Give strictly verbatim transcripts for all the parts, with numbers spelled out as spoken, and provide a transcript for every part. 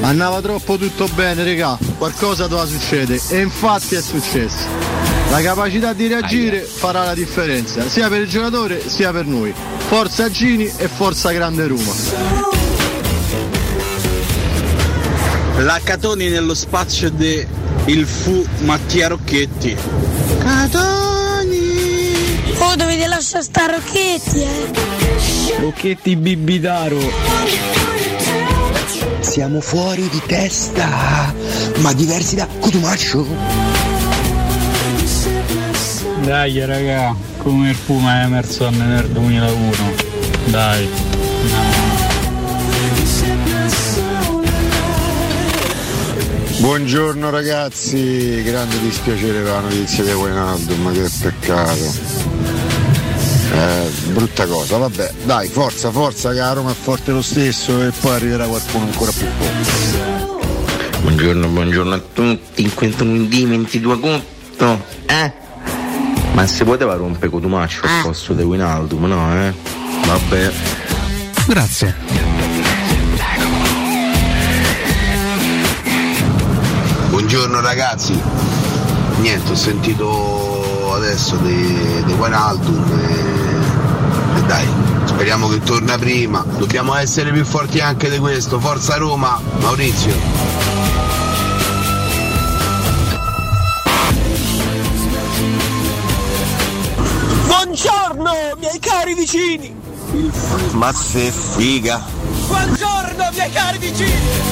andava troppo tutto bene, regà, qualcosa doveva succedere e infatti è successo. La capacità di reagire farà la differenza, sia per il giocatore sia per noi. Forza Gini e forza Grande Roma. La Catoni nello spazio de il fu Mattia Rocchetti. Catoni! Oh, dovete lasciare sta Rocchetti, eh! Rocchetti Bibitaro. Siamo fuori di testa, ma diversi da Cotumaccio. Dai raga, come il Puma Emerson nel duemilauno. Dai. No. Buongiorno ragazzi, grande dispiacere per la notizia di Wijnaldum, ma che peccato. Eh, brutta cosa, vabbè, dai, forza, forza, che la Roma è forte lo stesso e poi arriverà qualcuno ancora più forte. Buongiorno, buongiorno a tutti, in questo ventidue conto, eh? Ma si poteva rompere Cotumaccio al posto di Wijnaldum, no, eh? Vabbè. Grazie. Buongiorno ragazzi, niente, ho sentito adesso di, di Wijnaldum e, e dai, speriamo che torna prima, dobbiamo essere più forti anche di questo, forza Roma, Maurizio. Buongiorno miei cari vicini! Ma se figa! Buongiorno miei cari vicini!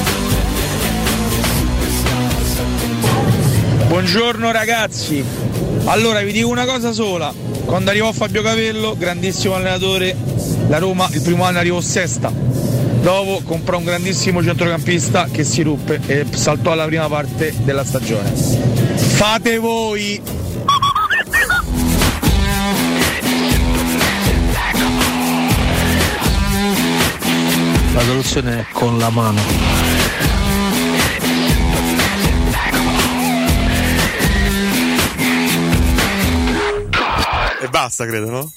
Buongiorno ragazzi, allora vi dico una cosa sola, quando arrivò Fabio Capello, grandissimo allenatore, la Roma il primo anno arrivò sesta, dopo comprò un grandissimo centrocampista che si ruppe e saltò alla prima parte della stagione. Fate voi! La soluzione è con la mano. E basta, credo, no?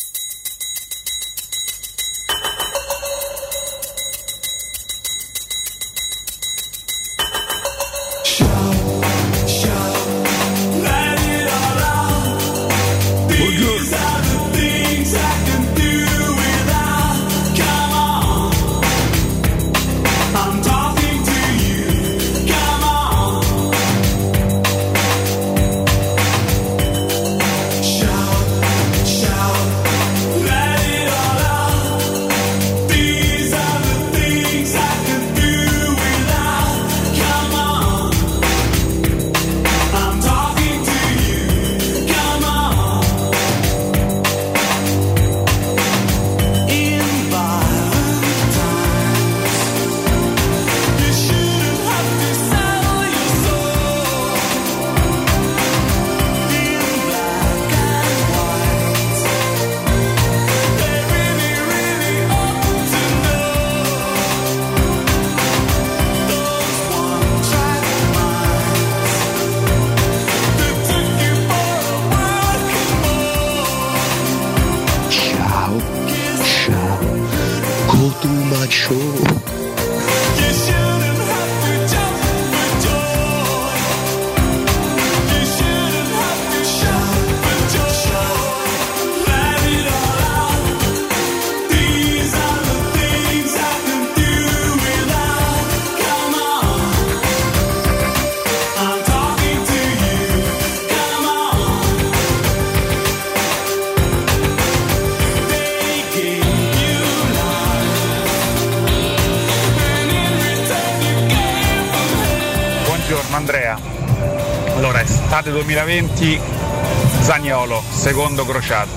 Andrea, allora estate duemilaventi Zaniolo, secondo crociato,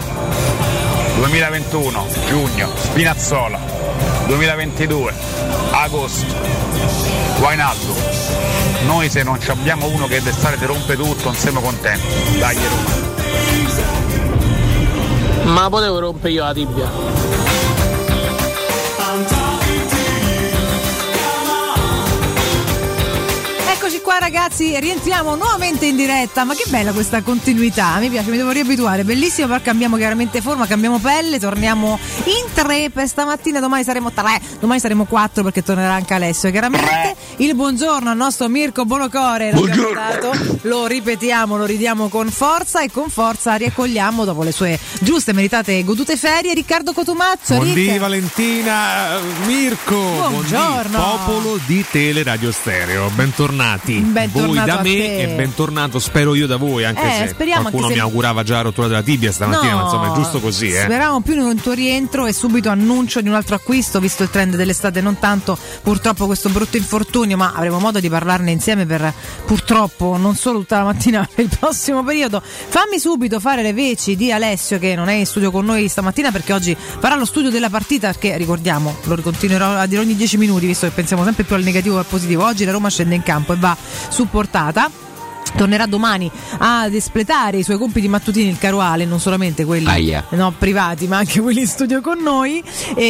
duemilaventuno giugno Spinazzola, duemilaventidue agosto Wijnaldum. Noi se non abbiamo uno che d'estate rompe tutto non siamo contenti. Dai Roma. Ma potevo rompere io la tibia. qua ragazzi, rientriamo nuovamente in diretta, ma che bella questa continuità, mi piace, mi devo riabituare, bellissimo, però cambiamo chiaramente forma, cambiamo pelle, torniamo in tre per stamattina, domani saremo tre, domani saremo quattro perché tornerà anche Alessio, chiaramente. Il buongiorno al nostro Mirko Bonocore, l'ho cantato, lo ripetiamo, lo ridiamo con forza e con forza riaccogliamo dopo le sue giuste, meritate e godute ferie Riccardo Cotumaccio. Buondì Ric- Valentina, Mirko, buongiorno. buondì, popolo di Teleradio Stereo, bentornati, bentornato voi da a me te. E bentornato spero io da voi, anche eh, se qualcuno anche se... mi augurava già la rottura della tibia stamattina, no, ma insomma è giusto così. Eh. Speravamo più in un tuo rientro e subito annuncio di un altro acquisto, visto il trend dell'estate, non tanto purtroppo questo brutto infortunio, ma avremo modo di parlarne insieme per purtroppo non solo tutta la mattina per il prossimo periodo. Fammi subito fare le veci di Alessio che non è in studio con noi stamattina perché oggi farà lo studio della partita, perché ricordiamo, lo continuerò a dire ogni dieci minuti visto che pensiamo sempre più al negativo che al positivo. Oggi la Roma scende in campo e va supportata. Tornerà domani ad espletare i suoi compiti mattutini il Caruale, non solamente quelli no, privati ma anche quelli in studio con noi,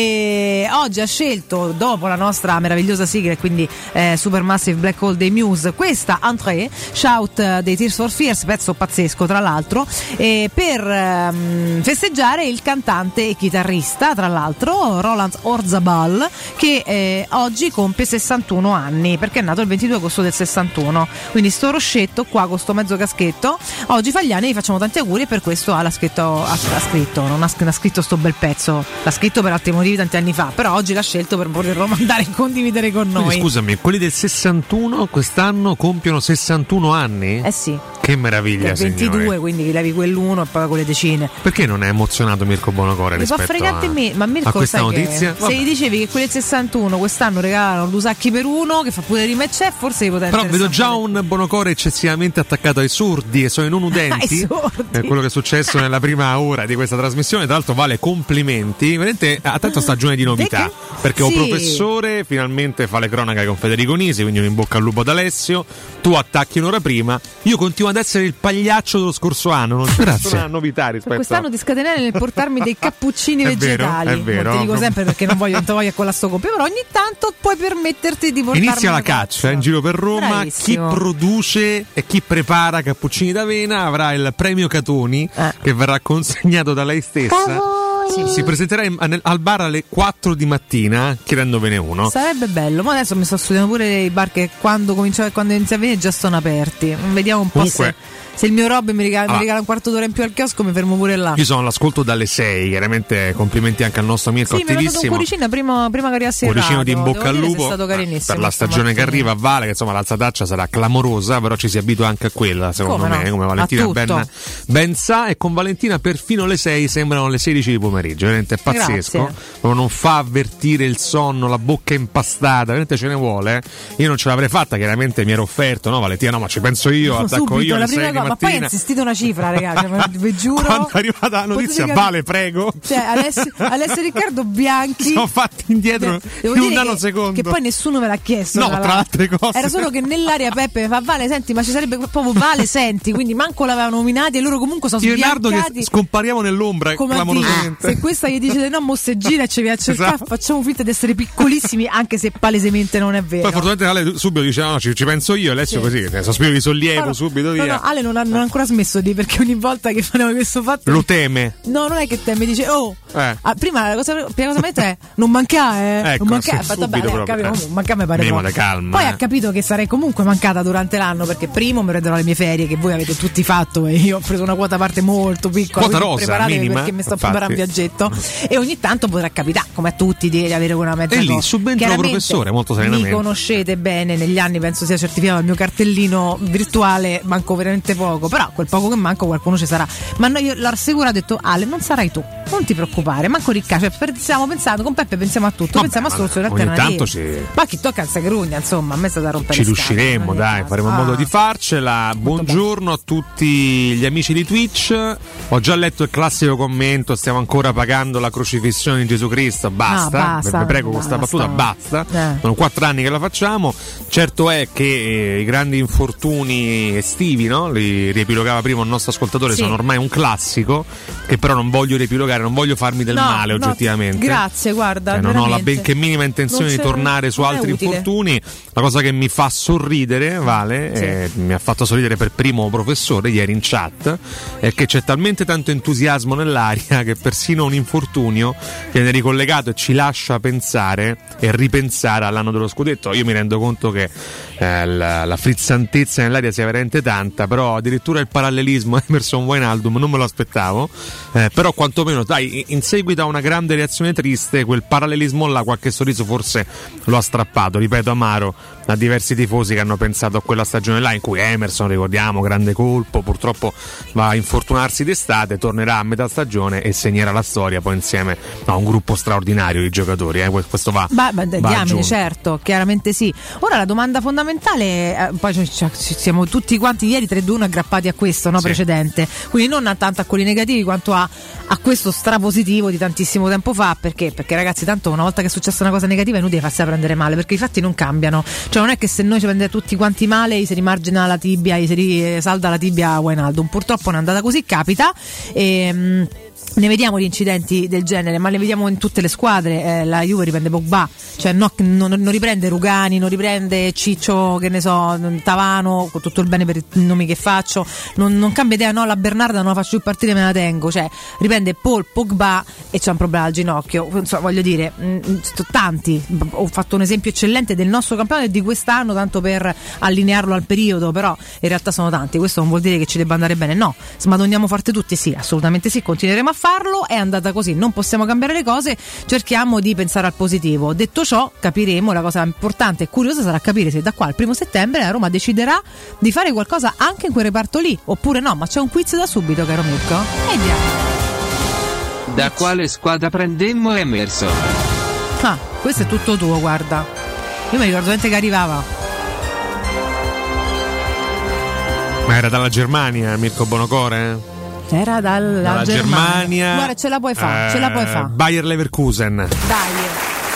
e oggi ha scelto, dopo la nostra meravigliosa sigla e quindi eh, Supermassive Black Hole dei Muse, questa entrée Shout uh, dei Tears for Fears, pezzo pazzesco tra l'altro, eh, per um, festeggiare il cantante e chitarrista tra l'altro Roland Orzabal, che eh, oggi compie sessantuno anni perché è nato il ventidue agosto del sessantuno, quindi sto roscetto qua con sto mezzo caschetto oggi fa gli anni, gli facciamo tanti auguri e per questo ha, scritto, ha, ha scritto non ha, ha scritto sto bel pezzo, l'ha scritto per altri motivi tanti anni fa, però oggi l'ha scelto per poterlo mandare e condividere con noi. Quindi, scusami, quelli del sessantuno quest'anno compiono sessantuno anni? Eh sì. Che meraviglia, del ventidue, signore. Quindi levi quell'uno e poi con le decine. Perché non è emozionato Mirko Bonocore Mi rispetto può fregarti a, me, ma Mirko, a questa sai notizia? Che, se gli dicevi che quelli del sessantuno quest'anno regalano Lusacchi per uno che fa pure rima e c'è, forse poteva. Però vedo già un Bonocore eccessivamente attaccato ai sordi e sono i non udenti. È quello che è successo nella prima ora di questa trasmissione. Tra l'altro Vale complimenti, veramente attento a stagione di novità, perché sì. un professore finalmente fa le cronache con Federico Nisi, quindi un in bocca al lupo ad Alessio. Tu attacchi un'ora prima, io continuo ad essere il pagliaccio dello scorso anno, non c'è nessuna novità rispetto. Per quest'anno ti scatenare nel portarmi dei cappuccini è vegetali. Vero, è vero. Non ti dico sempre perché non voglio, non voglia con la sto compia, però ogni tanto puoi permetterti di portarmi. Inizia la caccia in giro per Roma. Bravissimo. Chi produce e chi prepara cappuccini d'avena avrà il premio Catoni eh. che verrà consegnato da lei stessa. Sì. Si presenterà in, nel, al bar alle quattro di mattina chiedendovene uno. Sarebbe bello, ma adesso mi sto studiando pure i bar che quando comincia quando inizia a venire già sono aperti. Vediamo un po' Comunque, se Se il mio Robby mi regala, ah. mi regala un quarto d'ora in più al chiosco, mi fermo pure là. Io sono all'ascolto dalle sei, chiaramente complimenti anche al nostro Mirko, sì, attivissimo. mi ha dato un cuoricino prima, prima che arrivasse il cuoricino di in bocca al lupo, è stato carinissimo, per la stagione che arriva a Vale, che insomma l'alzataccia sarà clamorosa, però ci si abitua anche a quella, secondo come me, no? come Valentina ben, ben sa, e con Valentina perfino le sei sembrano le sedici di pomeriggio, veramente è pazzesco. Non fa avvertire il sonno, la bocca impastata, veramente ce ne vuole. Io non ce l'avrei fatta, chiaramente mi ero offerto, no Valentina, no ma ci penso io, no, attacco subito, io alle sei di mattina. Ma poi ha insistito una cifra, ragazzi, vi giuro. Quando è arrivata la notizia, Vale, prego. Cioè, Alessio, Alessio e Riccardo Bianchi sono fatti indietro Devo in dire un nanosecondo. Che, che poi nessuno me l'ha chiesto. No, tra, tra altre cose. Era solo che nell'aria Peppe mi fa Vale, senti, ma ci sarebbe proprio Vale, senti, quindi manco l'avevano nominati e loro comunque sono Leonardo sbiancati. Che scompariamo nell'ombra come clamorosamente. Se questa gli dice no, mosteggina e ci viene a cercare, esatto. Facciamo finta di essere piccolissimi, anche se palesemente non è vero. Poi fortunatamente Ale subito dice no, ci, ci penso io, Alessio sì. Così, sospiro di sollievo no, subito no, via. No, Ale non ha, non ha ancora smesso di, perché ogni volta che facciamo questo fatto lo teme. No, non è che teme, dice oh eh. ah, prima la cosa, prima cosa è non mancare eh. Ecco, non mancare, ha fatto bene, ha capito, eh. mancare mi pare no. calma, poi eh. ha capito che sarei comunque mancata durante l'anno, perché primo mi prenderò le mie ferie che voi avete tutti fatto e io ho preso una quota parte molto piccola, quota rosa minima, perché mi sto infatti. preparando un viaggetto e ogni tanto potrà capitare come a tutti di avere una mezza e lì cosa. subentra il professore molto serenamente. Mi conoscete bene, negli anni penso sia certificato il mio cartellino virtuale, manco veramente poco, però quel poco che manco qualcuno ci sarà, ma no, io l'assicuro, ha detto Ale non sarai tu, non ti preoccupare, manco Riccardo, cioè, stiamo pensando con Peppe, pensiamo a tutto, vabbè, pensiamo a soluzioni ogni alternative, tanto ci... ma chi tocca alza grugna, insomma a me è stata rompere ci riusciremo, dai, faremo ah. modo di farcela. Buongiorno a tutti gli amici di Twitch, ho già letto il classico commento, stiamo ancora ancora pagando la crocifissione di Gesù Cristo, basta, ah, basta vi prego basta. questa battuta, basta, eh. sono quattro anni che la facciamo. Certo è che eh, i grandi infortuni estivi, no? Li riepilogava prima un nostro ascoltatore, sì. sono ormai un classico, che però non voglio riepilogare, non voglio farmi del no, male no, oggettivamente. Grazie, guarda, cioè, non ho la benché minima intenzione di tornare su altri infortuni. La cosa che mi fa sorridere, Vale, sì. eh, mi ha fatto sorridere per primo professore ieri in chat, è che c'è talmente tanto entusiasmo nell'aria che persino un infortunio viene ricollegato e ci lascia pensare e ripensare all'anno dello scudetto. Io mi rendo conto che eh, la, la frizzantezza nell'aria sia veramente tanta, però addirittura il parallelismo Emerson Wijnaldum non me lo aspettavo, eh, però quantomeno dai, in seguito a una grande reazione triste quel parallelismo là qualche sorriso forse lo ha strappato, ripeto, amaro a diversi tifosi che hanno pensato a quella stagione là in cui Emerson, ricordiamo, grande colpo, purtroppo va a infortunarsi d'estate, tornerà a metà stagione e segnerà la storia poi insieme a un gruppo straordinario di giocatori, eh. Questo va, bah, bah, va diamine, certo, chiaramente sì. Ora la domanda fondamentale, eh, poi ci, ci siamo tutti quanti ieri tre due uno aggrappati a questo, no, sì. precedente, quindi non tanto a quelli negativi quanto a, a questo strapositivo di tantissimo tempo fa, perché? Perché ragazzi, tanto una volta che è successa una cosa negativa è inutile farsi prendere male, perché i fatti non cambiano, cioè non è che se noi ci prendete tutti quanti male gli si rimargina la tibia, gli si risalda la tibia a Wijnaldum, purtroppo non è andata così, capita. E, ne vediamo di incidenti del genere, ma ne vediamo in tutte le squadre. Eh, la Juve riprende Pogba, cioè no, non, non riprende Rugani, non riprende Ciccio, che ne so, Tavano, con tutto il bene per i nomi che faccio, non, non cambia idea, no, la Bernarda non la faccio più partire, me la tengo, cioè riprende Paul Pogba e c'è un problema al ginocchio. Insomma, voglio dire, mh, tanti, ho fatto un esempio eccellente del nostro campionato e di quest'anno, tanto per allinearlo al periodo, però in realtà sono tanti, questo non vuol dire che ci debba andare bene, no, smadonniamo forte tutti, sì, assolutamente sì, continueremo a farlo, è andata così, non possiamo cambiare le cose, cerchiamo di pensare al positivo. Detto ciò, capiremo, la cosa importante e curiosa sarà capire se da qua al primo settembre la Roma deciderà di fare qualcosa anche in quel reparto lì, oppure no, ma c'è un quiz da subito, caro Mirko. E andiamo. Da quale squadra prendemmo Emerson? Ah, questo è tutto tuo, guarda. Io mi ricordo gente che arrivava. Ma era dalla Germania, Mirko Bonocore, eh? Era dalla, dalla Germania. Germania. Guarda, ce la puoi fare, eh, ce la puoi fare. Bayer Leverkusen. Dai.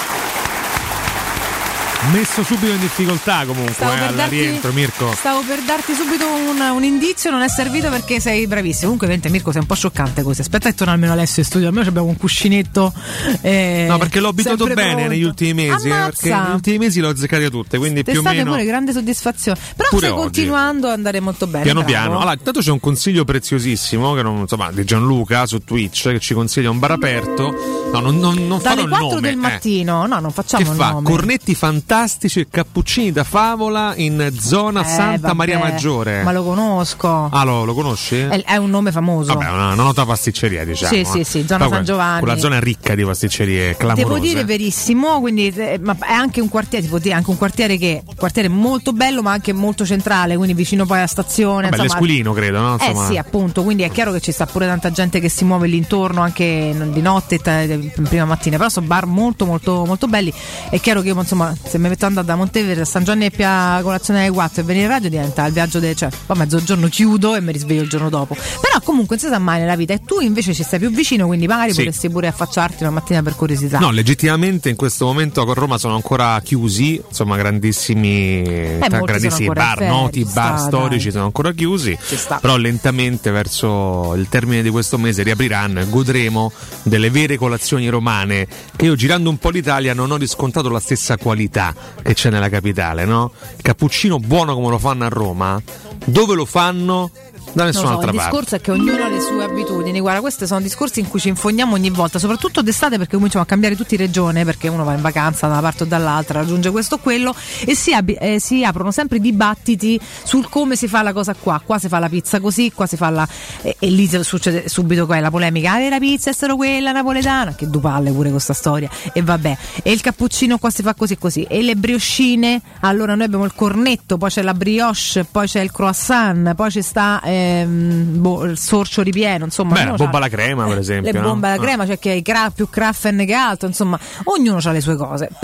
Messo subito in difficoltà comunque eh, al darti, rientro, Mirko. Stavo per darti subito un, un indizio, non è servito perché sei bravissimo. Comunque, ovviamente, Mirko, sei un po' scioccante così. Aspetta che torna almeno Alessio in studio. Almeno abbiamo un cuscinetto. Eh, no, perché l'ho abituato bene pronto. negli ultimi mesi. Eh, perché negli ultimi mesi l'ho azzeccate tutte. Quindi più o meno. Pure grande soddisfazione. Però stai oggi continuando ad andare molto bene. Piano bravo. piano. Allora, intanto c'è un consiglio preziosissimo che non, insomma, di Gianluca su Twitch che ci consiglia un bar aperto. No, non, non, non farò il nome. Dalle quattro del mattino. Eh. No, non facciamo che il fa? nome. Cornetti fantastici e cappuccini da favola in zona eh, Santa vabbè, Maria Maggiore. Ma lo conosco. Ah, lo, lo conosci? È, è un nome famoso. Vabbè, una, una nota pasticceria, diciamo. Sì, sì, sì, zona San Giovanni. Quella zona è ricca di pasticcerie clamorose. Devo dire verissimo, quindi eh, ma è anche un quartiere, si può dire anche un quartiere che quartiere molto bello, ma anche molto centrale, quindi vicino poi alla stazione. Vabbè, l'Esquilino, credo, no? Insomma. Eh sì, appunto, quindi è chiaro che ci sta pure tanta gente che si muove lì intorno, anche di notte e prima mattina, però sono bar molto molto molto belli. È chiaro che io, insomma, se mi metto ad andare da Monteverde a San Giovanni e Pia colazione alle quattro e venire in radio diventa il viaggio del, cioè poi mezzogiorno chiudo e mi risveglio il giorno dopo, però comunque non si sa mai nella vita, e tu invece ci stai più vicino, quindi magari sì. Potresti pure affacciarti una mattina per curiosità. No, legittimamente in questo momento a Roma sono ancora chiusi, insomma, grandissimi eh, t- grandissimi bar, ferri, noti bar sta, storici dai. Sono ancora chiusi, però lentamente verso il termine di questo mese riapriranno e godremo delle vere colazioni romane, che io girando un po' l'Italia non ho riscontrato la stessa qualità che c'è nella capitale, no? Il cappuccino buono come lo fanno a Roma, dove lo fanno? Da nessun'altra so, il parte. discorso è che ognuno ha le sue abitudini. Guarda, questi sono discorsi in cui ci infogniamo ogni volta, soprattutto d'estate, perché cominciamo a cambiare tutti regione, perché uno va in vacanza da una parte o dall'altra, raggiunge questo o quello, e si, ab- eh, si aprono sempre dibattiti sul come si fa la cosa qua. Qua si fa la pizza così, qua si fa la e, e lì succede subito quella la polemica, ah, la pizza è solo quella napoletana, che due palle pure questa storia, e vabbè, e il cappuccino qua si fa così così, e le brioscine, allora noi abbiamo il cornetto, poi c'è la brioche, poi c'è il croissant, poi ci sta eh, Boh, il sorcio ripieno, insomma. Beh, la bomba alla crema, per esempio. Le bombe no? alla crema, cioè che hai cra- più Kraffen che altro, insomma, ognuno ha le sue cose. Però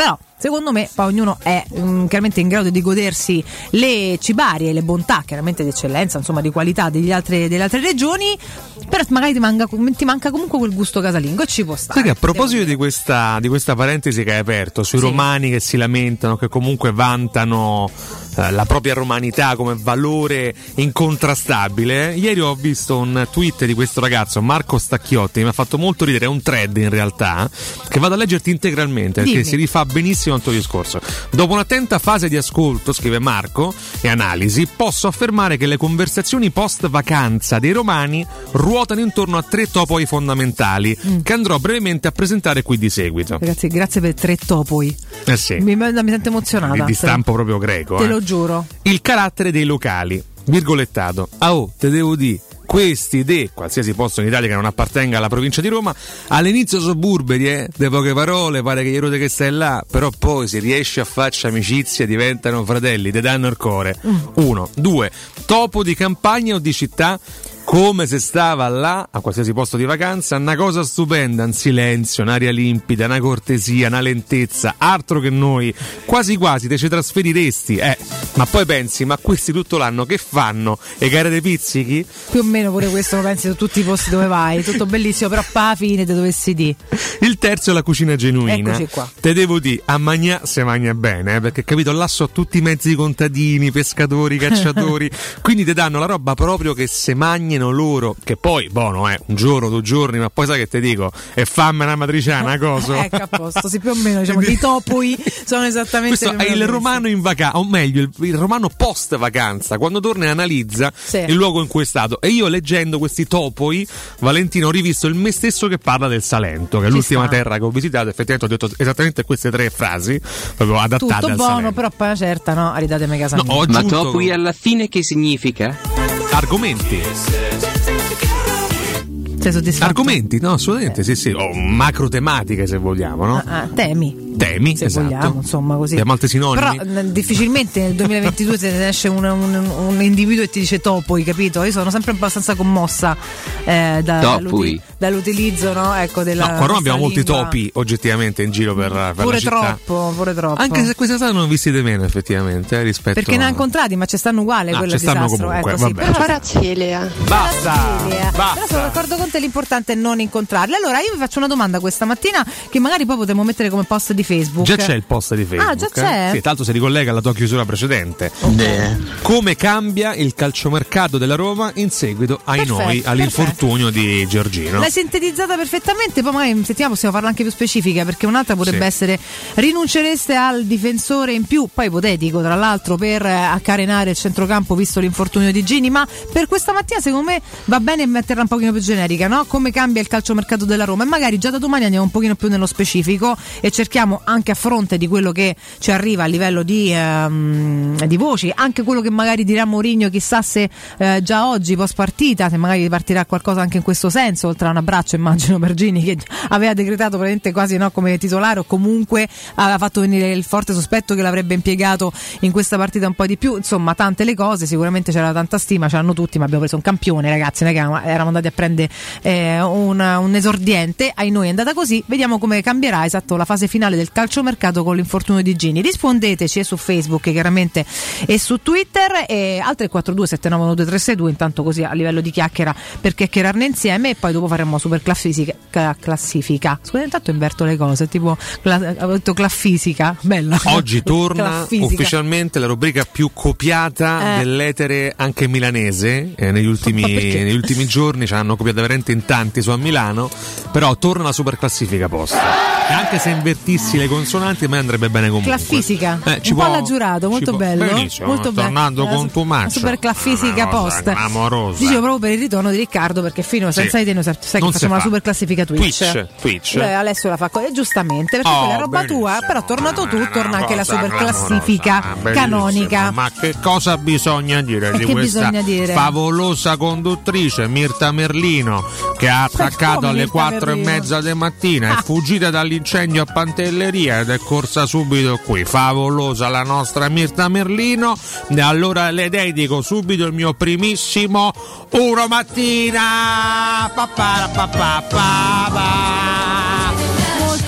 secondo me poi ognuno è mh, chiaramente in grado di godersi le cibarie e le bontà chiaramente di eccellenza, insomma di qualità degli altre, delle altre regioni, però magari ti manca, ti manca comunque quel gusto casalingo e ci può stare. Sai che a proposito di questa, di questa parentesi che hai aperto sui sì. romani che si lamentano, che comunque vantano eh, la propria romanità come valore incontrastabile, ieri ho visto un tweet di questo ragazzo Marco Stacchiotti, mi ha fatto molto ridere, è un thread in realtà che vado a leggerti integralmente perché Dimmi. si rifà benissimo al tuo discorso. Dopo un'attenta fase di ascolto, scrive Marco, e analisi, posso affermare che le conversazioni post vacanza dei romani ruotano intorno a tre topoi fondamentali mm. che andrò brevemente a presentare qui di seguito. Ragazzi, grazie per tre topoi. Eh sì. Mi, mi sento emozionata. Di, di stampo te proprio greco. Te eh. lo giuro. Il carattere dei locali, virgolettato. Ah oh, te devo dire, questi de qualsiasi posto in Italia che non appartenga alla provincia di Roma, all'inizio so burberi, eh, de poche parole, pare che gli rode che stai là, però poi si riesce a farci amicizia, diventano fratelli, te danno il cuore. Mm. Uno, due, topo di campagna o di città, come se stava là, a qualsiasi posto di vacanza, una cosa stupenda, un silenzio, un'aria limpida, una cortesia, una lentezza, altro che noi, quasi quasi te ci trasferiresti, eh, ma poi pensi, ma questi tutto l'anno che fanno? E gare dei pizzichi? Più o meno pure questo lo pensi su tutti i posti dove vai, tutto bellissimo, però poi alla fine te dovessi dire. Il terzo è la cucina genuina. Eccoci qua. Te devo dire, a magna se magna bene, eh, perché capito, là so tutti i mezzi contadini, pescatori, cacciatori, quindi te danno la roba proprio che se magnano loro, che poi, buono, eh, un giorno, due giorni, ma poi sai che te dico, è fame una matriciana, cosa? Ecco, a posto, sì, più o meno, diciamo, i topoi sono esattamente. Questo è il romano in vacanza, o meglio, il, il romano post vacanza, quando torna e analizza sì. il luogo in cui è stato. E io leggendo questi topoi, Valentino, ho rivisto il me stesso che parla del Salento, che è Ci l'ultima sta. terra che ho visitato, effettivamente ho detto esattamente queste tre frasi, proprio adattate tutto al buono, Salento. Però poi una certa, no, aridatemi casa mia. No, ma topoi alla fine che significa? Argomenti. Sei soddisfatto? Argomenti, no, assolutamente, eh. sì, sì, o macro tematiche se vogliamo, no? Ah, ah, temi. Temi, se esatto. vogliamo, insomma, così. Abbiamo altri sinonimi. Però n- difficilmente nel duemilaventidue se ne esce un, un, un individuo e ti dice topoi, capito? Io sono sempre abbastanza commossa eh, da, dall'uti- dall'utilizzo, no? Ecco, della no, qua Roma abbiamo molti lingua. topi oggettivamente in giro per, per pure la città. troppo, pure troppo. Anche se questa state non visti di meno effettivamente, eh, rispetto perché a... ne ha incontrati, ma ci stanno uguali, ah, quello ci stanno disastro. comunque, ecco, vabbè. Sì, però... Paracelia. Basta, Paracelia. basta. Però sono d'accordo con te, l'importante è non incontrarli. Allora io vi faccio una domanda questa mattina che magari poi potremmo mettere come post di Facebook. Già c'è il post di Facebook. Ah, già c'è? Eh? Sì, tanto si ricollega alla tua chiusura precedente. Okay. Come cambia il calciomercato della Roma in seguito ai perfetto, noi all'infortunio perfetto. di Giorgino? L'hai sintetizzata perfettamente, poi magari in settimana possiamo farla anche più specifica, perché un'altra potrebbe sì. essere: rinuncereste al difensore in più, poi ipotetico tra l'altro, per accarenare il centrocampo visto l'infortunio di Gini? Ma per questa mattina secondo me va bene metterla un pochino più generica, no? Come cambia il calciomercato della Roma, e magari già da domani andiamo un pochino più nello specifico e cerchiamo, anche a fronte di quello che ci arriva a livello di, ehm, di voci, anche quello che magari dirà Mourinho, chissà se eh, già oggi post partita, se magari partirà qualcosa anche in questo senso, oltre a un abbraccio immagino per Gini, che aveva decretato praticamente quasi, no, come titolare, o comunque aveva fatto venire il forte sospetto che l'avrebbe impiegato in questa partita un po' di più. Insomma, tante le cose, sicuramente c'era tanta stima, ce l'hanno tutti, ma abbiamo preso un campione, ragazzi, non è che eravamo andati a prendere eh, un, un esordiente, ai noi è andata così. Vediamo come cambierà esatto la fase finale del calciomercato con l'infortunio di Gini. Rispondeteci e su Facebook chiaramente e su Twitter, e al tre quattro due sette nove uno due tre sei due, intanto così a livello di chiacchiera per chiacchierarne insieme, e poi dopo faremo super classifica, classifica. Scusate, intanto inverto le cose, tipo cla- ho detto claffisica, bella. Oggi torna ufficialmente la rubrica più copiata eh. dell'etere anche milanese, eh, negli ultimi negli ultimi giorni ce l'hanno copiata veramente in tanti su a Milano, però torna la super classifica post. E anche se invertissi le consonanti, a me andrebbe bene comunque. Claffisica, eh, un po' alla giurato, molto può, bello. Benissimo, molto tornando bello. con Tumaccio. Super classifica post. Amorosa. Dicevo proprio per il ritorno di Riccardo, perché fino sì. senza di te noi sai che non facciamo la super classifica Twitch. Twitch, Twitch. Lei Alessio la fa co- giustamente, perché oh, quella è roba benissimo. tua, però tornato tu, torna anche la super clamorosa, classifica canonica. Ma che cosa bisogna dire e di che questa dire? favolosa conduttrice Mirta Merlino, che ha attaccato alle quattro e mezza di mattina, ah. è fuggita dall'incendio a Pantelleria ed è corsa subito qui. Favolosa la nostra Mirta Merlino. E allora le dedico subito il mio primissimo Uno Mattina. Pa, pa, pa, pa, pa, pa. Molto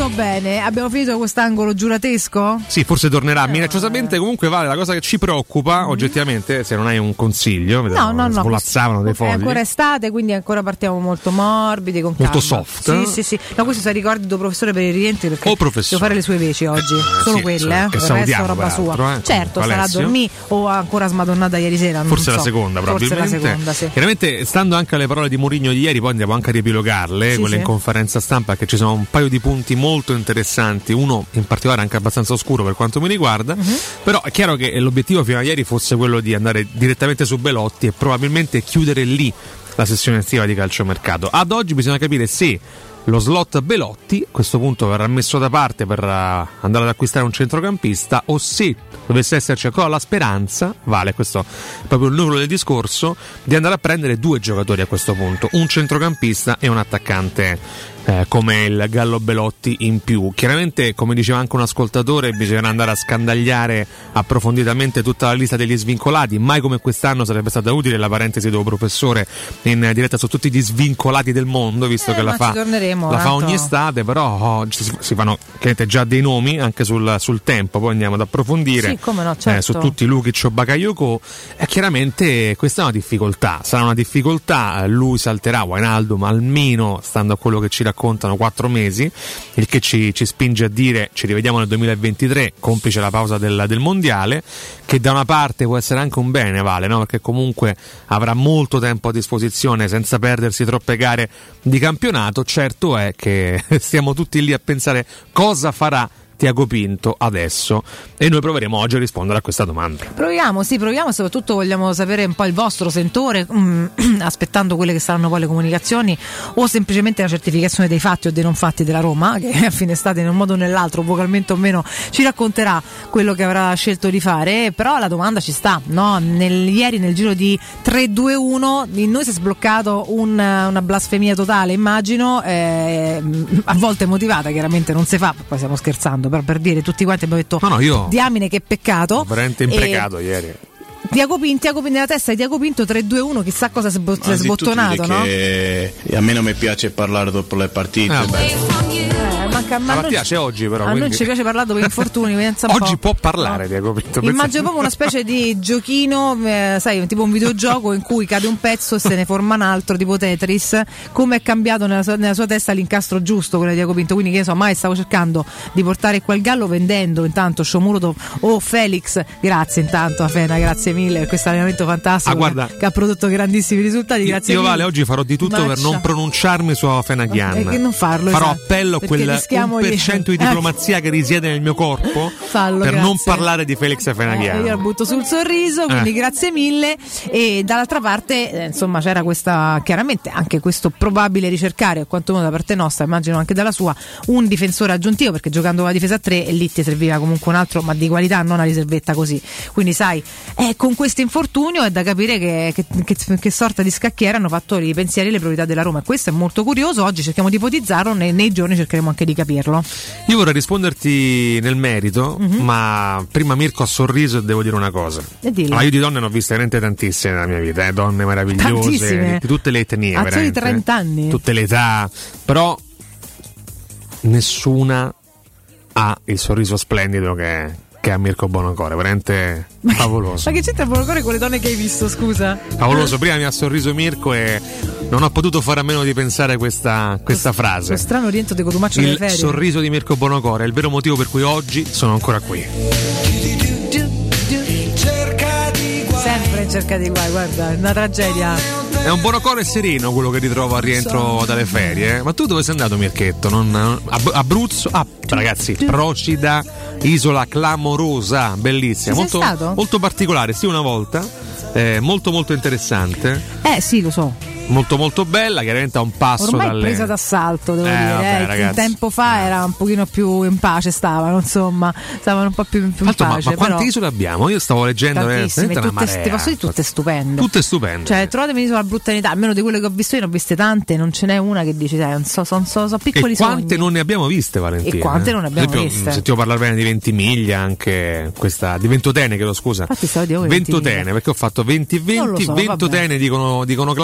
Molto bene, abbiamo finito quest'angolo giuratesco? Sì, forse tornerà minacciosamente. Comunque Vale, la cosa che ci preoccupa mm-hmm. oggettivamente, se non hai un consiglio, no, no, no, svolazzavano dei fogli. È ancora estate, quindi ancora partiamo molto morbidi, con calma. Molto soft. Sì, sì, sì. No, questo se ricordi tuo professore per i rientri, perché oh, professore. devo fare le sue veci oggi, eh, solo sì, quelle, eh. Che il resto roba sua. Eh. Certo, Alessio. sarà a dormire o ancora smadonnata ieri sera. Non Forse so. la seconda, probabilmente. Forse la seconda, sì. Chiaramente, stando anche alle parole di Mourinho di ieri, poi andiamo anche a riepilogarle, sì, quelle sì. in conferenza stampa, che ci sono un paio di punti molto interessanti, uno in particolare anche abbastanza oscuro per quanto mi riguarda, uh-huh. però è chiaro che l'obiettivo fino a ieri fosse quello di andare direttamente su Belotti e probabilmente chiudere lì la sessione estiva di calciomercato. Ad oggi bisogna capire se lo slot Belotti a questo punto verrà messo da parte per uh, andare ad acquistare un centrocampista, o se dovesse esserci ancora la speranza, Vale, questo è proprio il nucleo del discorso, di andare a prendere due giocatori a questo punto, un centrocampista e un attaccante eh, come il Gallo Belotti in più. Chiaramente, come diceva anche un ascoltatore, bisognerà andare a scandagliare approfonditamente tutta la lista degli svincolati. Mai come quest'anno sarebbe stata utile la parentesi del professore in diretta su tutti gli svincolati del mondo, visto eh, che la fa la fa ogni estate, però oh, si fanno già dei nomi anche sul, sul tempo, poi andiamo ad approfondire sì, come no, certo. eh, su tutti Lukic o Bakayoko, e chiaramente questa è una difficoltà, sarà una difficoltà, lui salterà Wijnaldum almeno, stando a quello che ci raccontano, quattro mesi, il che ci, ci spinge a dire ci rivediamo nel duemilaventitré, complice la pausa del, del mondiale, che da una parte può essere anche un bene, Vale, no? Perché comunque avrà molto tempo a disposizione senza perdersi troppe gare di campionato. Certo è che stiamo tutti lì a pensare cosa farà Tiago Pinto adesso, e noi proveremo oggi a rispondere a questa domanda. Proviamo, sì, proviamo, soprattutto vogliamo sapere un po' il vostro sentore, mm, aspettando quelle che saranno poi le comunicazioni o semplicemente la certificazione dei fatti o dei non fatti della Roma, che a fine estate in un modo o nell'altro, vocalmente o meno, ci racconterà quello che avrà scelto di fare. Però la domanda ci sta, no? Nel, ieri nel giro di tre due uno in noi si è sbloccato un, una blasfemia totale, immagino, eh, a volte motivata, chiaramente non si fa, poi stiamo scherzando, per, per dire, tutti quanti abbiamo detto no, no, io diamine che peccato, veramente imprecato e... ieri Tiago Pinto, Tiago Pinto nella testa di Tiago Pinto tre due uno, chissà cosa si è sbottonato, no? Che a me non mi piace parlare dopo le partite. Ah, eh, manca, ma ma non piace oggi però. A quindi... noi ci piace parlare dopo infortuni. Oggi può parlare Tiago Pinto. Immagino proprio una specie di giochino, eh, sai, tipo un videogioco in cui cade un pezzo e se ne forma un altro, tipo Tetris. Come è cambiato nella sua, nella sua testa l'incastro giusto quello di Tiago Pinto? Quindi che ne so, mai stavo cercando di portare qua il Gallo vendendo intanto Shomurodov o Felix. Grazie intanto a Fena, grazie mille per questo allenamento fantastico, ah, guarda, che ha prodotto grandissimi risultati. Grazie io mille. Vale, oggi farò di tutto Baccia. per non pronunciarmi su Fenagian. E che non farlo, farò esatto, appello a quel uno per cento di diplomazia che risiede nel mio corpo Fallo, per grazie. non parlare di Felix Fenagian. Eh, io la butto sul sorriso, quindi eh. grazie mille. E dall'altra parte, eh, insomma, c'era questa, chiaramente anche questo probabile ricercare, o quantomeno da parte nostra, immagino anche dalla sua, un difensore aggiuntivo, perché giocando con la difesa a tre e lì ti serviva comunque un altro, ma di qualità, non una riservetta così. Quindi sai, eh, con questo infortunio è da capire che, che, che, che sorta di scacchiera hanno fatto i pensieri e le priorità della Roma, e questo è molto curioso. Oggi cerchiamo di ipotizzarlo, nei, nei giorni cercheremo anche di capirlo. Io vorrei risponderti nel merito, mm-hmm. ma prima Mirko ha sorriso e devo dire una cosa. E ma io di donne ne ho viste veramente tantissime nella mia vita, eh? Donne meravigliose, tantissime. Di tutte le etnie, a di trenta anni, tutte le età, però nessuna ha il sorriso splendido che che ha Mirko Bonocore, veramente favoloso. Ma che c'entra Bonocore con le donne che hai visto, scusa? Favoloso, prima mi ha sorriso Mirko e non ho potuto fare a meno di pensare questa, questa lo, frase. Lo strano rientro di Cotumaccio il delle ferie. Il sorriso di Mirko Bonocore è il vero motivo per cui oggi sono ancora qui. Sempre in cerca di guai, guarda, è una tragedia. È un Bonocore sereno quello che ritrovo al rientro dalle ferie. Ma tu dove sei andato, Mirchetto? Non, Ab- Abruzzo? Ah, ragazzi, Procida, isola clamorosa, bellissima, molto, molto particolare. Sì, una volta, eh, molto molto interessante. Eh sì, lo so. Molto molto bella, chiaramente a un passo ormai dalle... presa d'assalto, devo eh, dire, vabbè, eh. tempo fa era un pochino più in pace, stavano, insomma, stavano un po' più, più in Alto, pace. Ma, ma quante però... isole abbiamo? Io stavo leggendo tantissime, una tutte, marea. Ti posso dire tutte stupende. Tutte stupende. Cioè, trovatemi un'isola brutalità, almeno di quelle che ho visto io ne ho viste tante, non ce n'è una che dici, dai, non so, sono so, so piccoli e quante sogni. non ne abbiamo viste, Valentina? E quante non ne abbiamo per esempio, viste? Sentivo parlare bene di Ventimiglia, anche questa di Ventotene, chiedo scusa. Infatti stavo di Ventotene, perché ho fatto venti venti, so, Ventotene dicono, dicono clamorosa,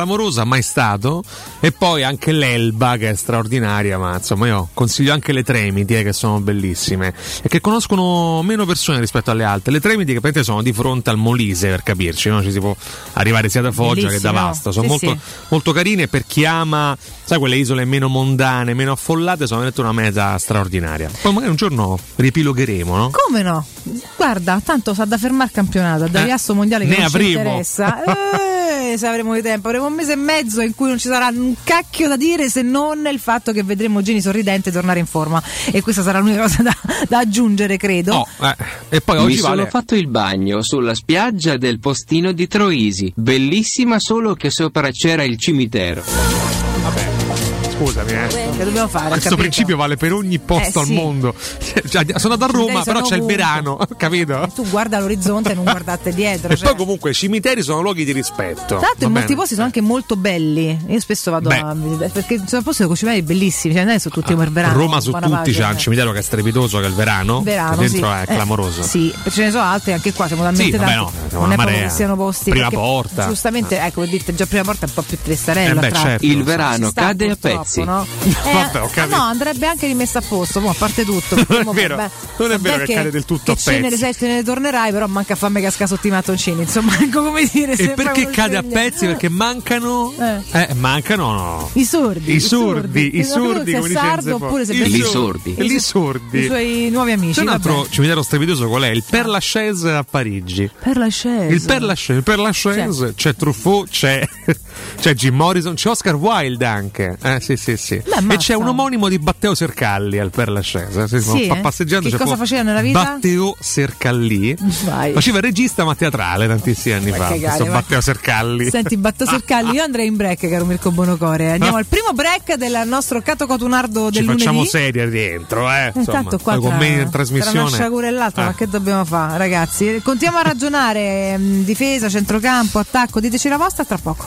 mai stato, e poi anche l'Elba che è straordinaria, ma insomma io consiglio anche le Tremiti eh, che sono bellissime e che conoscono meno persone rispetto alle altre. Le Tremiti che praticamente sono di fronte al Molise, per capirci, no? Ci si può arrivare sia da Foggia bellissimo, che da Vasto, sono sì, molto, sì. molto carine per chi ama, sai, quelle isole meno mondane, meno affollate, sono veramente una meta straordinaria. Poi magari un giorno riepilogheremo, no? Come no? Guarda, tanto sa da fermare il campionato, da riasso mondiale che ne non avremo. ci interessa. eh, se avremo di tempo, avremo un mese e mezzo in cui non ci sarà un cacchio da dire se non il fatto che vedremo Gini sorridente tornare in forma, e questa sarà l'unica cosa da, da aggiungere, credo. Oh, eh. E poi oggi mi vale... sono fatto il bagno sulla spiaggia del Postino di Troisi, bellissima, solo che sopra c'era il cimitero. Vabbè, scusami, eh. Che dobbiamo fare? Questo capito? principio vale per ogni posto eh, al sì. mondo. Cioè, sono andato a Roma, però c'è ovunque. il verano, capito? E tu guarda l'orizzonte e non guardate dietro. E cioè. poi comunque i cimiteri sono luoghi di rispetto. Tra l'altro in molti bene? posti sono anche molto belli. Io spesso vado Beh. a visitare, perché sono posti con cimiteri bellissimi, cioè non è su tutti come il verano. Roma su buona tutti pace, c'è eh. un cimitero che è strepitoso, che è il verano, verano che dentro sì. è clamoroso. Eh, sì, ce ne sono altri anche qua, siamo talmente Sì, vabbè, tanti. no, siamo non è una proprio marea. che siano posti Prima perché, porta. giustamente, ecco, per dirti, già prima porta è un po' più trestarella. Eh beh, certo. Il verano Ci sta, cade a purtroppo, pezzi. no? Eh, Vabbè, ho capito. no, andrebbe anche rimessa a posto, mo, a parte tutto. Non è mo, vero, vabbè, non è vabbè vero che cade del tutto a che cenere pezzi. sei, ce ne tornerai, però manca a farmi cascare sotto i mattoncini, insomma, ecco come dire. E perché cade a pezzi? Perché mancano eh, eh mancano no. I sordi, I sordi, i sordi, come se dice sardo Enzo oppure se I pensi- sordi. I sordi. i suoi nuovi amici. C'è un altro vabbè. cimitero strepitoso qual è? Il Père Lachaise a Parigi. Per la Chaise. Il Père Lachaise, il Père Lachaise, c'è Truffaut, c'è, c'è Jim Morrison, c'è Oscar Wilde anche. Eh sì, sì, sì. Beh, ammazza. E c'è un omonimo di Matteo Sercalli al Père Lachaise. Sì, Sì, fa eh? passeggiando. Che c'è cosa proprio faceva nella vita? Matteo Sercalli. Vai. Faceva il regista ma teatrale tantissimi anni Vai fa. cagare, Questo vai. Matteo Sercalli. Senti, Batto Sercalli, io andrei in break, caro Mirko Bonocore. Andiamo al primo break del nostro Cato Cotunardo del Ci lunedì. facciamo serie rientro, eh. Insomma, Intanto qua poi tra, con me in tra una trasmissione. sciagura e l'altra, Eh. ma che dobbiamo fare, ragazzi? Continuiamo a ragionare, mh, difesa, centrocampo, attacco, diteci la vostra tra poco.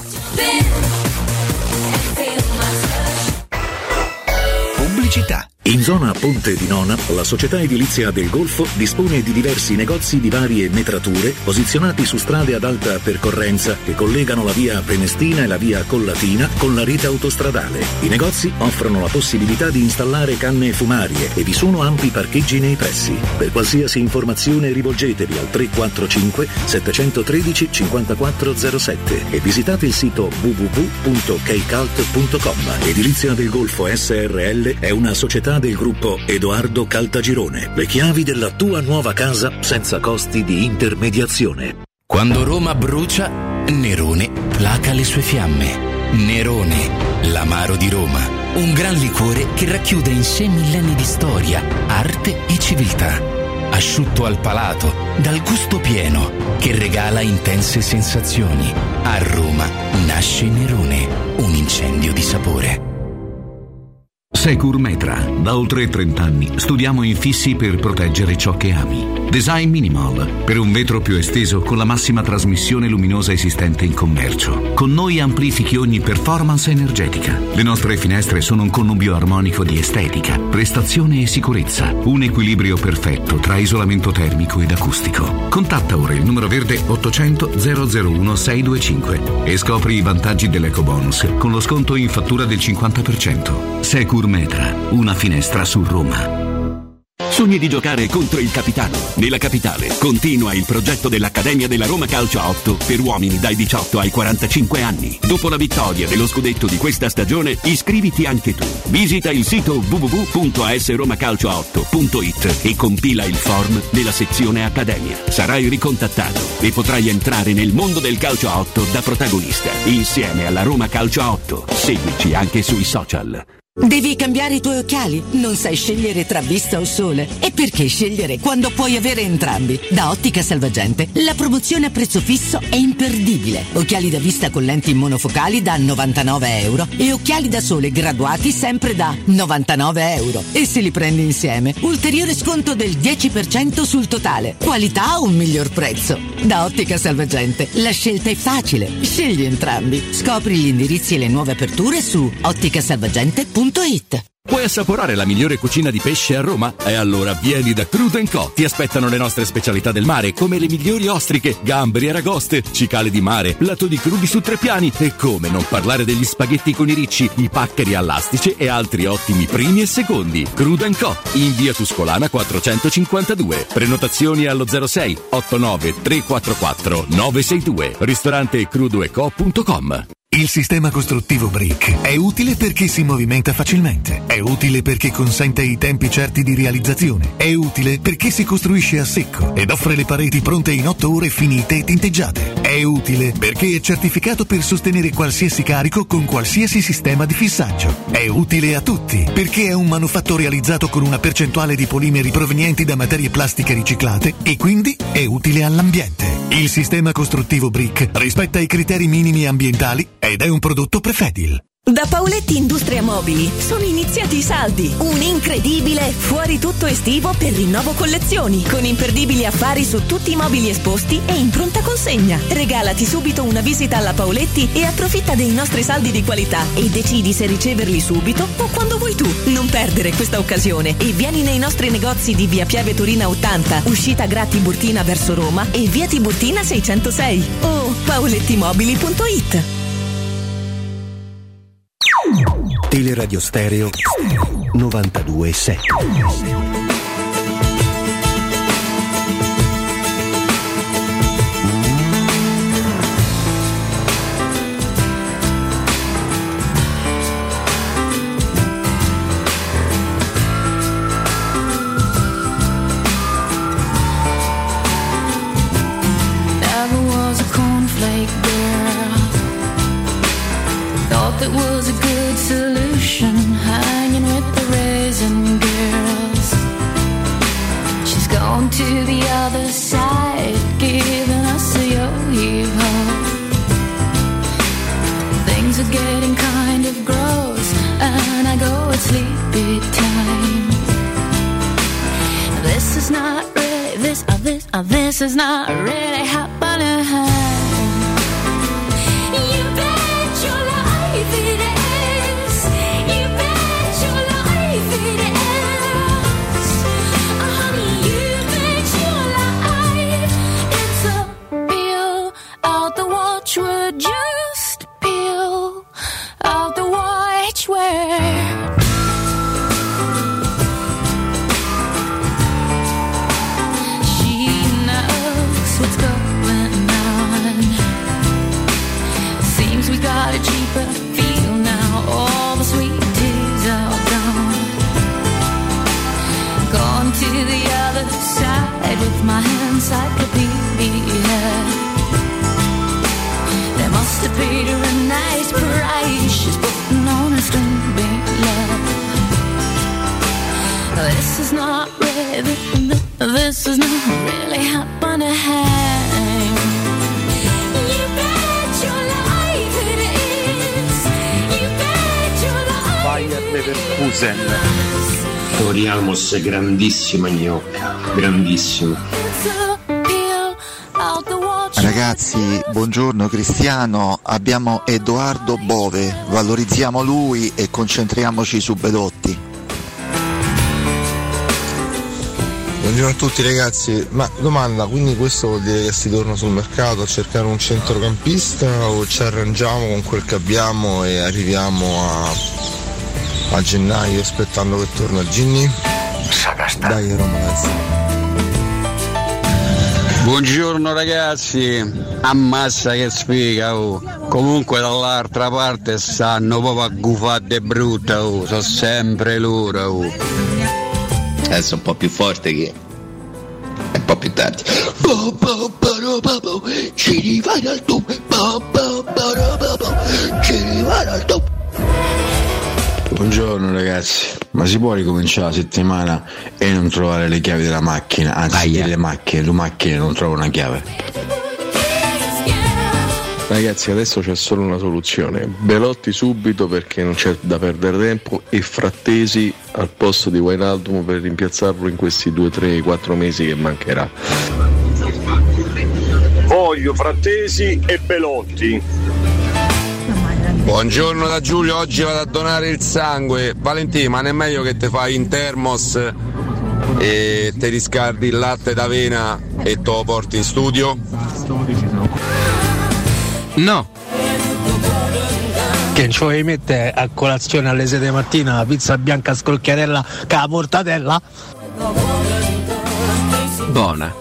Pubblicità. In zona Ponte di Nona, la società edilizia del Golfo dispone di diversi negozi di varie metrature posizionati su strade ad alta percorrenza che collegano la via Prenestina e la via Collatina con la rete autostradale. I negozi offrono la possibilità di installare canne fumarie e vi sono ampi parcheggi nei pressi. Per qualsiasi informazione rivolgetevi al tre quattro cinque sette uno tre cinque zero sette e visitate il sito w w w punto keicalt punto com. Edilizia del Golfo S R L è una società del gruppo Edoardo Caltagirone. Le chiavi della tua nuova casa senza costi di intermediazione. Quando Roma brucia, Nerone placa le sue fiamme. Nerone, l'amaro di Roma. Un gran liquore che racchiude in sé millenni di storia, arte e civiltà. Asciutto al palato, dal gusto pieno, che regala intense sensazioni. A Roma nasce Nerone, un incendio di sapore. Securmetra. Da oltre trenta anni studiamo infissi per proteggere ciò che ami. Design Minimal, per un vetro più esteso con la massima trasmissione luminosa esistente in commercio. Con noi amplifichi ogni performance energetica. Le nostre finestre sono un connubio armonico di estetica, prestazione e sicurezza. Un equilibrio perfetto tra isolamento termico ed acustico. Contatta ora il numero verde ottocento zero zero uno sei due cinque e scopri i vantaggi dell'ecobonus con lo sconto in fattura del cinquanta per cento. Securmetra, una finestra su Roma. Sogni di giocare contro il capitano. Nella capitale continua il progetto dell'Accademia della Roma Calcio a otto per uomini dai diciotto ai quarantacinque anni. Dopo la vittoria dello scudetto di questa stagione, iscriviti anche tu. Visita il sito w w w punto a s roma calcio a otto punto i t e compila il form nella sezione Accademia. Sarai ricontattato e potrai entrare nel mondo del calcio a otto da protagonista, insieme alla Roma Calcio a otto. Seguici anche sui social. Devi cambiare i tuoi occhiali? Non sai scegliere tra vista o sole? E perché scegliere quando puoi avere entrambi? Da Ottica Salvagente la promozione a prezzo fisso è imperdibile. Occhiali da vista con lenti monofocali da novantanove euro e occhiali da sole graduati sempre da novantanove euro. E se li prendi insieme, ulteriore sconto del dieci per cento sul totale. Qualità o un miglior prezzo? Da Ottica Salvagente la scelta è facile. Scegli entrambi. Scopri gli indirizzi e le nuove aperture su ottica salvagente punto it. Puoi assaporare la migliore cucina di pesce a Roma? E allora vieni da Crudo and Co. Ti aspettano le nostre specialità del mare, come le migliori ostriche, gamberi e aragoste, cicale di mare, latoni crudi su tre piani e come non parlare degli spaghetti con i ricci, i paccheri all'astice e altri ottimi primi e secondi. Crudo and Co. in via Tuscolana quattrocentocinquantadue. Prenotazioni allo zero sei otto nove tre quattro quattro nove sei due. Ristorante crudo e co punto com. Il sistema costruttivo Brick è utile perché si movimenta facilmente, è utile perché consente i tempi certi di realizzazione, è utile perché si costruisce a secco ed offre le pareti pronte in otto ore finite e tinteggiate, è utile perché è certificato per sostenere qualsiasi carico con qualsiasi sistema di fissaggio, è utile a tutti perché è un manufatto realizzato con una percentuale di polimeri provenienti da materie plastiche riciclate e quindi è utile all'ambiente. Il sistema costruttivo Brick rispetta i criteri minimi ambientali ed è un prodotto Prefedil. Da Paoletti Industria Mobili sono iniziati i saldi, un incredibile fuori tutto estivo per rinnovo collezioni, con imperdibili affari su tutti i mobili esposti e in pronta consegna. Regalati subito una visita alla Paoletti e approfitta dei nostri saldi di qualità e decidi se riceverli subito o quando vuoi tu. Non perdere questa occasione e vieni nei nostri negozi di via Pieve Torina ottanta, uscita Gra Tiburtina verso Roma e via Tiburtina seicentosei o paolettimobili punto it. Teleradio Stereo novantadue sette. Never was a cornflake girl. Thought that was a good solution, hanging with the raisin girls. She's gone to the other side, giving us a yo-yo. Things are getting kind of gross, and I go at sleepy time. This is not really, this, uh, this, uh, this is not really happening. You bet your life it is. You bet your life it is. Honey, you bet your life it's a peel out the watchword. Just peel out the watchword. She knows what's going on. Seems we got a cheaper feel now. All the sweet teas are gone. Gone to the other side with my encyclopedia. They must have paid her a nice price. She's putting on a string big love. This is not really, this is not really happening. You bet your life it is. You bet your life. Bayer Leverkusen. Tori Almos, grandissima gnocca, grandissimo. Ragazzi, buongiorno Cristiano, abbiamo Edoardo Bove, valorizziamo lui e concentriamoci su Belotti. Buongiorno a tutti ragazzi, ma domanda, quindi questo vuol dire che si torna sul mercato a cercare un centrocampista o ci arrangiamo con quel che abbiamo e arriviamo a, a gennaio aspettando che torna Ginny? Dai Roma, ragazzi. Buongiorno ragazzi, ammazza che spiega, oh. Comunque dall'altra parte stanno proprio a gufate brutte, oh. Sono sempre loro, oh. Adesso un po' più forte che è un po' più tardi. Ci rivai al tuo, ci rivai al tuo. Buongiorno ragazzi, ma si può ricominciare la settimana e non trovare le chiavi della macchina, anzi Aia. delle macchine, le macchine non trovano una chiave. Ragazzi, adesso c'è solo una soluzione: Belotti subito perché non c'è da perdere tempo, e Frattesi al posto di Wijnaldum per rimpiazzarlo in questi due, tre, quattro mesi che mancherà. Voglio Frattesi e Belotti. Buongiorno da Giulio, oggi vado a donare il sangue. Valentino, ma non è meglio che te fai in termos e te riscaldi il latte d'avena e te lo porti in studio? No. Che ci mette a colazione alle sette di mattina la pizza bianca scrocchiarella con la mortadella? Buona.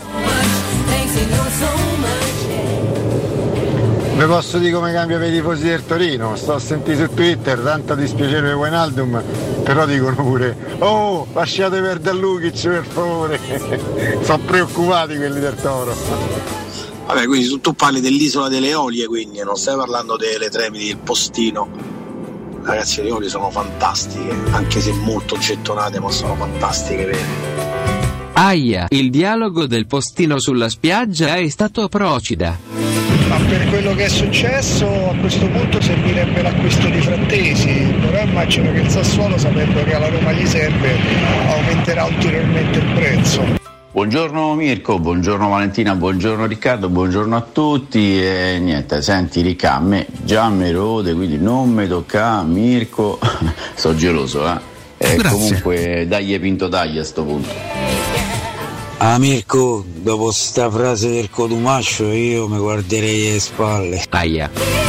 Vi posso dire come cambia per i tifosi del Torino? Sto a sentire su Twitter tanto dispiacere per Wijnaldum, però dicono pure oh, lasciate perdere Lukic per favore. Sono preoccupati quelli del Toro. Vabbè, quindi tu, tu parli dell'isola delle Eolie, quindi non stai parlando delle Tremidi, del Postino. Ragazzi, le Eolie sono fantastiche, anche se molto gettonate, ma sono fantastiche, vedi? Aia, il dialogo del Postino sulla spiaggia è stato procida. Ma per quello che è successo a questo punto servirebbe l'acquisto di Frattesi, però immagino che il Sassuolo, sapendo che alla Roma gli serve, aumenterà ulteriormente il prezzo. Buongiorno Mirko, buongiorno Valentina, buongiorno Riccardo, buongiorno a tutti e niente, senti Ricca, a me già mi rode, quindi non mi tocca Mirko, sto geloso eh, e Grazie. Comunque dagli Pinto taglia a sto punto. Ah Mirko, dopo sta frase del Cotumaccio io mi guarderei le spalle. Aia.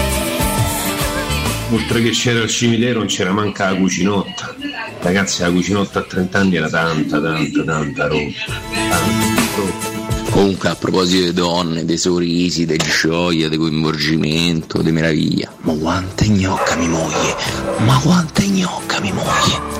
Oltre che c'era il cimitero non c'era manca la cucinotta. Ragazzi, la cucinotta a trenta anni era tanta, tanta, tanta roba. Tanta roba. Comunque a proposito di donne, dei sorrisi, di gioia, di coinvolgimento, di meraviglia. Ma quanta gnocca mi moglie! Ma quanta gnocca mi moglie!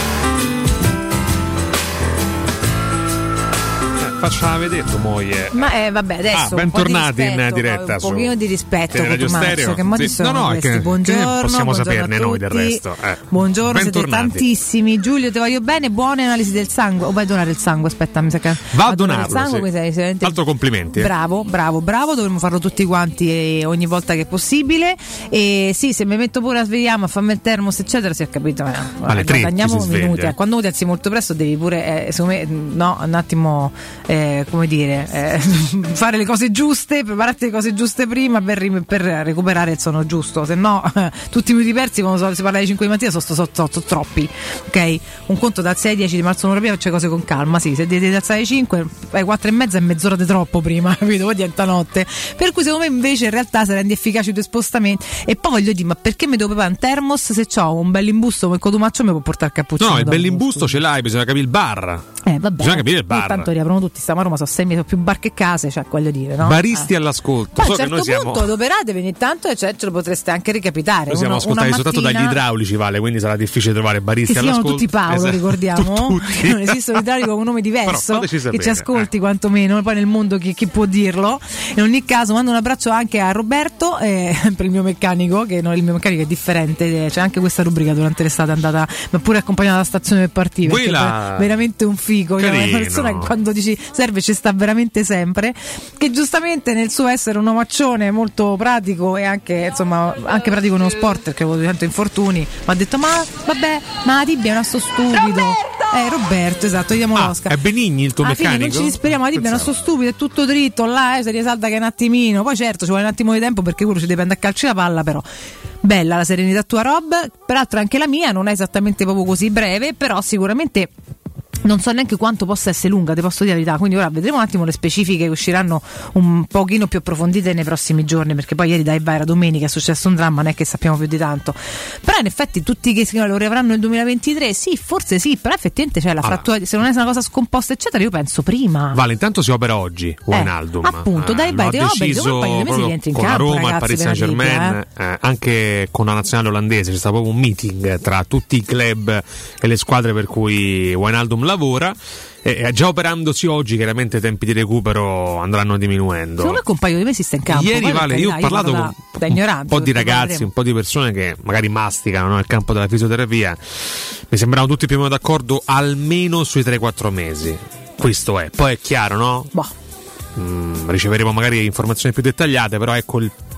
Facciala vedere tu moglie. Ma eh, vabbè, adesso ah, bentornati in diretta un pochino di rispetto con Tommaso, che modi sì. sono no, no, questi? Che, buongiorno, che possiamo buongiorno saperne noi del resto. Eh. Buongiorno, bentornati. Siete tantissimi. Giulio, ti voglio bene, buone analisi del sangue. O vai a donare il sangue? Aspetta, mi sa che va a donare donarlo. Il sangue, Sì. sei, sei Altro complimenti. Eh. Bravo, bravo, bravo. Dovremmo farlo tutti quanti e ogni volta che è possibile. E sì, se mi metto pure a svegliamo, a farmi il termos, eccetera, si è capito. Eh, alle tre guadagniamo minuti. Eh. Quando ti alzi molto presto, devi pure, eh, secondo me, no, un attimo, eh, come dire. Eh, fare le cose giuste, prepararti le cose giuste prima per, per recuperare il sonno giusto, se no eh, tutti i minuti persi quando si parla alle cinque di mattina sono, sono, sono, sono troppi, ok? Un conto dal sei ai dieci di marzo un'ora prima, faccio le cose con calma, sì, se devi alzare alle cinque ai quattro e mezza è mezz'ora di troppo prima, capito? Poi diventa notte, per cui secondo me invece in realtà se rendi efficaci i tuoi spostamenti. E poi voglio dire, ma perché mi devo preparare un termos se ho un bell'imbusto come Cotumaccio mi può portare il cappuccino? No, il bell'imbusto ce l'hai, bisogna capire il bar. Eh, vabbè, bisogna capire il bar. Tanto riaprono tutti, stiamo a Roma, sono sei mesi più bar che case, cioè voglio dire, no? Baristi eh. all'ascolto. Ma so a un certo che noi siamo... punto adoperatevi ogni tanto e cioè, ce lo potreste anche ricapitare. Noi siamo Uno, ascoltati una soltanto mattina... dagli idraulici, Vale, quindi sarà difficile trovare baristi che si all'ascolto. Si chiamano tutti Paolo, esatto. ricordiamo. Tutti. Non esiste un idraulico con un nome diverso che bene. ci ascolti eh. quantomeno, poi nel mondo chi, chi può dirlo. In ogni caso mando un abbraccio anche a Roberto, eh, per il mio meccanico, che no, il mio meccanico è differente, c'è anche questa rubrica durante l'estate è andata, ma pure accompagnata alla stazione per partire, perché è veramente un figo, cioè una persona che quando dici serve ci sta veramente sempre, che giustamente nel suo essere un omaccione molto pratico e anche insomma anche pratico nello sport, perché avevo tanto infortuni, mi ha detto ma vabbè, ma la tibia è un asso stupido. Roberto! Eh Roberto, esatto, diamo ah, l'Oscar. È Benigni il tuo alla meccanico? Fine non ci disperiamo, la tibia è un asso stupido, è tutto dritto là, eh, si risalta che è un attimino, poi certo ci vuole un attimo di tempo perché uno ci dipende a calci la palla, però bella la serenità tua Rob, peraltro anche la mia non è esattamente proprio così breve, però sicuramente non so neanche quanto possa essere lunga, ti posso dire la verità, quindi ora vedremo un attimo le specifiche che usciranno un pochino più approfondite nei prossimi giorni, perché poi ieri dai vai era domenica, è successo un dramma, non è che sappiamo più di tanto, però in effetti tutti che lo riavranno nel duemilaventitré, sì, forse sì, però effettivamente c'è la allora. frattura, se non è una cosa scomposta eccetera, io penso prima. Vale, intanto si opera oggi Wijnaldum, eh, appunto, eh, dai vai, ti operi, poi due mesi rientri in con campo, la Roma, ragazzi, il Paris Saint Germain, eh. Eh, anche con la nazionale olandese c'è stato proprio un meeting tra tutti i club e le squadre per cui Wijnaldum lavora. E già operandosi oggi, chiaramente i tempi di recupero andranno diminuendo. Secondo me con un paio di mesi sta in campo. Ieri Vale, io ho parlato da, con da ignorante, un po' di ragazzi, un po' di persone che magari masticano, no, nel campo della fisioterapia. Mi sembravano tutti più o meno d'accordo almeno sui tre quattro mesi. Questo è. Poi è chiaro, no? Boh. Mm, riceveremo magari informazioni più dettagliate, però ecco il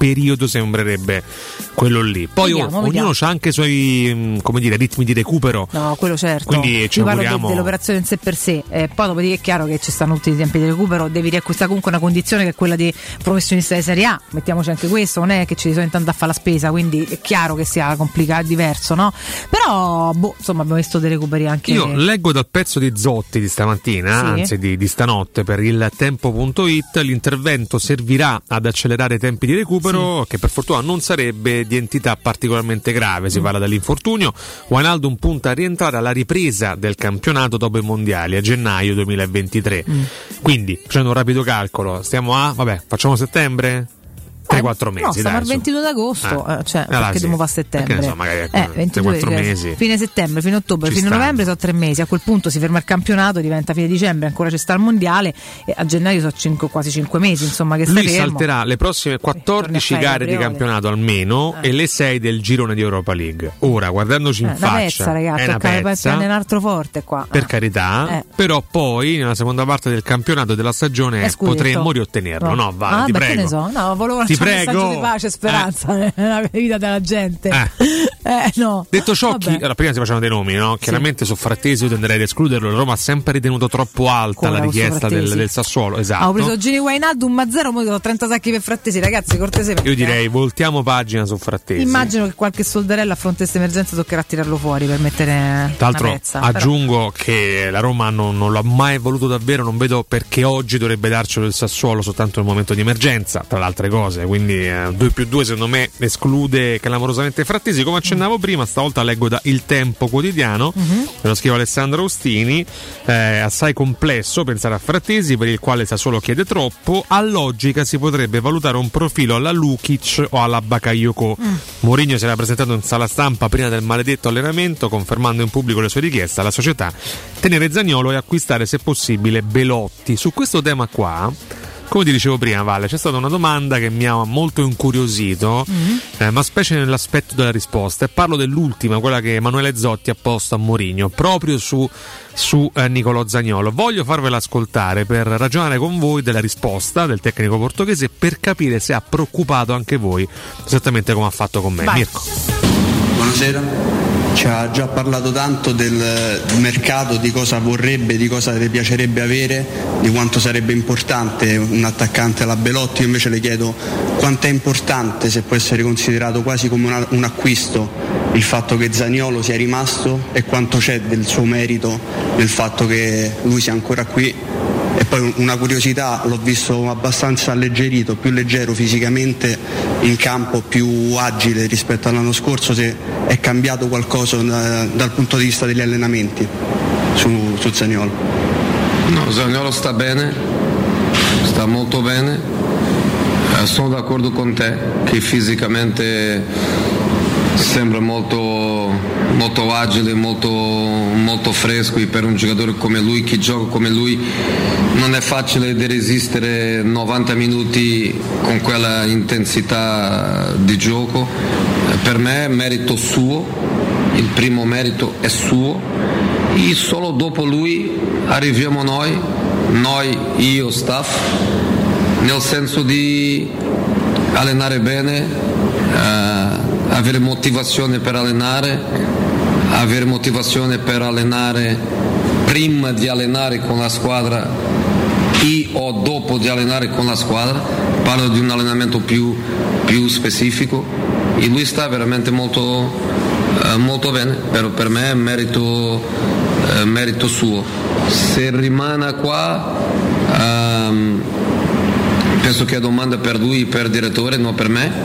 periodo sembrerebbe quello lì. Poi Vediamo, oh, ognuno ha anche i suoi, come dire, ritmi di recupero. No, quello certo. Quindi ci Io parlo auguriamo... de- dell'operazione in sé per sé. Eh, poi dopodiché è chiaro che ci stanno tutti i tempi di recupero, devi riacquistare comunque una condizione che è quella di professionista di Serie A, mettiamoci anche questo, non è che ci sono intanto a fare la spesa, quindi è chiaro che sia complicato, diverso, no? Però, boh, insomma, abbiamo visto dei recuperi anche... Io leggo dal pezzo di Zotti di stamattina, Sì. anzi di, di stanotte, per il tempo punto it, l'intervento servirà ad accelerare i tempi di recupero, sì. che per fortuna non sarebbe di entità particolarmente grave, si mm. parla dell'infortunio. Wijnaldum punta a rientrare alla ripresa del campionato dopo i mondiali a gennaio duemilaventitré. Mm. Quindi, facendo un rapido calcolo, stiamo a, vabbè, facciamo settembre? tre quattro mesi, no, stiamo dai, al ventidue d'agosto, eh. eh, cioè, allora, perché sì. dobbiamo fare a settembre. Perché, insomma, magari, eh, ventidue, quattro mesi. Fine settembre, fine ottobre, Ci fine stanno. novembre sono tre mesi. A quel punto si ferma il campionato, diventa fine dicembre, ancora c'è sta il mondiale e a gennaio sono cinque, quasi cinque mesi, insomma, che stai Lui fermo. salterà le prossime quattordici Eh, gare di campionato almeno eh. e le sei del girone di Europa League. Ora, guardandoci in Eh, una faccia, pezza, ragazzi, è una tocca pezza, prendere un altro forte qua. per eh. carità, Eh. però poi nella seconda parte del campionato della stagione È scudetto. potremmo riottenerlo, no? Vale, ah, ti beh, prego. che ne so, no, volevo Ti lasciare un messaggio prego. di pace e speranza nella vita della gente. Eh. Eh, no. Detto ciò, chi, Vabbè. allora, prima si facevano dei nomi, no? Chiaramente su Frattesi io tenderei ad escluderlo. La Roma ha sempre ritenuto troppo alta Come la la richiesta del, Frattesi? del Sassuolo. Esatto. Ho preso Gini Wijnaldum a zero, ora ho trenta sacchi per Frattesi, ragazzi, cortesemente. Io direi voltiamo pagina su Frattesi. Immagino che qualche soldarella a fronte di questa emergenza toccherà tirarlo fuori per mettere Tra l'altro una pezza, aggiungo però. che la Roma non, non l'ha mai voluto davvero, non vedo perché oggi dovrebbe darcelo il Sassuolo soltanto nel momento di emergenza, tra le altre cose, quindi eh, due più due secondo me esclude clamorosamente Frattesi. Come accennavo mm. prima, stavolta leggo da Il Tempo Quotidiano, mm-hmm. lo scrive Alessandro Austini, eh, assai complesso pensare a Frattesi, per il quale Sassuolo chiede troppo. A logica si potrebbe valutare un profilo alla Lukic o alla Bakayoko. mm. Mourinho si era presentato in sala stampa prima del maledetto allenamento, confermando in pubblico le sue richieste alla società: tenere Zaniolo e acquistare se possibile Belotti. Su questo tema qua, come ti dicevo prima, Valle, c'è stata una domanda che mi ha molto incuriosito, mm-hmm. eh, ma specie nell'aspetto della risposta, e parlo dell'ultima, quella che Emanuele Zotti ha posto a Mourinho proprio su, su eh, Nicolò Zaniolo. Voglio farvela ascoltare per ragionare con voi della risposta del tecnico portoghese, per capire se ha preoccupato anche voi, esattamente come ha fatto con me. Vai. Mirko. Buonasera. Ci ha già parlato tanto del mercato, di cosa vorrebbe, di cosa le piacerebbe avere, di quanto sarebbe importante un attaccante alla Belotti. Io invece le chiedo quanto è importante, se può essere considerato quasi come una, un acquisto, il fatto che Zaniolo sia rimasto, e quanto c'è del suo merito nel fatto che lui sia ancora qui. E poi una curiosità, l'ho visto abbastanza alleggerito, più leggero fisicamente in campo, più agile rispetto all'anno scorso, se è cambiato qualcosa da, dal punto di vista degli allenamenti su, su Zaniolo. No, Zaniolo sta bene, sta molto bene, eh, sono d'accordo con te che fisicamente sembra molto, molto agile, molto, molto fresco, e per un giocatore come lui, che gioca come lui, non è facile di resistere novanta minuti con quella intensità di gioco. Per me è merito suo, il primo merito è suo, e solo dopo lui arriviamo noi, noi, io, staff, nel senso di allenare bene, eh, avere motivazione per allenare, avere motivazione per allenare prima di allenare con la squadra e o dopo di allenare con la squadra. Parlo di un allenamento più, più specifico, e lui sta veramente molto, eh, molto bene, però per me è merito, eh, merito suo. Se rimane qua, ehm, penso che è domanda per lui, per direttore, non per me.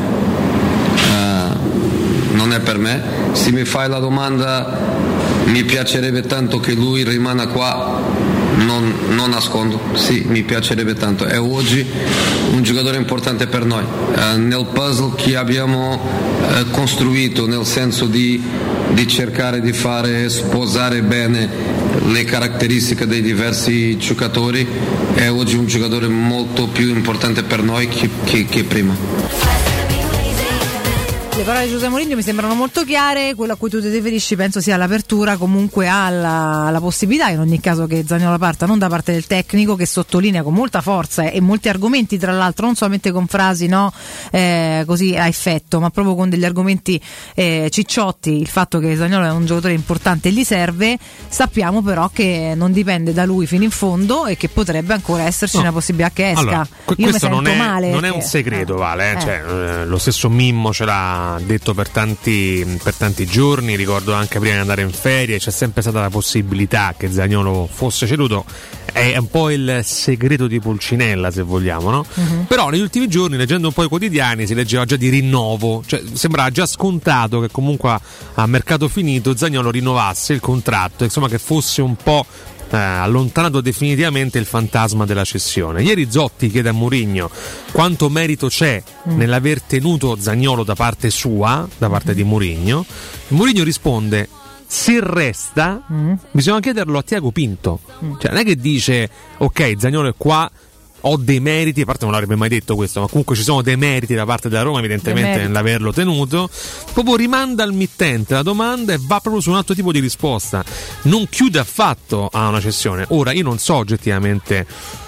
Eh, non è per me. Se mi fai la domanda, mi piacerebbe tanto che lui rimanga qua. Non, non nascondo, sì, mi piacerebbe tanto. È oggi un giocatore importante per noi, eh, nel puzzle che abbiamo eh, costruito, nel senso di, di cercare di fare sposare bene le caratteristiche dei diversi giocatori. È oggi un giocatore molto più importante per noi che, che, che prima. Le parole di José Mourinho mi sembrano molto chiare, quello a cui tu ti riferisci penso sia l'apertura comunque alla, alla possibilità in ogni caso che Zaniolo parta, non da parte del tecnico, che sottolinea con molta forza e molti argomenti, tra l'altro non solamente con frasi no eh, così a effetto, ma proprio con degli argomenti eh, cicciotti, il fatto che Zaniolo è un giocatore importante e gli serve. Sappiamo però che non dipende da lui fino in fondo e che potrebbe ancora esserci no. una possibilità che esca. Allora, Io mi questo sento non è, male non è perché, un segreto, eh, Vale, eh. Cioè, eh, lo stesso Mimmo ce l'ha detto per tanti, per tanti giorni, ricordo anche prima di andare in ferie, c'è sempre stata la possibilità che Zaniolo fosse ceduto, è un po' il segreto di Pulcinella se vogliamo, no? Uh-huh. Però negli ultimi giorni, leggendo un po' i quotidiani, si leggeva già di rinnovo, cioè sembrava già scontato che comunque a, a mercato finito Zaniolo rinnovasse il contratto, insomma che fosse un po' Eh, allontanato definitivamente il fantasma della cessione. Ieri Zotti chiede a Mourinho quanto merito c'è mm. nell'aver tenuto Zaniolo da parte sua, da parte mm. di Mourinho. Mourinho risponde: se resta mm. bisogna chiederlo a Tiago Pinto. Mm. Cioè non è che dice ok, Zaniolo è qua, ho dei meriti, a parte non l'avrebbe mai detto questo, ma comunque ci sono dei meriti da parte della Roma evidentemente nell'averlo tenuto, proprio rimanda al mittente la domanda e va proprio su un altro tipo di risposta, non chiude affatto a una cessione. Ora io non so oggettivamente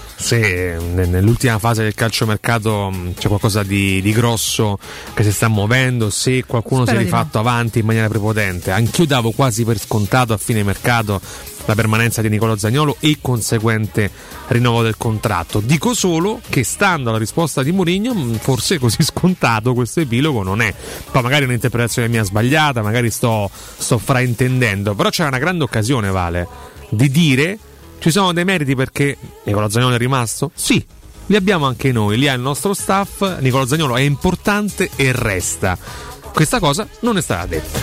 se nell'ultima fase del calciomercato c'è qualcosa di, di grosso che si sta muovendo, se qualcuno Spero si è rifatto no. avanti in maniera prepotente. Anch'io davo quasi per scontato a fine mercato la permanenza di Nicolò Zaniolo e conseguente rinnovo del contratto. Dico solo che, stando alla risposta di Mourinho, forse così scontato questo epilogo non è. Poi magari un'interpretazione mia sbagliata, magari sto, sto fraintendendo, però c'era una grande occasione, Vale, di dire ci sono dei meriti perché Nicolò Zaniolo è rimasto? Sì, li abbiamo anche noi, li ha il nostro staff, Nicolò Zaniolo è importante e resta. Questa cosa non è stata detta.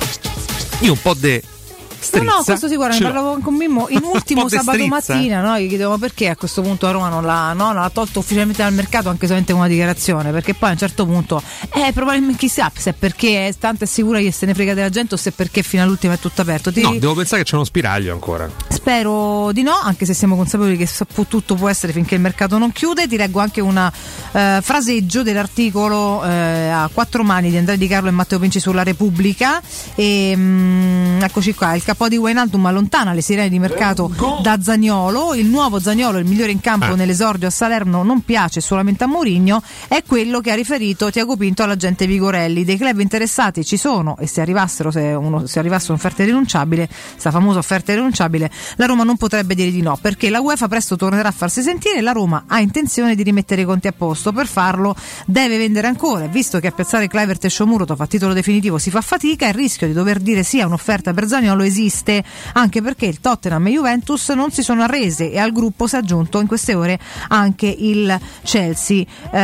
Io un po' de strizza, no, no, questo sicuramente ne parlavo con Mimmo in ultimo sabato strizza. mattina, no? Gli chiedevo perché a questo punto a Roma non l'ha, no, non l'ha tolto ufficialmente dal mercato, anche solamente con una dichiarazione, perché poi a un certo punto eh probabilmente chissà se è perché è tanto è sicura che se ne frega della gente o se è perché fino all'ultimo è tutto aperto. Ti... No, devo pensare che c'è uno spiraglio ancora. Spero di no, anche se siamo consapevoli che tutto può essere finché il mercato non chiude. Ti leggo anche una eh, fraseggio dell'articolo eh, a quattro mani di Andrea Di Carlo e Matteo Pinci sulla Repubblica e mh, eccoci qua. Il capo di Wijnaldum allontana le sirene di mercato da Zaniolo. Il nuovo Zaniolo, il migliore in campo ah. nell'esordio a Salerno, non piace solamente a Mourinho, è quello che ha riferito Tiago Pinto all'agente Vigorelli. Dei club interessati ci sono e se arrivassero se, uno, se arrivasse un'offerta irrinunciabile, questa famosa offerta irrinunciabile, la Roma non potrebbe dire di no, perché la UEFA presto tornerà a farsi sentire e la Roma ha intenzione di rimettere i conti a posto. Per farlo deve vendere ancora, e visto che a piazzare Kluivert e Shomurodov a titolo definitivo si fa fatica, il rischio di dover dire sì a un'offerta per Zaniolo esiste, anche perché il Tottenham e Juventus non si sono arrese e al gruppo si è aggiunto in queste ore anche il Chelsea.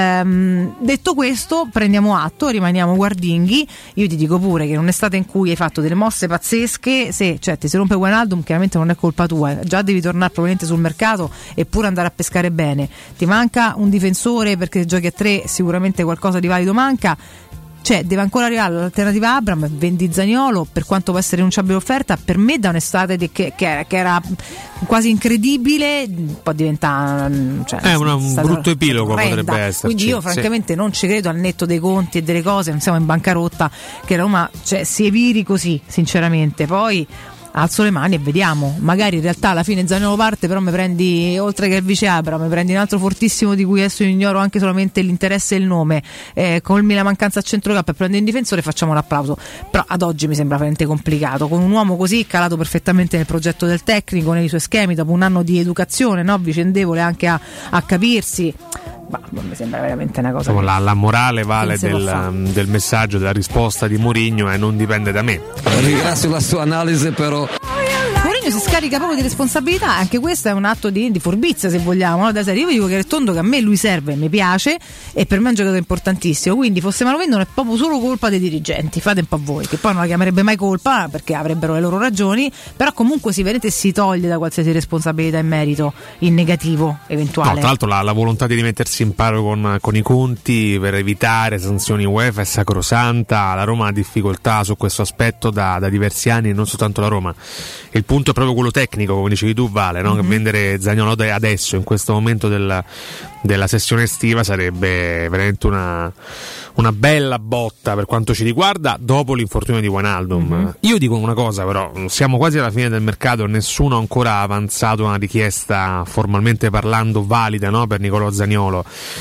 Ehm, detto questo, prendiamo atto, rimaniamo guardinghi. Io ti dico pure che in un'estate in cui hai fatto delle mosse pazzesche, se cioè, ti si rompe Wijnaldum chiaramente non è colpa tua, già devi tornare probabilmente sul mercato e pure andare a pescare bene. Ti manca un difensore perché se giochi a tre sicuramente qualcosa di valido manca. Cioè deve ancora arrivare l'alternativa Abraham, vendi Zaniolo, per quanto può essere rinunciabile l'offerta, per me da un'estate di, che, che, era, che era quasi incredibile, può diventare cioè, è una, un brutto epilogo orrenda. Potrebbe essere. Quindi io francamente sì. non ci credo, al netto dei conti e delle cose, non siamo in bancarotta, che Roma cioè, si eviri così sinceramente. Poi alzo le mani e vediamo, magari in realtà alla fine Zaniolo parte, però mi prendi, oltre che il vice Abra, mi prendi un altro fortissimo di cui adesso ignoro anche solamente l'interesse e il nome, eh, colmi la mancanza a centrocampo e prendi un difensore, facciamo un applauso. Però ad oggi mi sembra veramente complicato, con un uomo così calato perfettamente nel progetto del tecnico, nei suoi schemi, dopo un anno di educazione, no? vicendevole anche a, a capirsi. Ma mi sembra veramente una cosa. Insomma, la, la morale vale del, del messaggio, della risposta di Mourinho e non dipende da me. Ringrazio la sua analisi, però Mourinho si scarica proprio di responsabilità, anche questo è un atto di, di furbizia se vogliamo, no? Da serie. Io dico che è tondo, che a me lui serve, mi piace e per me è un giocatore importantissimo, quindi fosse Malovendo non è proprio solo colpa dei dirigenti, fate un po' voi, che poi non la chiamerebbe mai colpa perché avrebbero le loro ragioni, però comunque si veramente si toglie da qualsiasi responsabilità e merito in negativo eventuale. No, tra l'altro la, la volontà di rimettersi in paro con, con i conti per evitare sanzioni UEFA è sacrosanta. La Roma ha difficoltà su questo aspetto da, da diversi anni e non soltanto la Roma. Il punto proprio quello tecnico, come dicevi tu, Vale, no? Mm-hmm. Vendere Zaniolo adesso, in questo momento della, della sessione estiva, sarebbe veramente una, una bella botta per quanto ci riguarda dopo l'infortunio di Wijnaldum. Mm-hmm. Io dico una cosa però, siamo quasi alla fine del mercato, nessuno ha ancora avanzato una richiesta formalmente parlando valida, no? Per Nicolò Zaniolo.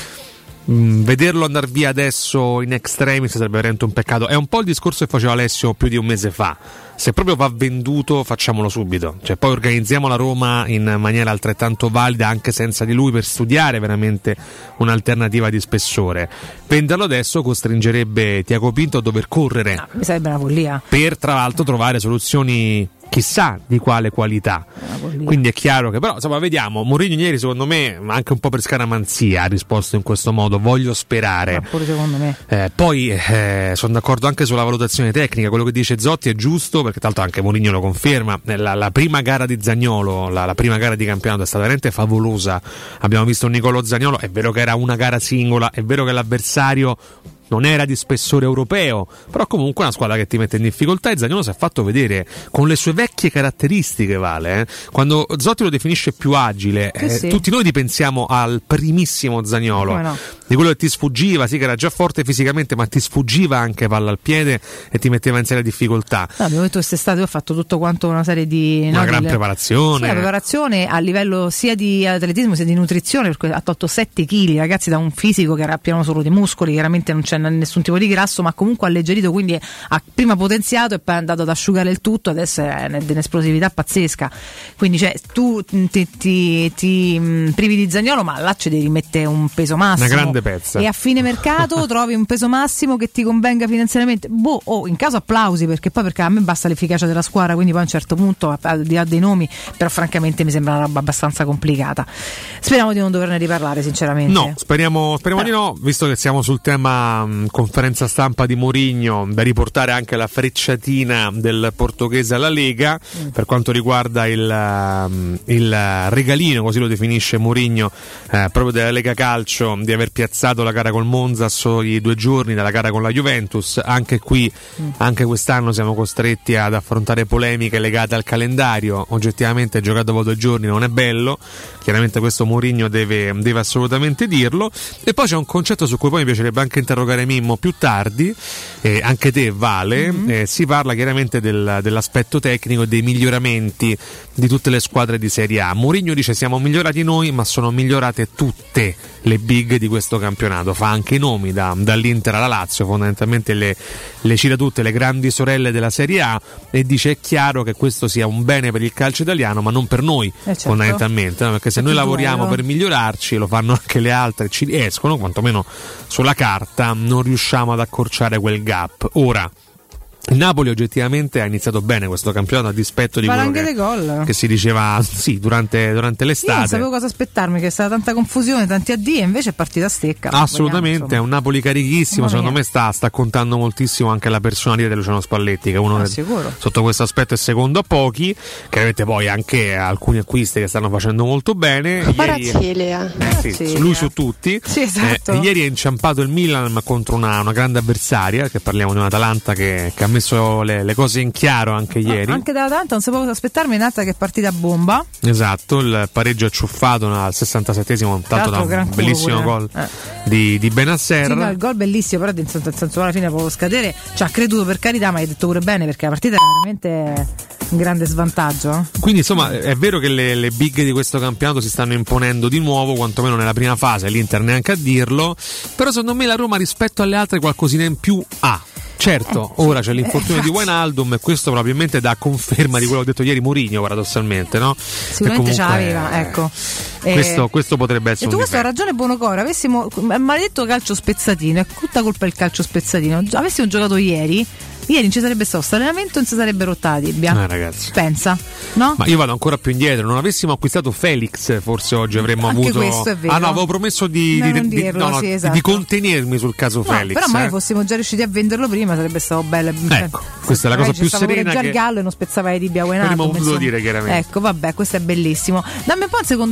Mm, vederlo andare via adesso in extremis sarebbe veramente un peccato. È un po' il discorso che faceva Alessio più di un mese fa: se proprio va venduto facciamolo subito, cioè poi organizziamo la Roma in maniera altrettanto valida anche senza di lui, per studiare veramente un'alternativa di spessore. Venderlo adesso costringerebbe Tiago Pinto a dover correre, no, mi sarebbe una follia, per tra l'altro trovare soluzioni chissà di quale qualità. Quindi è chiaro che, però insomma, vediamo. Mourinho ieri, secondo me, anche un po' per scaramanzia, ha risposto in questo modo, voglio sperare. Ma pure secondo me. Eh, poi eh, sono d'accordo anche sulla valutazione tecnica, quello che dice Zotti è giusto, perché tra l'altro anche Mourinho lo conferma. La, la prima gara di Zaniolo, la, la prima gara di campionato è stata veramente favolosa. Abbiamo visto un Nicolò Zaniolo, è vero che era una gara singola, è vero che l'avversario non era di spessore europeo, però comunque è una squadra che ti mette in difficoltà, e Zaniolo si è fatto vedere con le sue vecchie caratteristiche, Vale, eh? Quando Zotti lo definisce più agile, sì, eh, sì. tutti noi ripensiamo al primissimo Zaniolo, no? Di quello che ti sfuggiva, sì, che era già forte fisicamente, ma ti sfuggiva anche palla al piede e ti metteva in seria difficoltà. No, abbiamo detto quest'estate ho fatto tutto quanto una serie di una no, gran delle... preparazione, sì, una preparazione a livello sia di atletismo sia di nutrizione, perché ha tolto sette chili, ragazzi, da un fisico che era pieno solo di muscoli, chiaramente non c'è nessun tipo di grasso, ma comunque alleggerito, quindi ha prima potenziato e poi è andato ad asciugare il tutto, adesso è di un'esplosività pazzesca. Quindi cioè, tu ti, ti, ti mh, privi di Zaniolo, ma là ci devi rimettere un peso massimo, una grande pezza, e a fine mercato trovi un peso massimo che ti convenga finanziariamente. Boh, oh, in caso applausi, perché poi perché a me basta l'efficacia della squadra, quindi poi a un certo punto, al di là dei nomi, però francamente mi sembra una roba abbastanza complicata. Speriamo di non doverne riparlare, sinceramente. No, speriamo, speriamo eh. di no, visto che siamo sul tema mh, conferenza stampa di Mourinho, da riportare anche la frecciatina del portoghese alla Lega mm. per quanto riguarda il, il regalino, così lo definisce Mourinho, eh, proprio della Lega Calcio, di aver piazzato la gara col Monza a soli due giorni dalla gara con la Juventus. Anche qui, mm. anche quest'anno siamo costretti ad affrontare polemiche legate al calendario. Oggettivamente giocare dopo due giorni non è bello, chiaramente questo Mourinho deve, deve assolutamente dirlo. E poi c'è un concetto su cui poi mi piacerebbe anche interrogare Mimmo più tardi, eh, anche te, Vale. Mm-hmm. eh, si parla chiaramente del, dell'aspetto tecnico e dei miglioramenti di tutte le squadre di Serie A. Mourinho dice siamo migliorati noi, ma sono migliorate tutte le big di questo campionato, fa anche i nomi da, dall'Inter alla Lazio, fondamentalmente le, le cita tutte, le grandi sorelle della Serie A, e dice è chiaro che questo sia un bene per il calcio italiano, ma non per noi, eh certo. fondamentalmente, no? Perché se noi lavoriamo per migliorarci, lo fanno anche le altre, ci riescono, quantomeno sulla carta non riusciamo ad accorciare quel gap. Ora il Napoli oggettivamente ha iniziato bene questo campionato, a dispetto di quello che, gol. che si diceva sì durante, durante l'estate. Io non sapevo cosa aspettarmi, che è stata tanta confusione, tanti addii, e invece è partita a stecca. Assolutamente, vogliamo, è un Napoli carichissimo, secondo me sta, sta contando moltissimo anche la personalità di Luciano Spalletti, che uno ah, che, sotto questo aspetto è secondo a pochi. Chiaramente poi anche alcuni acquisti che stanno facendo molto bene. Barazzilia. Eh, sì, lui su tutti. Sì, esatto. eh, ieri è inciampato il Milan contro una, una grande avversaria, che parliamo di un'Atalanta che, che ha messo le, le cose in chiaro anche ieri. Anche dall'Atalanta non sapevo cosa aspettarmi, Nata che è partita a bomba. Esatto, il pareggio acciuffato al sessantasettesimo, tanto da un bellissimo gol eh. di, di Benasser. Sì, no, il gol bellissimo, però nel senso alla fine può scadere, ci ha creduto per carità, ma hai detto pure bene, perché la partita era veramente un grande svantaggio. Quindi insomma è vero che le, le big di questo campionato si stanno imponendo di nuovo, quantomeno nella prima fase, l'Inter neanche a dirlo, però secondo me la Roma rispetto alle altre qualcosina in più ha. Certo, eh, ora c'è l'infortunio eh, di Wijnaldum e questo probabilmente dà conferma di quello che ha detto ieri Mourinho, paradossalmente, no? Sicuramente ce l'aveva, ecco. Questo, eh, questo potrebbe essere e tu un questo ha ragione Buonocora, avessimo maledetto calcio spezzatino, è tutta colpa del calcio spezzatino. Avessimo giocato ieri, ieri non ci sarebbe stato questo allenamento, non si sarebbe rotta la tibia. Eh, ragazzi. Pensa, no? Ma io vado ancora più indietro, non avessimo acquistato Felix, forse oggi avremmo Anche avuto. Questo è vero. Ah no, avevo promesso di, no, di, di, dirlo, no, no, sì, esatto. di contenermi sul caso no, Felix. Però magari eh. fossimo già riusciti a venderlo prima, sarebbe stato bello. Ecco, questa è la cosa più serena. Già che il gallo e non spezzava le tibia Wijnaldum. Avremmo potuto dire chiaramente. Ecco, vabbè, questo è bellissimo. Dammi un po' un secondo il mouse.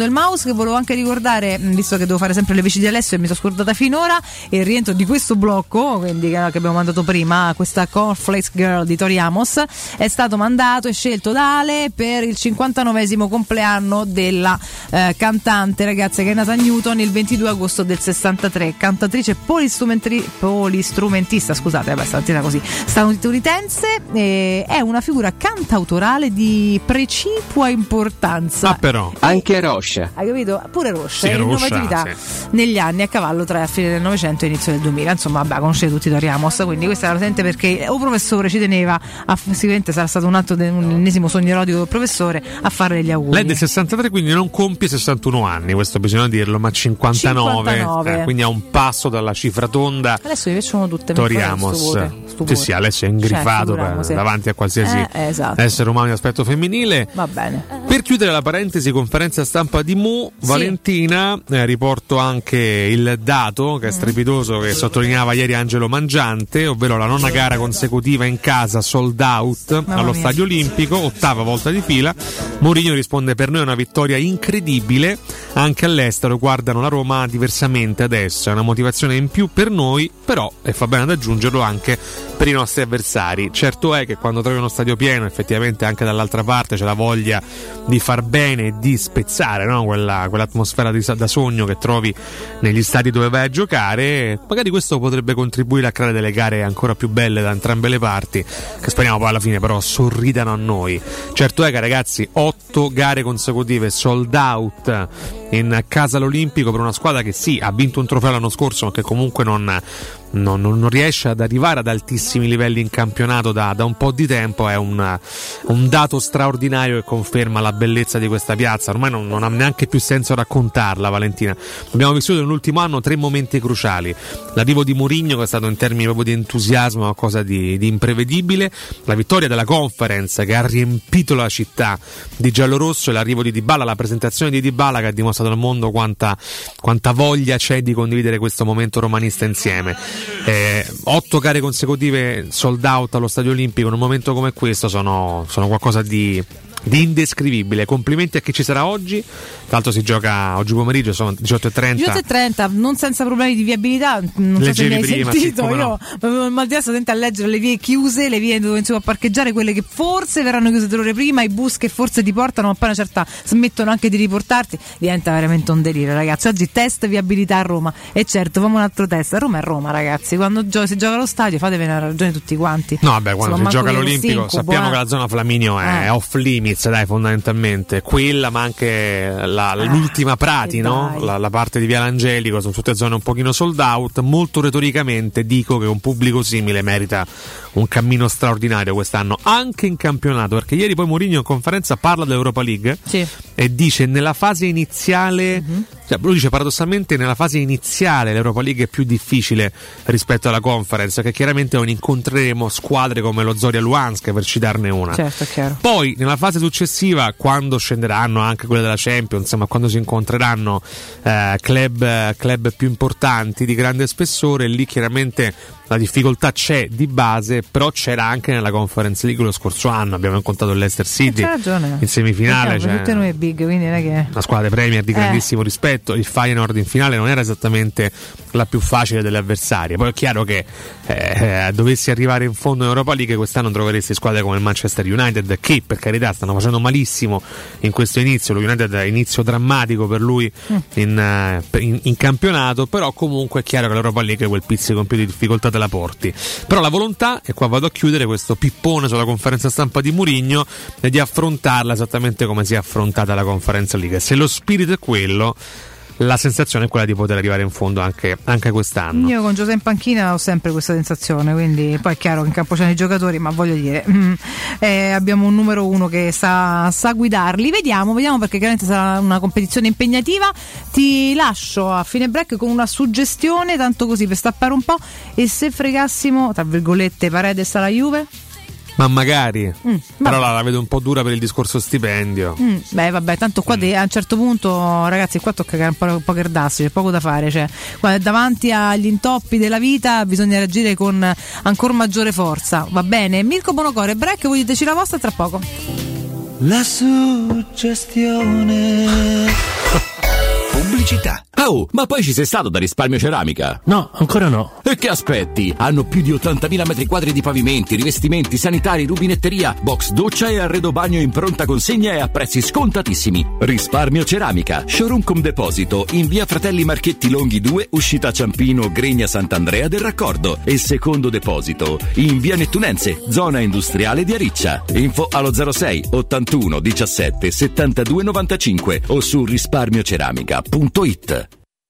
che volevo anche ricordare, visto che devo fare sempre le veci di Alessio e mi sono scordata finora, il rientro di questo blocco, quindi che abbiamo mandato prima, questa Cornflakes Girl di Tori Amos, è stato mandato e scelto da Ale per il cinquantanovesimo compleanno della eh, cantante, ragazza, che è nata a Newton il ventidue agosto del sessantatré, cantatrice polistrumenti- polistrumentista, scusate, vabbè, stamattina così, statunitense, eh, è una figura cantautorale di precipua importanza. Ah, però anche Roscia, hai capito? Pure Roscia, sì, è Roscia, innovatività sì. negli anni, a cavallo tra fine del Novecento e inizio del duemila. Insomma, vabbè, conoscete tutti Tori Amos, quindi questa era presente perché o professore ci teneva a, sicuramente sarà stato un altro un ennesimo sogno erotico del professore, a fare gli auguri. Lei è del sessantatré, quindi non compie sessantuno anni, questo bisogna dirlo, ma cinquantanove, cinquantanove. Eh, quindi a un passo dalla cifra tonda. Adesso mi piacciono tutte Tori Amos. Sì, sì, adesso è ingrifato cioè, per, sì. davanti a qualsiasi eh, esatto. essere umano di aspetto femminile. Va bene. Per chiudere la parentesi conferenza stampa di Mu, sì. Valentina, eh, riporto anche il dato che è strepitoso, che sottolineava ieri Angelo Mangiante, ovvero la nona gara consecutiva in casa sold out Mamma allo mia. Stadio Olimpico, ottava volta di fila. Mourinho risponde: per noi è una vittoria incredibile, anche all'estero guardano la Roma diversamente adesso, è una motivazione in più per noi, però, e fa bene ad aggiungerlo, anche per i nostri avversari. Certo è che quando trovi uno stadio pieno, effettivamente anche dall'altra parte c'è la voglia di far bene e di spezzare, no? Quella, quell'atmosfera di, da sogno che trovi negli stadi dove vai a giocare. Magari questo potrebbe contribuire a creare delle gare ancora più belle da entrambe le parti, che speriamo poi alla fine però sorridano a noi. Certo è che, ragazzi, otto gare consecutive sold out in casa all'Olimpico per una squadra che sì, ha vinto un trofeo l'anno scorso, ma che comunque non Non, non riesce ad arrivare ad altissimi livelli in campionato da, da un po' di tempo, è un, un dato straordinario che conferma la bellezza di questa piazza. Ormai non, non ha neanche più senso raccontarla, Valentina. Abbiamo vissuto nell'ultimo anno tre momenti cruciali: l'arrivo di Mourinho, che è stato in termini proprio di entusiasmo qualcosa di, di imprevedibile, la vittoria della Conference che ha riempito la città di giallorosso, e l'arrivo di Dybala, la presentazione di Dybala che ha dimostrato al mondo quanta, quanta voglia c'è di condividere questo momento romanista insieme. Eh, otto gare consecutive sold out allo Stadio Olimpico in un momento come questo sono, sono qualcosa di, di indescrivibile. Complimenti a chi ci sarà oggi. Tra l'altro si gioca oggi pomeriggio, sono diciotto e trenta. diciotto e trenta, non senza problemi di viabilità. Non Leggevi so se mi hai prima, sentito. sì, Io no. avevo il mal di testa, sento a leggere le vie chiuse, le vie dove si può parcheggiare, quelle che forse verranno chiuse tre ore prima, i bus che forse ti portano, ma poi una certa smettono anche di riportarti. Diventa veramente un delirio, ragazzi. Oggi test viabilità a Roma. E certo, famo un altro test. Roma è Roma, ragazzi. Quando gio- si gioca allo stadio, fatevene una ragione tutti quanti. No, vabbè, quando si gioca all'Olimpico sappiamo eh. che la zona Flaminio è eh. off limits, dai, fondamentalmente quella, ma anche la, l'ultima Prati, no? La, la parte di Via L'Angelico, sono tutte zone un pochino sold out. Molto retoricamente dico che un pubblico simile merita un cammino straordinario quest'anno, anche in campionato, perché ieri poi Mourinho in conferenza parla dell'Europa League, sì, e dice nella fase iniziale, uh-huh. cioè, lui dice paradossalmente nella fase iniziale l'Europa League è più difficile rispetto alla Conference, che chiaramente non incontreremo squadre come lo Zorya Luhansk, per citarne una. Certo, è chiaro. Poi nella fase successiva, quando scenderanno anche quelle della Champions, insomma quando si incontreranno eh, club, club più importanti di grande spessore, lì chiaramente la difficoltà c'è di base, però c'era anche nella Conference League lo scorso anno. Abbiamo incontrato il Leicester City c'è ragione. in semifinale, cioè, tutte noi big, quindi non è che una squadra di Premier di eh. grandissimo rispetto. Il Feyenoord in finale non era esattamente la più facile delle avversarie. Poi è chiaro che eh, dovessi arrivare in fondo in Europa League quest'anno troveresti squadre come il Manchester United, che per carità stanno facendo malissimo in questo inizio. Lo United è inizio drammatico per lui mm. in, in, in campionato, però comunque è chiaro che l'Europa League quel pizzico in più di difficoltà te la porti. Però la volontà, e qua vado a chiudere questo pippone sulla conferenza stampa di Mourinho, è di affrontarla esattamente come si è affrontata la Conference League. Se lo spirito è quello, la sensazione è quella di poter arrivare in fondo anche, anche quest'anno. Io con Giuseppe in panchina ho sempre questa sensazione, quindi poi è chiaro che in campo c'hanno i giocatori, ma voglio dire mm, eh, abbiamo un numero uno che sa, sa guidarli. Vediamo, vediamo perché chiaramente sarà una competizione impegnativa. Ti lascio a fine break con una suggestione, tanto così per stappare un po'. E se fregassimo, tra virgolette, Paredes alla Juve? Ma magari, mm, però la, la vedo un po' dura per il discorso stipendio. Mm, beh, vabbè, tanto qua de- a un certo punto, ragazzi, qua tocca un po', un po' cardassi, c'è poco da fare. Cioè, qua, davanti agli intoppi della vita bisogna reagire con ancora maggiore forza. Va bene? Mirko Bonocore, break, voi diteci la vostra tra poco. La suggestione. città. Oh, ma poi ci sei stato da Risparmio Ceramica? No, ancora no. E che aspetti? Hanno più di ottantamila metri quadri di pavimenti, rivestimenti, sanitari, rubinetteria, box doccia e arredo bagno in pronta consegna e a prezzi scontatissimi. Risparmio Ceramica, showroom con deposito in via Fratelli Marchetti Longhi due, uscita Ciampino, Gregna Sant'Andrea del Raccordo, e secondo deposito in via Nettunense, zona industriale di Ariccia. Info allo zero sei ottantuno diciassette settantadue novantacinque o su risparmioceramica punto it.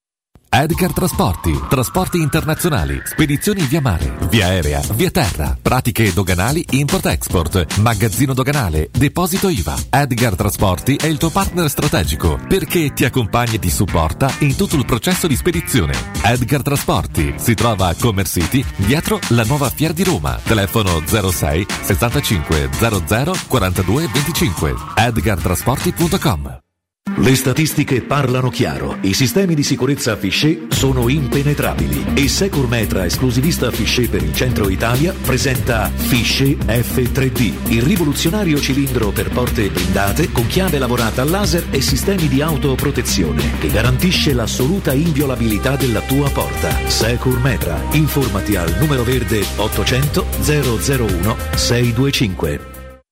Edgar Trasporti, trasporti internazionali, spedizioni via mare, via aerea, via terra, pratiche doganali import-export, magazzino doganale, deposito I V A. Edgar Trasporti è il tuo partner strategico perché ti accompagna e ti supporta in tutto il processo di spedizione. Edgar Trasporti si trova a Commerce City, dietro la nuova Fiera di Roma. Telefono zero sei sessantacinque zero zero quarantadue venticinque. edgar trasporti punto com. Le statistiche parlano chiaro, i sistemi di sicurezza Fichet sono impenetrabili e Securmetra, esclusivista Fichet per il centro Italia, presenta Fichet F tre D, il rivoluzionario cilindro per porte blindate con chiave lavorata a laser e sistemi di autoprotezione che garantisce l'assoluta inviolabilità della tua porta. Securmetra, informati al numero verde ottocento zero zero uno sei due cinque.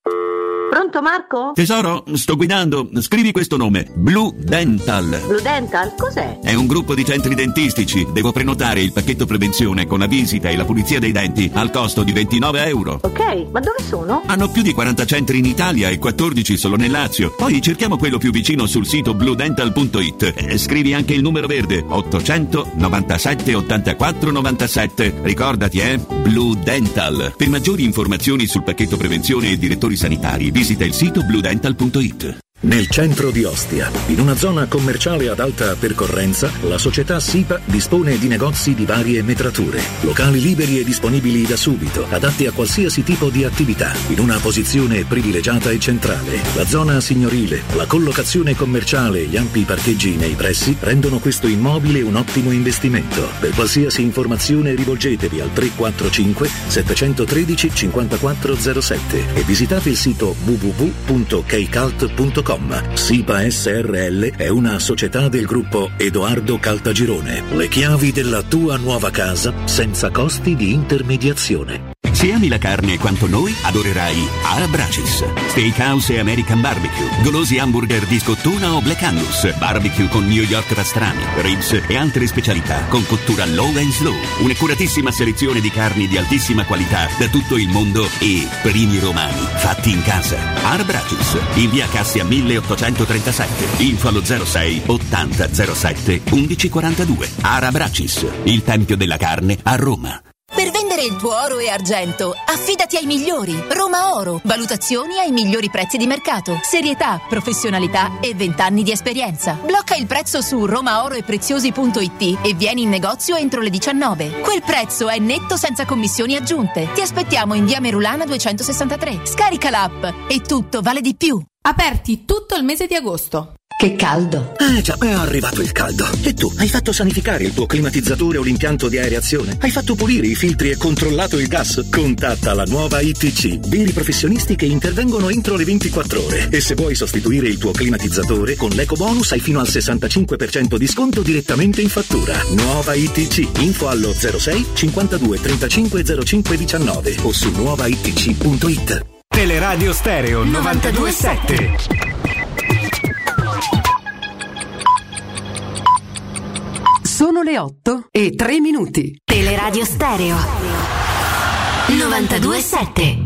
Pronto Marco? Tesoro, sto guidando. Scrivi questo nome. Blue Dental. Blue Dental? Cos'è? È un gruppo di centri dentistici. Devo prenotare il pacchetto prevenzione con la visita e la pulizia dei denti al costo di ventinove euro. Ok, ma dove sono? Hanno più di quaranta centri in Italia e quattordici solo nel Lazio. Poi cerchiamo quello più vicino sul sito blue dental punto it. E scrivi anche il numero verde ottocento novantasette ottantaquattro novantasette. Ricordati, eh? Blue Dental. Per maggiori informazioni sul pacchetto prevenzione e direttori sanitari, visita il sito blue dental punto it. Nel centro di Ostia, in una zona commerciale ad alta percorrenza, la società SIPA dispone di negozi di varie metrature, locali liberi e disponibili da subito, adatti a qualsiasi tipo di attività, in una posizione privilegiata e centrale. La zona signorile, la collocazione commerciale e gli ampi parcheggi nei pressi rendono questo immobile un ottimo investimento. Per qualsiasi informazione rivolgetevi al tre quattro cinque sette uno tre cinque zero sette e visitate il sito w w w punto keycult punto com. SIPA S R L è una società del gruppo Edoardo Caltagirone. Le chiavi della tua nuova casa senza costi di intermediazione. Se ami la carne quanto noi, adorerai Arabracis. Steakhouse e American Barbecue, golosi hamburger di scottuna o Black Angus, barbecue con New York pastrami, ribs e altre specialità con cottura low and slow. Un'accuratissima selezione di carni di altissima qualità da tutto il mondo e primi romani fatti in casa. Arabracis, in via Cassia milleottocentotrentasette. Info allo zero sei ottanta zero sette undici quarantadue. Arabracis, il tempio della carne a Roma. Per vendere il tuo oro e argento, affidati ai migliori. Roma Oro. Valutazioni ai migliori prezzi di mercato. Serietà, professionalità e vent'anni di esperienza. Blocca il prezzo su romaoroepreziosi punto it e vieni in negozio entro le diciannove. Quel prezzo è netto senza commissioni aggiunte. Ti aspettiamo in via Merulana duecentosessantatré. Scarica l'app e tutto vale di più. Aperti tutto il mese di agosto. Che caldo! Eh già, è arrivato il caldo. E tu, hai fatto sanificare il tuo climatizzatore o l'impianto di aerazione? Hai fatto pulire i filtri e controllato il gas? Contatta la nuova I T C, veri professionisti che intervengono entro le ventiquattro ore. E se vuoi sostituire il tuo climatizzatore, con l'ecobonus hai fino al sessantacinque per cento di sconto direttamente in fattura. Nuova I T C, info allo zero sei cinquantadue trentacinque zero cinque diciannove o su nuova i t c punto it. Teleradio Stereo novantadue sette. Sono le otto e tre minuti. Teleradio Stereo novantadue sette.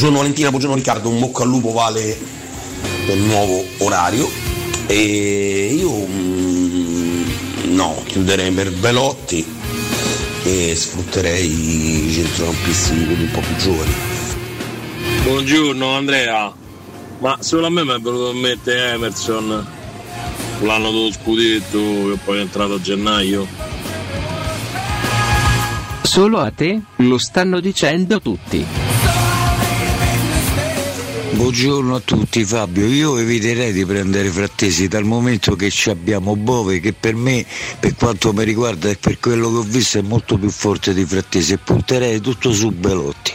Buongiorno Valentina, buongiorno Riccardo, un bocca al lupo Vale del nuovo orario. E io mm, no, chiuderei per Belotti e sfrutterei i centrocampisti quelli un po' più giovani. Buongiorno Andrea, ma solo a me mi è venuto in mente Emerson, l'anno dello scudetto che poi è entrato a gennaio. Solo a te? Lo stanno dicendo tutti. Buongiorno a tutti Fabio, io eviterei di prendere Frattesi dal momento che ci abbiamo Bove che per me, per quanto mi riguarda e per quello che ho visto, è molto più forte di Frattesi e punterei tutto su Belotti.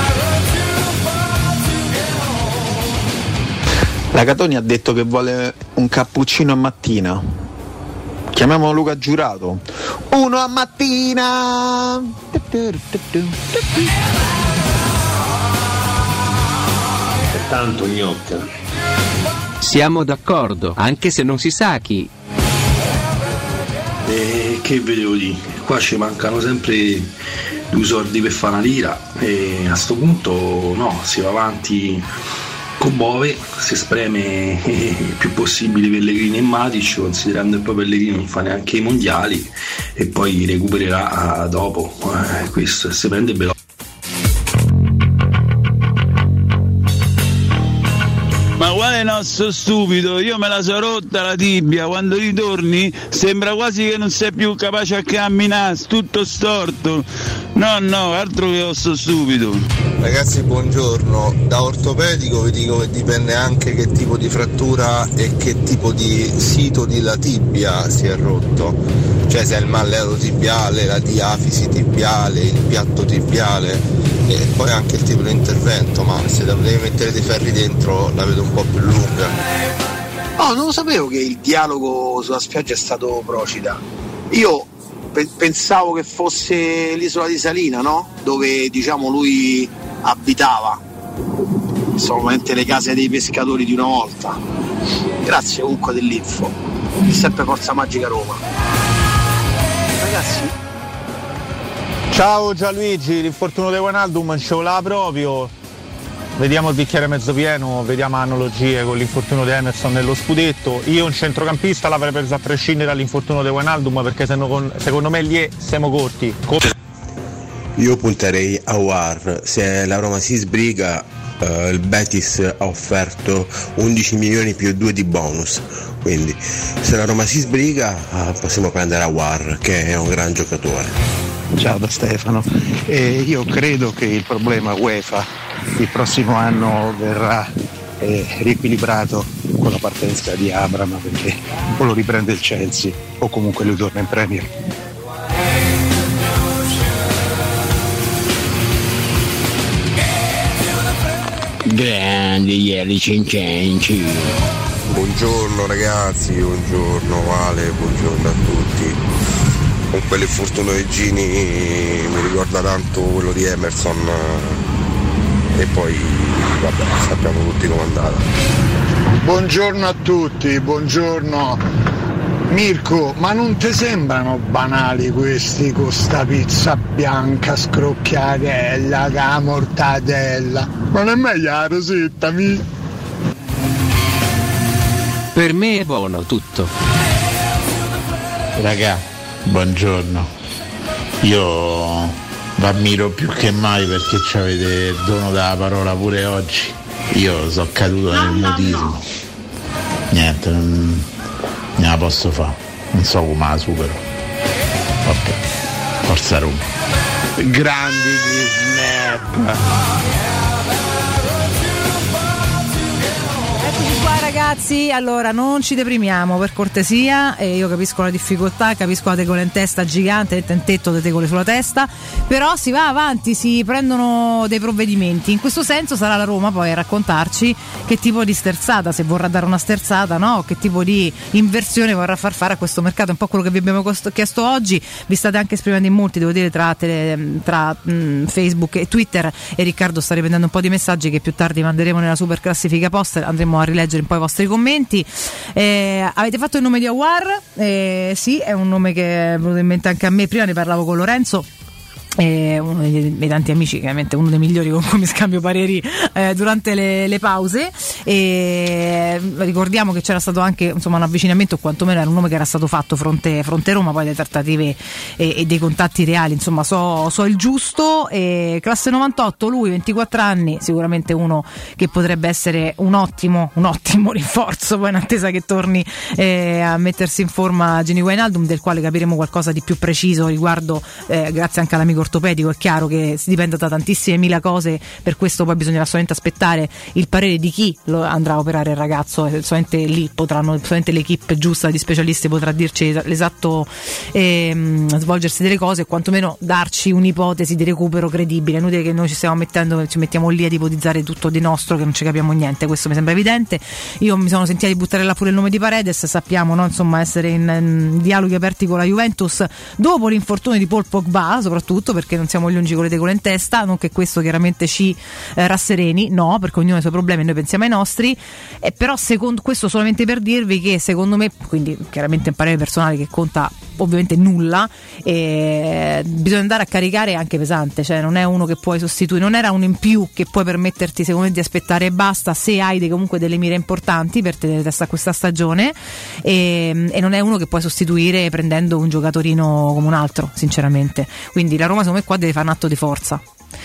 La Catoni ha detto che vuole un cappuccino a mattina. Chiamiamo Luca Giurato. Uno a mattina. Tanto gnocca. Siamo d'accordo, anche se non si sa chi. E che vedevo di? Qua ci mancano sempre due soldi per fare una lira e a sto punto no, si va avanti con Bove, si spreme il più possibile Pellegrini e Matic, considerando che poi Pellegrini non fa neanche i mondiali e poi recupererà dopo, eh, questo si prende Belotti. Ma quale nostro stupido, io me la so rotta la tibia, quando ritorni sembra quasi che non sei più capace a camminare, tutto storto. No, no, altro che osso stupido. Ragazzi buongiorno, da ortopedico vi dico che dipende anche che tipo di frattura e che tipo di sito della tibia si è rotto, cioè se è il malleolo tibiale, la diafisi tibiale, il piatto tibiale e poi anche il tipo di intervento, ma se devi mettere dei ferri dentro la vedo un po' più lunga. Oh, non lo sapevo che il dialogo sulla spiaggia è stato Procida. Io pe- pensavo che fosse l'isola di Salina, no? Dove diciamo lui abitava. Solamente le case dei pescatori di una volta. Grazie comunque dell'info. E sempre Forza Magica Roma. Ragazzi. Ciao Gianluigi, l'infortunio di Wijnaldum ce l'ha proprio. Vediamo il bicchiere mezzo pieno, vediamo analogie con l'infortunio di Emerson nello scudetto. Io un centrocampista l'avrei preso a prescindere dall'infortunio di Wijnaldum perché se no, secondo me lì siamo corti. Io punterei a War, se la Roma si sbriga eh, il Betis ha offerto undici milioni più due di bonus, quindi se la Roma si sbriga eh, possiamo prendere a War che è un gran giocatore. Ciao da Stefano, eh, io credo che il problema UEFA il prossimo anno verrà eh, riequilibrato con la partenza di Abraham, perché o lo riprende il Chelsea o comunque lui torna in Premier. Grandi ieri Cincenci. Buongiorno ragazzi, buongiorno Vale, buongiorno a tutti. Con quell'infortunio di Gini mi ricorda tanto quello di Emerson e poi vabbè, sappiamo tutti com'è andata. Buongiorno a tutti, buongiorno Mirko, ma non ti sembrano banali questi con sta pizza bianca scrocchiatella, la mortadella? Ma non è meglio la rosetta, mi? Per me è buono tutto. Raga, buongiorno, io vi ammiro più che mai perché ci avete il dono della parola pure oggi. Io sono caduto nel mutismo, niente, non ne la posso fare, non so come la supero. Ok, forza Roma. Grandi gli snap. Ragazzi, allora non ci deprimiamo per cortesia, eh, io capisco la difficoltà, capisco la tegola in testa gigante, il tentetto di tegole sulla testa, però si va avanti, si prendono dei provvedimenti. In questo senso sarà la Roma poi a raccontarci che tipo di sterzata, se vorrà dare una sterzata, no? Che tipo di inversione vorrà far fare a questo mercato, un po' quello che vi abbiamo chiesto oggi. Vi state anche esprimendo in molti, devo dire, tra, tele, tra mh, Facebook e Twitter, e Riccardo sta riprendendo un po' di messaggi che più tardi manderemo nella super classifica post, andremo a rileggere un po' i vostri commenti. Eh, avete fatto il nome di Aouar? Eh, sì, è un nome che è venuto in mente anche a me, prima ne parlavo con Lorenzo. Eh, uno dei, dei tanti amici, chiaramente uno dei migliori con cui mi scambio pareri eh, durante le, le pause, e ricordiamo che c'era stato anche insomma un avvicinamento, o quantomeno era un nome che era stato fatto fronte, fronte Roma, poi le trattative e, e dei contatti reali insomma so, so il giusto. E classe novantotto, lui ventiquattro anni, sicuramente uno che potrebbe essere un ottimo un ottimo rinforzo poi in attesa che torni eh, a mettersi in forma Gini Wijnaldum, del quale capiremo qualcosa di più preciso riguardo eh, grazie anche all'amico ortopedico. È chiaro che si dipende da tantissime mila cose, per questo poi bisognerà solamente aspettare il parere di chi lo andrà a operare il ragazzo, e solamente lì potranno, solamente l'equipe giusta di specialisti potrà dirci l'esatto ehm, svolgersi delle cose, e quantomeno darci un'ipotesi di recupero credibile. È inutile che noi ci stiamo mettendo, ci mettiamo lì ad ipotizzare tutto di nostro che non ci capiamo niente, questo mi sembra evidente. Io mi sono sentita di buttare là pure il nome di Paredes, sappiamo, no, insomma, essere in, in dialoghi aperti con la Juventus dopo l'infortunio di Paul Pogba, soprattutto perché non siamo gli unici con le tegole in testa, non che questo chiaramente ci eh, rassereni, no, perché ognuno ha i suoi problemi e noi pensiamo ai nostri, eh, però secondo questo solamente per dirvi che secondo me, quindi chiaramente un parere personale che conta ovviamente nulla, eh, bisogna andare a caricare anche pesante, cioè non è uno che puoi sostituire, non era uno in più che puoi permetterti secondo me di aspettare e basta, se hai dei, comunque delle mire importanti per tenere testa a questa stagione, e, e non è uno che puoi sostituire prendendo un giocatorino come un altro, sinceramente. Quindi la Roma secondo me qua deve fare un atto di forza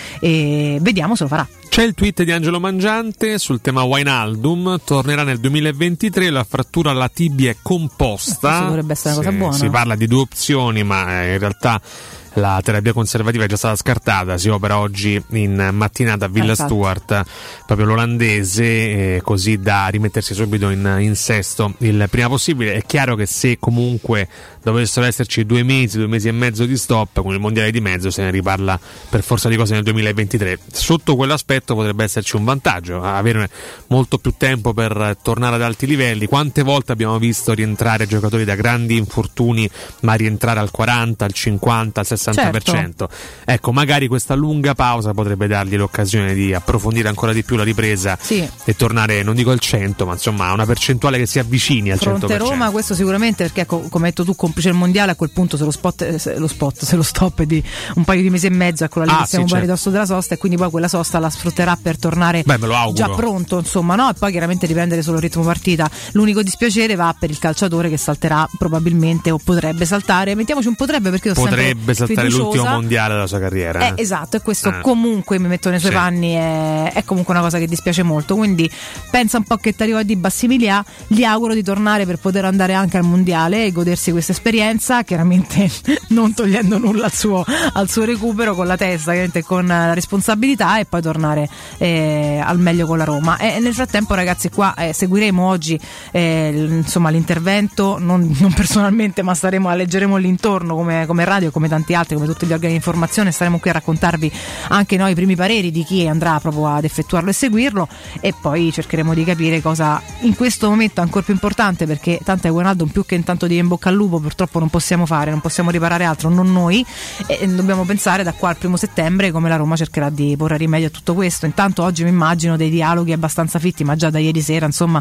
e vediamo se lo farà. C'è il tweet di Angelo Mangiante sul tema Wijnaldum, tornerà nel duemilaventitré, la frattura alla tibia è composta. Questo dovrebbe essere una cosa buona. Si parla di due opzioni, ma in realtà la terapia conservativa è già stata scartata, si opera oggi in mattinata a Villa esatto. Stuart, proprio l'olandese, eh, così da rimettersi subito in, in sesto il prima possibile. È chiaro che se comunque dovessero esserci due mesi, due mesi e mezzo di stop, con il mondiale di mezzo se ne riparla per forza di cose nel duemilaventitré. Sotto quell'aspetto potrebbe esserci un vantaggio, avere molto più tempo per tornare ad alti livelli. Quante volte abbiamo visto rientrare giocatori da grandi infortuni, ma rientrare al quaranta, al cinquanta, al sessanta per cento. Certo. Ecco, magari questa lunga pausa potrebbe dargli l'occasione di approfondire ancora di più la ripresa, sì, e tornare, non dico al cento, ma insomma a una percentuale che si avvicini al fronte cento per cento. Roma, questo sicuramente, perché ecco, come hai detto tu, complice il mondiale, a quel punto se lo spot, se lo spot, se lo stop è di un paio di mesi e mezzo, ecco, lì ah, che siamo sì, certo. ridosso della sosta, e quindi poi quella sosta la sfrutterà per tornare Beh, me lo auguro. già pronto, insomma, no? E poi chiaramente riprendere solo il ritmo partita. L'unico dispiacere va per il calciatore che salterà probabilmente, o potrebbe saltare, mettiamoci un potrebbe, perché io potrebbe saltare l'ultimo mondiale della sua carriera. Eh, eh. Esatto, e questo eh. comunque mi metto nei suoi sì. panni, è, è comunque una cosa che dispiace molto. Quindi pensa un po' che ti arriva di Bassimilia, gli auguro di tornare per poter andare anche al mondiale e godersi questa esperienza, chiaramente non togliendo nulla al suo, al suo recupero, con la testa, chiaramente con la responsabilità, e poi tornare eh, al meglio con la Roma. E nel frattempo, ragazzi, qua eh, seguiremo oggi eh, insomma l'intervento, non, non personalmente, ma staremo, leggeremo l'intorno come, come radio, come tanti altri, come tutti gli organi di informazione. Staremo qui a raccontarvi anche noi i primi pareri di chi andrà proprio ad effettuarlo e seguirlo, e poi cercheremo di capire cosa in questo momento è ancora più importante, perché tanto è Wijnaldum, più che intanto di in bocca al lupo purtroppo non possiamo fare, non possiamo riparare altro, non noi, e dobbiamo pensare da qua al primo settembre come la Roma cercherà di porre rimedio a tutto questo. Intanto oggi mi immagino dei dialoghi abbastanza fitti, ma già da ieri sera, insomma,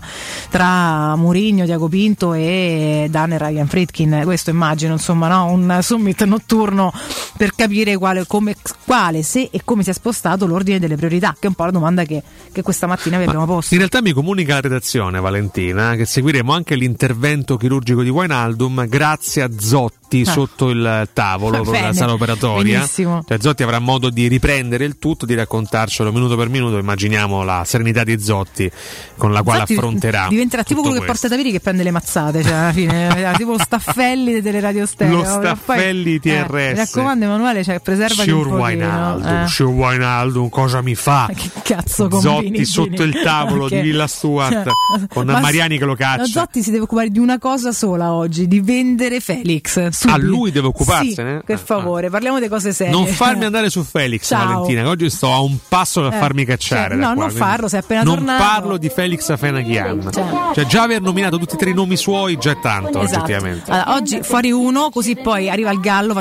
tra Mourinho, Tiago Pinto e Dan e Ryan Friedkin, questo immagino, insomma, no? Un summit notturno per capire quale, come, quale, se e come si è spostato l'ordine delle priorità, che è un po' la domanda che, che questa mattina vi abbiamo Ma posto. In realtà mi comunica la redazione, Valentina, che seguiremo anche l'intervento chirurgico di Wijnaldum grazie a Zotti ah. sotto il tavolo, proprio nella sala operatoria. Benissimo. Cioè, Zotti avrà modo di riprendere il tutto, di raccontarcelo minuto per minuto. Immaginiamo la serenità di Zotti con la quale Zotti affronterà. Diventerà tipo quello questo. che porta Davide che prende le mazzate, cioè alla fine tipo lo Staffelli delle radio stereo. Lo Staffelli T R S. Eh, mi raccomando, Emanuele, cioè, preservati un pochino. Wijnaldum, eh. Sure Wijnaldum, cosa mi fa? Che cazzo combini, Zotti Gini? sotto il tavolo okay. di Villa Stuart, cioè, con Mariani che lo caccia. Zotti si deve occupare di una cosa sola oggi, di vendere Felix. Subito. A lui deve occuparsene? Sì, per favore, parliamo di cose serie. Non farmi andare su Felix, Ciao. Valentina, che oggi sto a un passo da eh, farmi cacciare. Cioè, da no, qua, non farlo, sei appena non tornato. Non parlo di Felix Afenaghian. Cioè. cioè, già aver nominato tutti e tre i nomi suoi già è tanto, esatto. oggettivamente. Allora, oggi fuori uno, così poi arriva il Gallo, facciamo un bel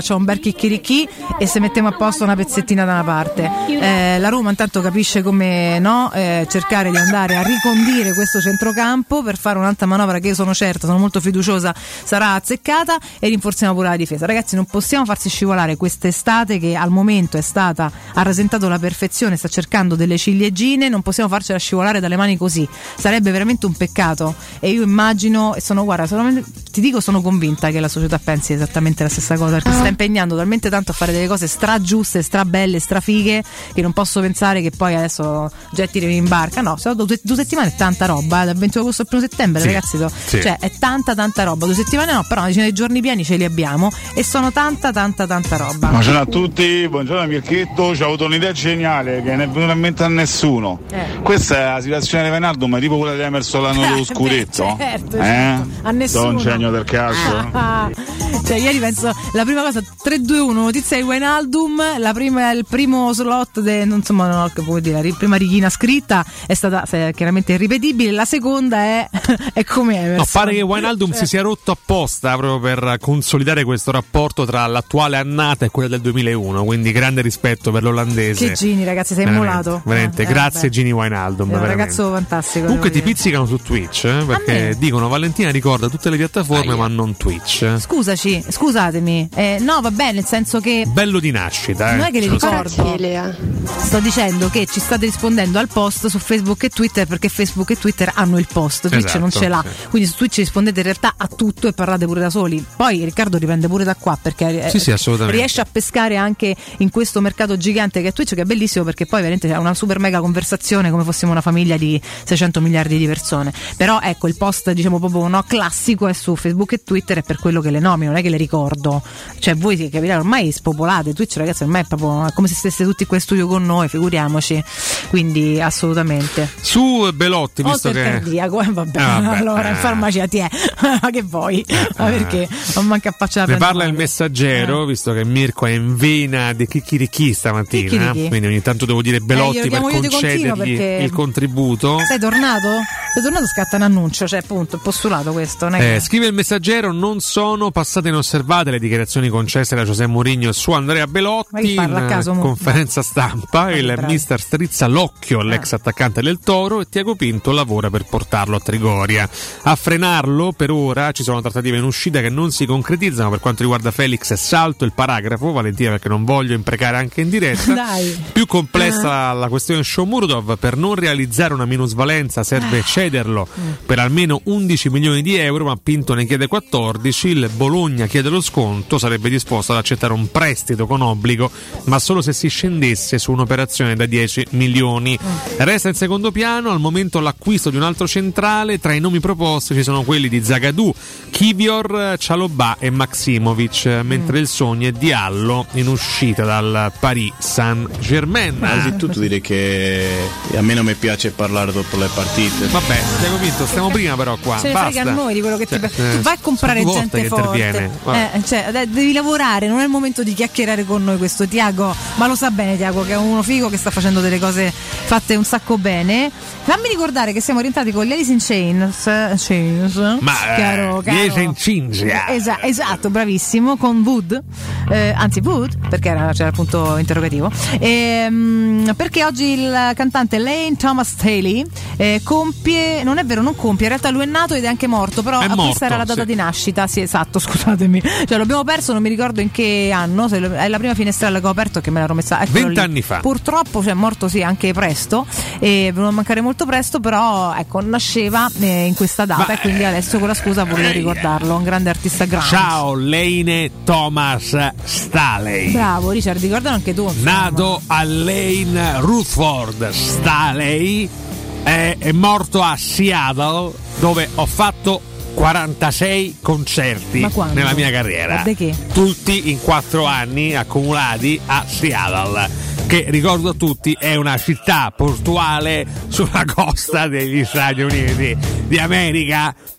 chicchirichì e se mettiamo a posto una pezzettina da una parte. Eh, la Roma intanto capisce come no eh, cercare di andare a ricondire questo centrocampo per fare un'altra manovra che io sono certa, sono molto fiduciosa, sarà azzeccata, e rinforziamo pure la difesa. Ragazzi, non possiamo farsi scivolare quest'estate che al momento è stata, ha rasentato la perfezione, sta cercando delle ciliegine, non possiamo farcela scivolare dalle mani così, sarebbe veramente un peccato. E io immagino e sono, guarda, solamente, ti dico, sono convinta che la società pensi esattamente la stessa cosa, perché sta impegnando talmente tanto a fare delle cose stra giuste, stra belle, stra fighe, che non posso pensare che poi adesso getti in barca. No, sono due, due settimane è tanta roba, eh, dal ventidue agosto al primo settembre, sì, ragazzi, to, sì. Cioè è tanta tanta roba. Due settimane no, però una decina di giorni pieni ce li abbiamo e sono tanta tanta tanta roba. Buongiorno a tutti, buongiorno Mirchetto, ci ho avuto un'idea geniale che non è venuta in mente a nessuno. Eh. Questa è la situazione di Wijnaldum, tipo quella di Emerson l'anno dello scudetto. Beh, certo, eh? certo. A nessuno. Sono un genio del calcio. Ah, cioè ieri penso la prima cosa tre due uno notizia di Wijnaldum, la prima, il primo slot de, non insomma no, che vuol dire, la prima righina scritta è stata è chiaramente irripetibile, la seconda è è come Emerson. No, pare che Wijnaldum cioè. si sia rotto apposta proprio per consolidare questo rapporto tra l'attuale annata e quella del duemilauno, quindi grande rispetto per l'olandese. Che Gini, ragazzi, sei veramente, immolato. Veramente, eh, grazie eh, Gini Wijnaldum. È un ragazzo fantastico. Comunque ti pizzicano su Twitch, eh, perché dicono Valentina ricorda tutte le piattaforme ah, ma non Twitch. Scusaci, scusatemi. Eh, no, vabbè, nel senso che bello di nascita, eh. Non è che li ricordo. Sto dicendo che ci state rispondendo al post su Facebook e Twitter, perché Facebook e Twitter hanno il post, Twitch esatto, non ce l'ha. Sì. Quindi su Twitch rispondete in realtà a tutto e parlate pure da soli. Poi Riccardo riprende pure da qua, perché sì, sì, assolutamente. riesce a pescare anche in questo mercato gigante che è Twitch, che è bellissimo, perché poi veramente c'è una super mega conversazione come fossimo una famiglia di seicento miliardi di persone. Però ecco, il post diciamo proprio no, classico è su Facebook e Twitter, e per quello che le nomino, non è che le ricordo. Cioè voi si capirete, ormai spopolate Twitch, ragazzi, ormai è proprio come se stesse tutti qua in studio con noi, figuriamoci. Quindi assolutamente. Su Belotti, visto Oltre che il cardiaco, eh, vabbè. Eh, vabbè. Allora in farmacia ti è. Ma che vuoi? Eh, Ma perché? Non manca affacciare. Ne parla il Messaggero, eh. visto che Mirko è in vena di chicchirichì stamattina, chicchirichì. Quindi ogni tanto devo dire Belotti eh, per concedergli il contributo. Sei tornato? Sei tornato, scatta un annuncio, cioè appunto, postulato questo. Non è eh, che... Scrive il Messaggero, non sono passate inosservate le dichiarazioni concesse da José Mourinho su Andrea Belotti in a caso, conferenza stampa. Il bravo. mister strizza l'occhio all'ex ah. attaccante del Toro e Tiago Pinto lavora per portarlo a Trigoria. A frenarlo per ora ci sono trattative in uscita che non si concretizzano. Per quanto riguarda Felix salto il paragrafo, Valentina, perché non voglio imprecare anche in diretta. Dai. Più complessa uh. la questione Shomurodov, per non realizzare una minusvalenza serve cederlo uh. per almeno undici milioni di euro, ma Pinto ne chiede quattordici. Il Bologna chiede lo sconto, sarebbe disposto ad accettare un prestito con obbligo, ma solo se si scendesse su un'operazione da dieci milioni. Uh. Resta in secondo piano al momento l'acquisto di un altro centrale. Tra i nomi proposti ci sono quelli di Zagadou, Kivior, Cialobà e Maximovic, mm. mentre il sogno è Diallo in uscita dal Paris Saint-Germain. Innanzitutto dire che a me non mi piace parlare dopo le partite. Vabbè, ti ho vinto, stiamo prima però qua. Ce ne Basta. frega a noi di quello che cioè, ti eh, tu vai a comprare gente forte. Eh, cioè, devi lavorare, non è il momento di chiacchierare con noi questo Tiago, ma lo sa bene Tiago che è uno figo che sta facendo delle cose fatte un sacco bene. Fammi ricordare che siamo rientrati con gli Alice in Chains, Chains ma caro, caro. Alice in Chains Esa, esatto, bravissimo, con Wood, eh, anzi Wood, perché era, c'era il punto interrogativo, e, um, perché oggi il cantante Lane Thomas Staley eh, compie, non è vero, non compie, in realtà lui è nato ed è anche morto, però è questa morto, era la data sì. di nascita, sì esatto, scusatemi, cioè l'abbiamo perso, non mi ricordo in che anno, se è la prima finestrella che ho aperto che me l'ero messa, vent'anni fa, purtroppo, cioè è morto sì anche presto, e è venuto a mancare molto presto, però ecco nasceva eh, in questa data. Ma e quindi adesso con la scusa volevo ricordarlo, un grande artista grande. Ciao Lane Thomas Staley. Bravo Richard, ricordalo anche tu insomma. Nato a Lane Rutherford Staley, è, è morto a Seattle, dove ho fatto quarantasei concerti nella mia carriera, che? tutti in quattro anni accumulati a Seattle, che ricordo a tutti è una città portuale sulla costa degli Stati Uniti di America,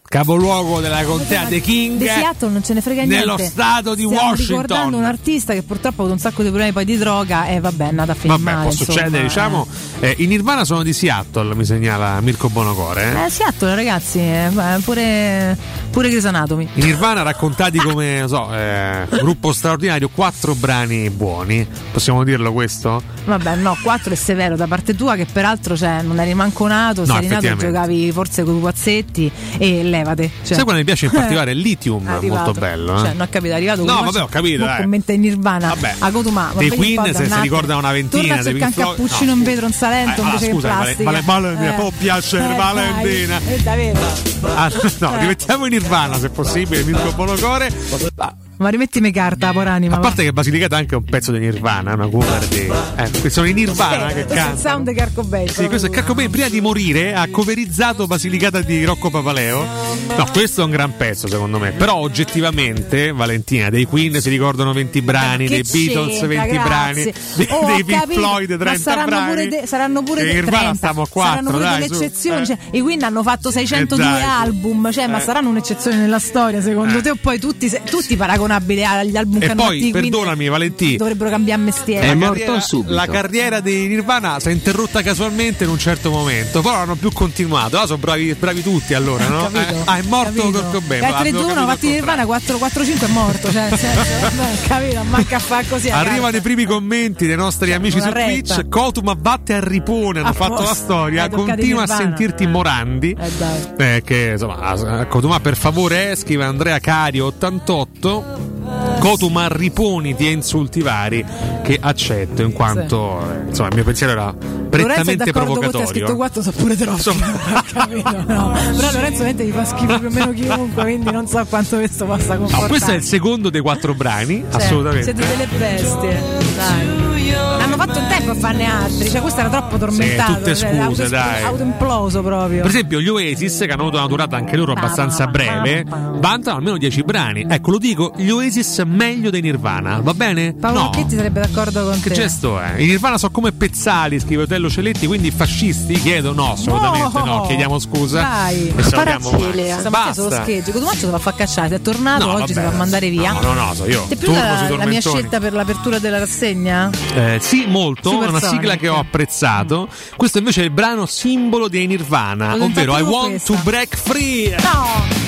capoluogo della contea di King, di Seattle non ce ne frega niente. Nello stato di Stiamo Washington. ricordando un artista che purtroppo ha avuto un sacco di problemi poi di droga e vabbè, è andata a finire Vabbè, male, può succedere, insomma, diciamo. Eh, I Nirvana sono di Seattle, mi segnala Mirko Bonocore. Eh, eh Seattle, ragazzi, eh, pure pure Grey's Anatomy. I Nirvana raccontati come, non so, eh, gruppo straordinario, quattro brani buoni. Possiamo dirlo questo? Vabbè, no, quattro è severo da parte tua, che peraltro cioè, non eri manco nato, No, sei nato e effettivamente. giocavi forse con i pupazzetti e levate. Cioè. Sai quale mi piace in particolare? Lithium, Arrivato. molto bello. Eh? Cioè, non ho capito, è arrivato No, con vabbè, ho capito, mo dai. commenta in Nirvana. Vabbè. A Cotuma, Dei Queen se si ricorda una ventina, torna a dei cercare un Pink Floyd, cappuccino no. in vetro in Salento Eh, invece ah, che scusa, in vale- plastica. vale- Valentina, può piacere, dai, Valentina. È davvero. Ah, no, Eh. rimettiamo in Nirvana se possibile, Mirko Bonocore. Ma rimettimi carta, poranima. A parte che Basilicata è anche un pezzo di Nirvana, una cover di. Eh, questi sono i Nirvana che questo è il cantano. sound di Carco Bay. Sì, questo è Carco Bay, prima di morire ha coverizzato Basilicata di Rocco Papaleo. No, questo è un gran pezzo secondo me. Però oggettivamente, Valentina, dei Queen si ricordano venti brani, Che dei Beatles c'entra, venti grazie. brani, dei, Oh, dei ho Pink capito, Floyd ma trenta saranno brani. pure de- saranno pure E de- in Nirvana trenta, stiamo a saranno quattro, pure dai, delle su. eccezioni, Eh. cioè, i Queen hanno fatto seicentodue Eh, dai, su. album, cioè, ma Eh. saranno un'eccezione nella storia secondo Eh. te, o poi tutti, se- tutti paragonabili agli album che E hanno poi, fatti i Queen, perdonami Valentì, dovrebbero cambiare mestiere. la carriera, la carriera dei Nirvana si è interrotta casualmente in un certo momento, poi non hanno più continuato. Ah, sono bravi, bravi tutti allora, no? Capito, Eh, ah, è morto capito. Kurt Cobain. Dai, tre Avevo due uno, capito fatti il Nirvana quattro quattro cinque è morto, cioè, nel senso, vabbè, capito, manca a fare così. a Arrivano cazzo. i primi commenti dei nostri amici una su retta. Twitch. Cotuma batte a Ripone, hanno A fatto posto. la storia. Hai toccato Continua a Nirvana. sentirti morandi. Eh, dai. Eh, che insomma, a- Cotuma per favore, eh, scrive Andrea Cario ottantotto. Cotuma riponi insulti vari che accetto in quanto eh, insomma il mio pensiero era Lorenzo è prettamente d'accordo con te, ha provocatorio. scritto quattro, so pure troppo. Capito? No. Però Lorenzo ovviamente gli fa schifo più o meno chiunque, quindi non so quanto questo possa No, comportare. questo è il secondo dei quattro brani, Cioè, assolutamente. siete delle bestie, dai. Hanno fatto in tempo a farne altri, cioè questo era troppo tormentato. Sì, tutte cioè, scuse, auto- dai. autoimploso proprio. Per esempio gli Oasis, che hanno avuto una durata anche loro abbastanza breve, vantano almeno dieci brani. Ecco, lo dico, gli Oasis meglio dei Nirvana, va bene? Paolo No. Rocchetti sarebbe d'accordo con Che te. gesto è? I Nirvana sono come Pezzali, scrive Otello Celetti, quindi fascisti? Chiedo no, assolutamente no, No. chiediamo scusa. Dai. E salutiamo Max. Stamattina solo Basta. scheggio. Cotumaccio se la fa cacciare, è tornato, No, oggi vabbè. si fa mandare via. No, no, no, so io. Ti è piaciuta Turbo sui la, la mia tormentoni. scelta per l'apertura della rassegna? Eh, sì, molto, è una Supersonic. sigla che ho apprezzato. Questo invece è il brano simbolo dei Nirvana, L'ho ovvero I tentato Want questa. to Break Free. No!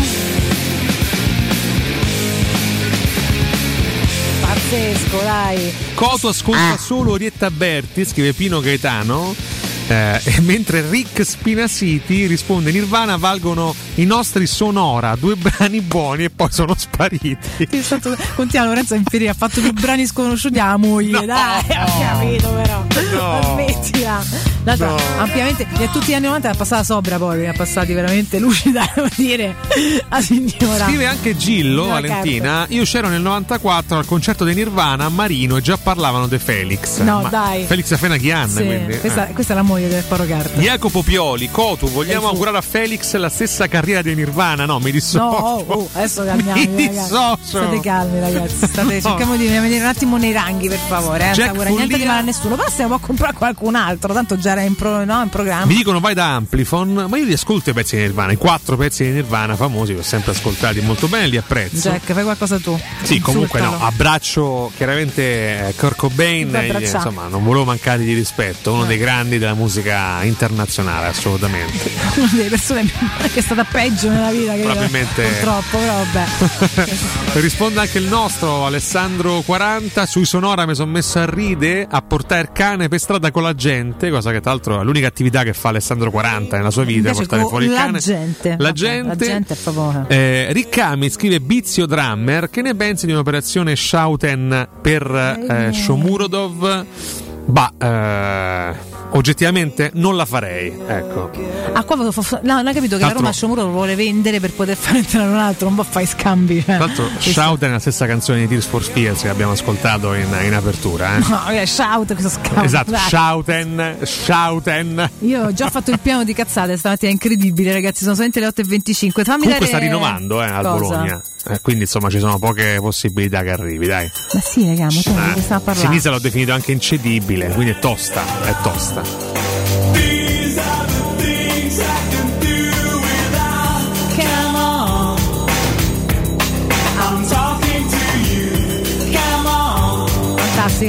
Pazzesco, dai. Coto ascolta Ah. solo Orietta Berti, scrive Pino Gaetano. Eh, e mentre Rick Spinasiti risponde: Nirvana valgono i nostri Sonora, due brani buoni e poi sono spariti. Ti stato, contiamo, Lorenzo Inferi ha fatto più brani sconosciuti alla moglie, No. dai, ho capito però. No. Ma smettila. L'altra, No. ampiamente, e tutti gli anni novanta è passata sobra, poi ne ha passati veramente lucida, devo dire, la signora. Scrive anche Gillo, Una Valentina. Io c'ero nel novantaquattro al concerto dei Nirvana a Marino e già parlavano di Felix. No, Ma dai. Felix Afenachian, Sì, quindi. questa, eh. questa è la moglie del Paro Carta. Jacopo Pioli, Cotu, vogliamo Fu. augurare a Felix la stessa carriera dei Nirvana? No, mi dissocio. No, oh, oh, adesso calmiamoci, Mi ragazzi. dissocio. State calmi, ragazzi. State, No. cerchiamo di venire un attimo nei ranghi, per favore. Eh. Non Jack sta niente di Follia. male a nessuno. Però se ne può comprare qualcun altro, tanto già era in, pro, no, in programma. Mi dicono vai da Amplifon, ma io li ascolto i pezzi di Nirvana, i quattro pezzi di Nirvana famosi, li ho sempre ascoltati molto bene, li apprezzo. Jack, fai qualcosa tu. Sì, comunque no, Insultalo. abbraccio chiaramente eh, Kurt Cobain, Ti puoi eh, abbracciare. insomma non volevo mancargli di rispetto, uno Eh. dei grandi della musica internazionale, assolutamente. Una delle persone che è stata peggio nella vita che Probabilmente- io, purtroppo, però vabbè. Risponde anche il nostro Alessandro quaranta, sui Sonora mi sono messo a ride a portare il cane per strada con la gente, cosa che tra l'altro è l'unica attività che fa Alessandro quaranta nella sua vita, Invece portare con fuori il la cane. gente. La Vabbè, gente. la gente è favore. Eh, Riccami scrive Bizio Drummer, che ne pensi di un'operazione Schouten per eh, Shomurodov? Bah, eh, oggettivamente non la farei, ecco. Ah, qua avevo fa- no, non hai capito che Tra la Roma l'altro- Sciomuro lo vuole vendere per poter fare entrare un altro, non può fare scambi. eh. Tra l'altro Schouten è la stessa canzone di Tears for Fears che abbiamo ascoltato in, in apertura, eh. No, eh, shout, questo scambio. Esatto, dai. Schouten, Schouten. Io ho già fatto il piano di cazzate stamattina, è incredibile, ragazzi. Sono solamente le otto e venticinque. Fammi Comunque dare... sta rinnovando eh, al Cosa? Bologna. Eh, quindi insomma ci sono poche possibilità che arrivi, dai. Ma sì, raga, ma tu non Eh, che stiamo a parlare? Sinisa l'ho definito anche incedibile, quindi è tosta, è tosta. Can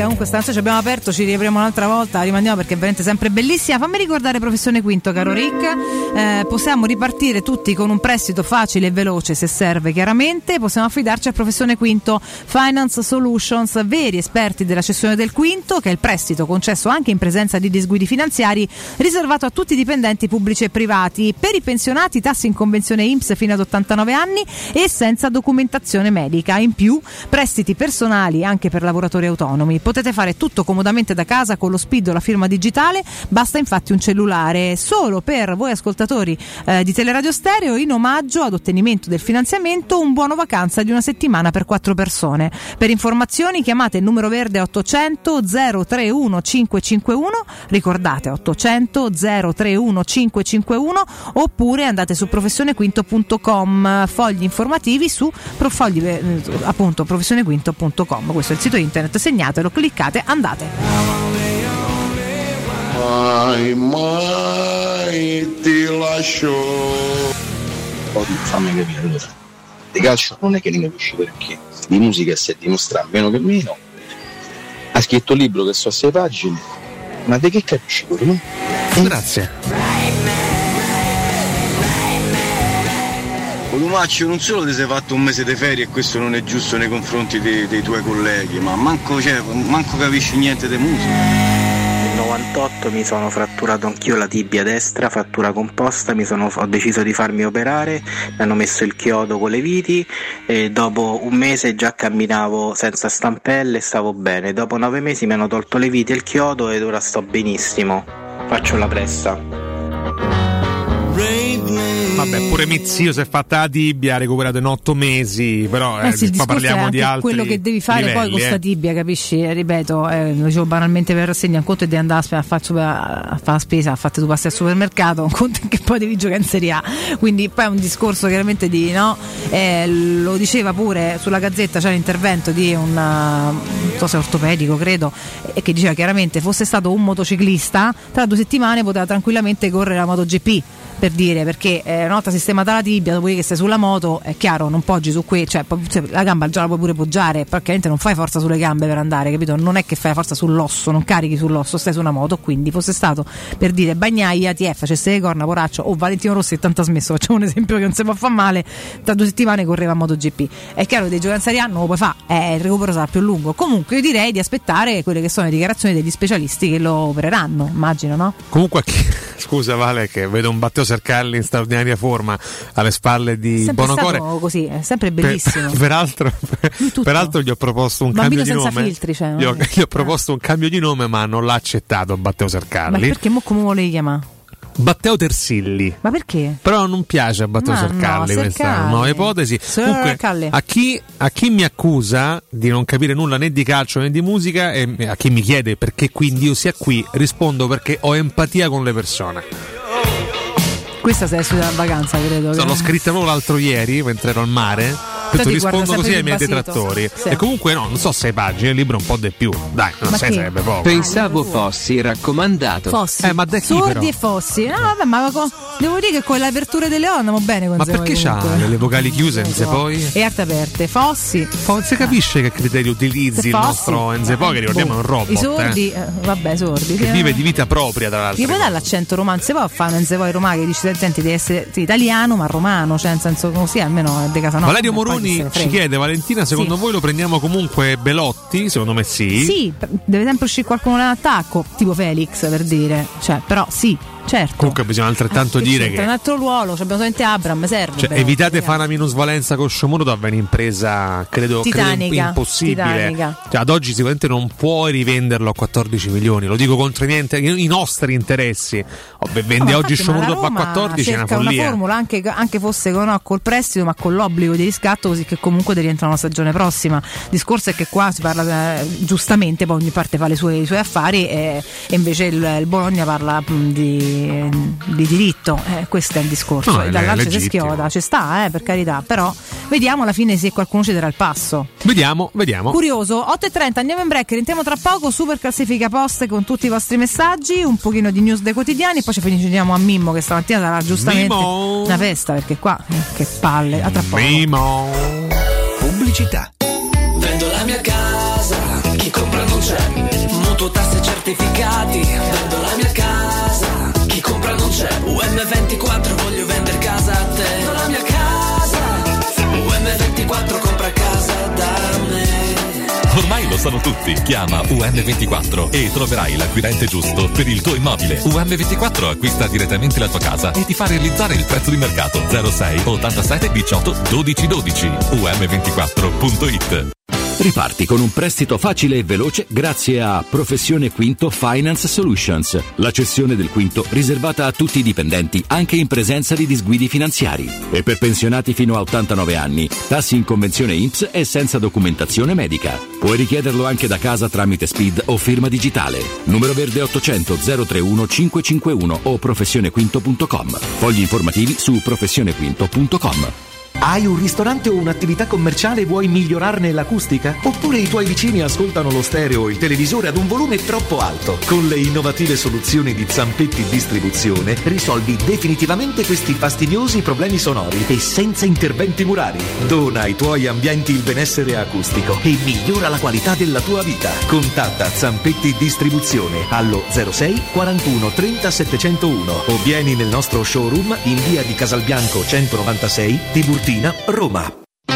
fantastica. Comunque sta canzone ci abbiamo aperto, ci riapriamo un'altra volta, la rimandiamo perché è veramente sempre bellissima. Fammi ricordare Professione Quinto, caro Rick, eh, possiamo ripartire tutti con un prestito facile e veloce se serve, chiaramente possiamo affidarci a Professione Quinto Finance Solutions, veri esperti della cessione del quinto, che è il prestito concesso anche in presenza di disguidi finanziari, riservato a tutti i dipendenti pubblici e privati. Per i pensionati tassi in convenzione I N P S fino ad ottantanove anni e senza documentazione medica. In più prestiti personali anche per lavoratori autonomi. Potete fare tutto comodamente da casa con lo S P I D o la firma digitale, basta infatti un cellulare. Solo per voi ascoltatori eh, di Teleradio Stereo, in omaggio ad ottenimento del finanziamento, un buono vacanza di una settimana per quattro persone. Per informazioni chiamate il numero verde ottocento zero trentuno cinquecentocinquantuno, ricordate ottocento zero trentuno cinquecentocinquantuno, oppure andate su professionequinto punto com, fogli informativi su profogli, eh, appunto professionequinto punto com. Questo è il sito internet, segnatelo, cliccate, andate. Mai mai ti lascio. Oh, fammi capire, allora. Di calcio non è che ne capisci perché, di musica si dimostra meno che meno. Ha scritto un libro che so a sei pagine, ma di che capisci pure, no? Grazie. Lumaccio, non solo ti sei fatto un mese di ferie e questo non è giusto nei confronti dei, dei tuoi colleghi, ma manco, cioè, manco capisci niente di musica. Nel novantotto mi sono fratturato anch'io la tibia destra, frattura composta, mi sono, ho deciso di farmi operare, mi hanno messo il chiodo con le viti e dopo un mese già camminavo senza stampelle e stavo bene. Dopo nove mesi mi hanno tolto le viti e il chiodo ed ora sto benissimo. Faccio la pressa. Vabbè, pure mio zio si è fatta la tibia, ha recuperato in otto mesi, però eh sì, eh, qua parliamo di altri quello che devi fare livelli, poi con sta eh. tibia, capisci? Ripeto, eh, lo dicevo banalmente per rassegna, un conto è di andare a fare, a fare la spesa, a fare tu passi al supermercato, un conto è che poi devi giocare in Serie A, quindi poi è un discorso chiaramente di no, eh, lo diceva pure sulla Gazzetta, c'è l'intervento di un non so se ortopedico credo, e che diceva chiaramente fosse stato un motociclista tra due settimane poteva tranquillamente correre la MotoGP, per dire, perché eh, una volta sistemata la tibia, dopo che sei sulla moto, è chiaro, non poggi su qui, cioè la gamba già la puoi pure poggiare, praticamente non fai forza sulle gambe per andare, capito? Non è che fai forza sull'osso, non carichi sull'osso, stai su una moto, quindi fosse stato per dire Bagnaia, ti è, facesse le corna, poraccio, o Valentino Rossi che tanto ha smesso, facciamo un esempio che non si può fare male, tra due settimane correva a MotoGP. È chiaro che dei giocatori in Serie A non lo puoi fare, eh, il recupero sarà più lungo. Comunque io direi di aspettare quelle che sono le dichiarazioni degli specialisti che lo opereranno, immagino, no? Comunque scusa Vale che vedo un Matteo Sercalli in straordinaria forma alle spalle di sempre Bonocore, stato così, è sempre bellissimo. Per, peraltro, peraltro gli ho proposto un Bambino cambio di senza nome filtri, cioè, gli, ho, gli ho proposto un cambio di nome ma non l'ha accettato Matteo Sercalli. Ma perché mo come volevi chiamare? Matteo Tersilli. Ma perché? Però non piace a Matteo Sercalli, no, questa è una nuova ipotesi. Comunque, a chi, a chi mi accusa di non capire nulla né di calcio né di musica e a chi mi chiede perché quindi io sia qui, rispondo perché ho empatia con le persone. Questa sei studiata in vacanza, credo. L'ho scritta proprio l'altro ieri mentre ero al mare. Penso rispondo così ai miei detrattori. Sì. E comunque no, non so sei pagine, il libro un po' di più. Dai, non sei sarebbe poco. Pensavo fossi raccomandato. Fossi. Eh, ma da chi, Sordi però? e Fossi. No, vabbè, ma con, devo dire che con le aperture delle O andiamo bene con Ma perché c'ha le vocali chiuse Enze poi? E arte aperte. Fossi. Non si capisce che criterio utilizzi il nostro Enze poi, che ricordiamo è un robot. I sordi, eh. eh, vabbè, sordi. Che vive di vita propria, tra l'altro. Gli puoi dare l'accento romano, se poi fa un Enze poi romano che dice senti devi essere italiano ma romano, cioè nel senso così almeno è de casa nostra. Valerio Moroni ci chiede Valentina, secondo sì. voi lo prendiamo comunque Belotti? Secondo me sì. Sì, deve sempre uscire qualcuno in attacco, tipo Felix per dire, cioè, però sì, certo. Comunque bisogna altrettanto eh, dire che che un altro ruolo, cioè abbiamo solamente Abram, serve. Cioè, però, evitate sì. fare una minusvalenza con Sciomuro, dove è un'impresa credo, credo impossibile. Titanica. Cioè, ad oggi sicuramente non puoi rivenderlo a quattordici milioni, lo dico contro i, miei, i nostri interessi. Oh, vende no, oggi Sciomuro a quattordici, è una follia. Una formula anche, anche fosse no, col prestito ma con l'obbligo di riscatto, così che comunque ti rientra una stagione prossima. Il discorso è che qua si parla eh, giustamente, poi ogni parte fa le sue, i suoi affari e, e invece il, il Bologna parla mh, di, di diritto, eh, questo è il discorso. No, e dall'altro c'è schioda, ci sta, eh, per carità, però vediamo alla fine se qualcuno ci darà il passo. Vediamo, vediamo. Curioso, otto e trenta, andiamo in break, rientriamo tra poco, super classifica post con tutti i vostri messaggi, un pochino di news dei quotidiani, poi ci finiamo a Mimmo che stamattina sarà giustamente Mimo. Una festa, perché qua eh, che palle, a tra poco. Mimo. Pubblicità. Vendo la mia casa, chi compra non c'è. Mutuo, tasse, certificati, vendo la mia casa. Chi compra non c'è. U M ventiquattro, voglio vendere casa a te. Vendo la mia casa. U M ventiquattro, compra casa da me. Ormai lo sanno tutti. Chiama U M ventiquattro e troverai l'acquirente giusto per il tuo immobile. U M ventiquattro acquista direttamente la tua casa e ti fa realizzare il prezzo di mercato. zero sei ottantasette diciotto dodici dodici. U M ventiquattro punto it. Riparti con un prestito facile e veloce grazie a Professione Quinto Finance Solutions, la cessione del quinto riservata a tutti i dipendenti anche in presenza di disguidi finanziari. E per pensionati fino a ottantanove anni, tassi in convenzione I N P S e senza documentazione medica. Puoi richiederlo anche da casa tramite S P I D o firma digitale. Numero verde ottocento zero trentuno cinquecentocinquantuno o professionequinto punto com. Fogli informativi su professionequinto punto com. Hai un ristorante o un'attività commerciale e vuoi migliorarne l'acustica? Oppure i tuoi vicini ascoltano lo stereo o il televisore ad un volume troppo alto? Con le innovative soluzioni di Zampetti Distribuzione risolvi definitivamente questi fastidiosi problemi sonori e senza interventi murari. Dona ai tuoi ambienti il benessere acustico e migliora la qualità della tua vita. Contatta Zampetti Distribuzione allo zero sei quarantuno trenta settecentouno o vieni nel nostro showroom in via di Casalbianco centonovantasei, Tiburtina, Roma.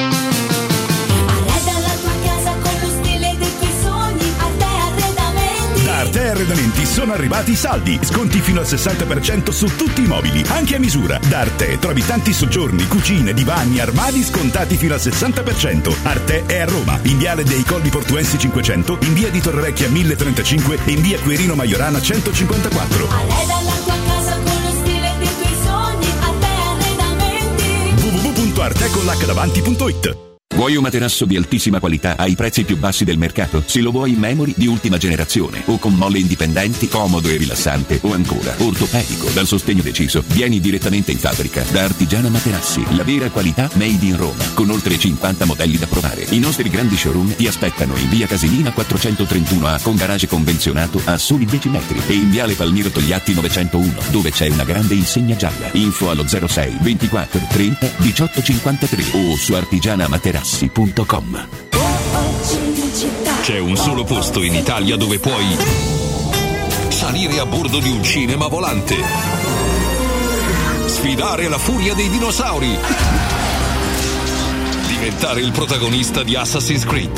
Da Arte Arredamenti sono arrivati i saldi, sconti fino al sessanta per cento su tutti i mobili, anche a misura. Da Arte trovi tanti soggiorni, cucine, divani, armadi scontati fino al sessanta per cento. Arte è a Roma, in viale dei Colli Portuensi cinquecento, in via di Torrevecchia mille trentacinque e in via Quirino Maiorana centocinquantaquattro. Arreda la tua casa con lo stile dei tuoi sogni. Arte Arredamenti. w w w punto arte con l'acca davanti punto it. Vuoi un materasso di altissima qualità ai prezzi più bassi del mercato? Se lo vuoi in memory di ultima generazione o con molle indipendenti, comodo e rilassante, o ancora ortopedico dal sostegno deciso, vieni direttamente in fabbrica da Artigiana Materassi, la vera qualità made in Roma, con oltre cinquanta modelli da provare. I nostri grandi showroom ti aspettano in via Casilina quattrocentotrentuno A con garage convenzionato a soli dieci metri e in viale Palmiro Togliatti novecentouno, dove c'è una grande insegna gialla. Info allo zero sei ventiquattro trenta diciotto cinquantatré o su artigiana materassi punto com. C'è un solo posto in Italia dove puoi salire a bordo di un cinema volante, sfidare la furia dei dinosauri, diventare il protagonista di Assassin's Creed,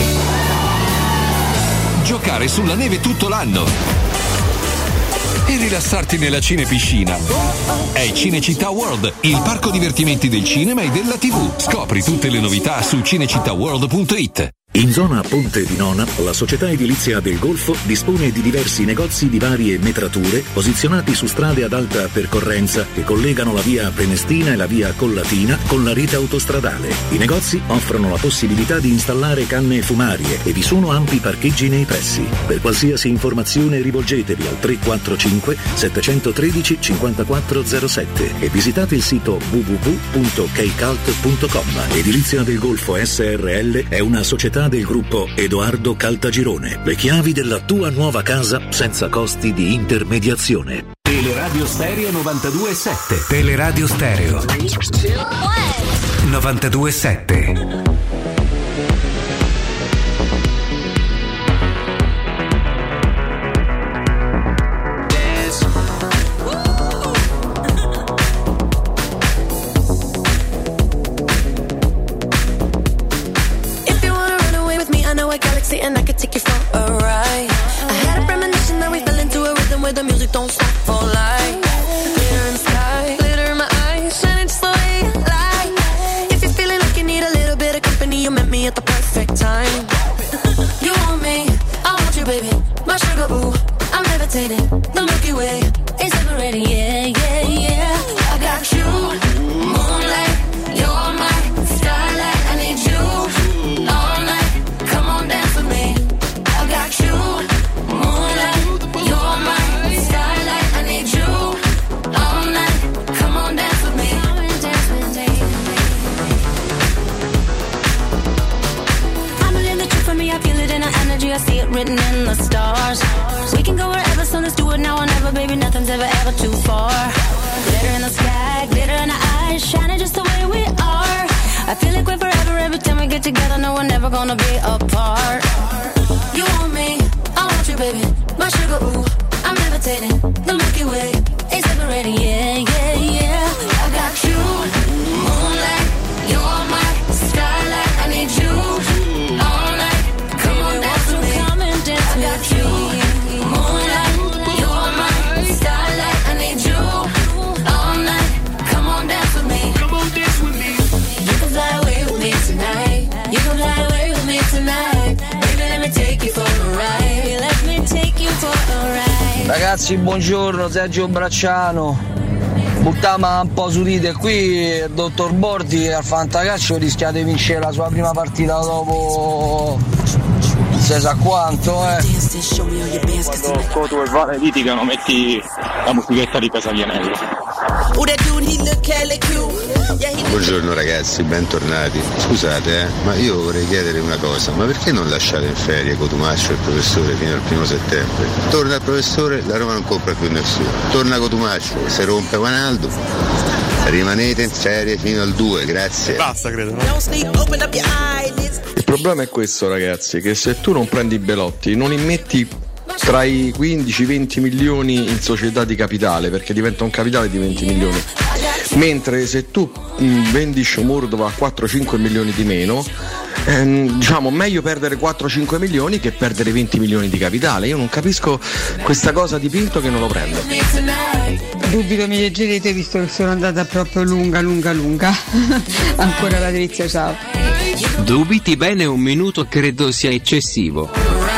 giocare sulla neve tutto l'anno e rilassarti nella cinepiscina. È Cinecittà World, il parco divertimenti del cinema e della tivù. Scopri tutte le novità su cinecittàworld punto it. In zona Ponte di Nona, la società edilizia del Golfo dispone di diversi negozi di varie metrature posizionati su strade ad alta percorrenza che collegano la via Prenestina e la via Collatina con la rete autostradale. I negozi offrono la possibilità di installare canne fumarie e vi sono ampi parcheggi nei pressi. Per qualsiasi informazione rivolgetevi al tre quattro cinque sette uno tre cinque zero sette e visitate il sito w w w punto keicalt punto com. Edilizia del Golfo S R L è una società del gruppo Edoardo Caltagirone. Le chiavi della tua nuova casa senza costi di intermediazione. Teleradio Stereo novantadue sette. Teleradio Stereo novantadue sette. And I could take you for a ride. I had a premonition that we fell into a rhythm where the music don't stop for life. Glitter in the sky, glitter in my eyes, shining just the way you like. If you're feeling like you need a little bit of company, you met me at the perfect time. You want me, I want you, baby. My sugar boo, I'm levitating. The Milky Way is separating, yeah, yeah, yeah. I got you, moonlight, you're my starlight. I need you all night. Come on, dance with me. I got you, moonlight, you're my starlight. I need you all night. Come on, dance with me. Dance with me. I believe the truth for me. I feel it in our energy. I see it written in the stars. We can go wherever, so let's do it now or never, baby. Nothing's ever, ever too far. Glitter in the sky, glitter in our eyes, shining just the way we are. I feel like we're forever every time we get together. No, we're never gonna be apart. You want me, I want you, baby. My sugar, ooh, I'm levitating. The Milky Way is separating, yeah, yeah, yeah. I got you, moonlight. You're my starlight. I need you all night. Come on, dance with me. Come and dance with me. I got you, moonlight. You're my starlight. I need you all night. Come on, dance with me. Come on, dance with me. You can fly away with me tonight. You can fly away with me tonight. Baby, let me take you for a ride. Let me take you for a ride. Ragazzi, buongiorno, Sergio Bracciano. Buttiamo un po' su ride qui, il dottor Bordi al Fantacalcio rischia di vincere la sua prima partita dopo non si sa quanto, eh. Quando Cotu e Vane litigano metti la musichetta di Casavianello. Buongiorno ragazzi, bentornati. Scusate, eh, ma io vorrei chiedere una cosa, ma perché non lasciate in ferie Cotumaccio e il professore fino al primo settembre? Torna il professore, la Roma non compra più nessuno. Torna Cotumaccio, se rompe Wijnaldum, rimanete in ferie fino al due, grazie. Basta, credo, no? Il problema è questo, ragazzi, che se tu non prendi Belotti, non immetti tra i quindici venti milioni in società di capitale, perché diventa un capitale di venti milioni, mentre se tu mh, vendi Shomurdova a quattro cinque milioni di meno, ehm, diciamo meglio perdere quattro cinque milioni che perdere venti milioni di capitale. Io non capisco questa cosa di Pinto che non lo prende. Dubito mi leggerete visto che sono andata proprio lunga lunga lunga. Ancora la delizia, ciao. Dubiti bene un minuto, credo sia eccessivo.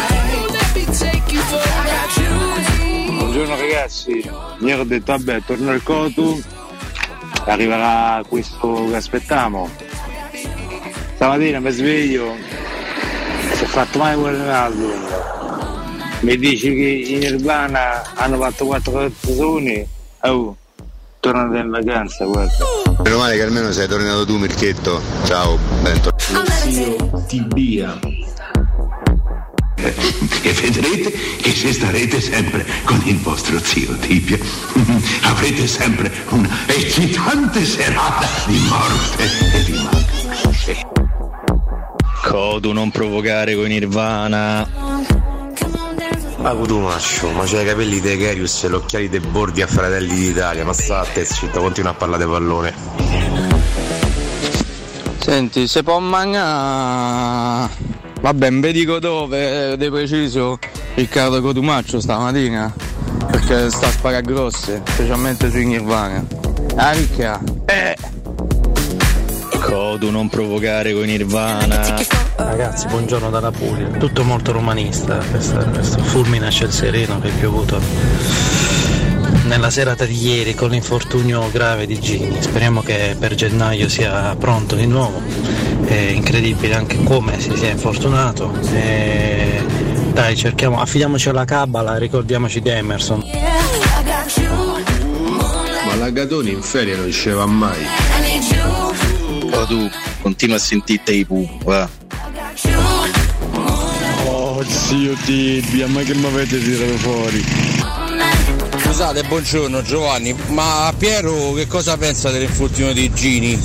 Buongiorno ragazzi, ieri ho detto vabbè torno al Cotu, arriverà questo che aspettiamo. Stamattina mi sveglio, si è fatto mai quel Ronaldo, mi dici che in Nirvana hanno fatto quattro canzoni, oh, tornate in vacanza, guarda. Meno male che almeno sei tornato tu, Mirchetto. Ciao, bentornato. Zio Tibia. E vedrete che se starete sempre con il vostro zio Tibia avrete sempre una eccitante serata di morte e di morte. Cotu, non provocare con Nirvana. Ma Cotumaccio, ma c'hai i capelli dei Kerius e gli occhiali dei Bordi a Fratelli d'Italia, ma sta a te zitto, continua a parlare di pallone. Senti, se può mangiare, vabbè, non vi dico dove, di preciso, Riccardo Cotumaccio stamattina, perché sta a sparare grosse, specialmente sui Nirvana. Ah, ricca, eh! Cotu, non provocare con Nirvana. Ragazzi, buongiorno dalla Puglia, tutto molto romanista, questo, questo fulmine a ciel sereno che è piovuto nella serata di ieri con l'infortunio grave di Gini. Speriamo che per gennaio sia pronto di nuovo. È incredibile anche come si sia infortunato. E dai, cerchiamo, affidiamoci alla cabala, ricordiamoci di Emerson. Ma la Gatoni in ferie non diceva mai. Oh, tu continua a sentirti i pup, va. Oh zio Tibia, ma che mi avete tirato fuori? Scusate, buongiorno Giovanni, ma Piero che cosa pensa dell'infortunio di Gini?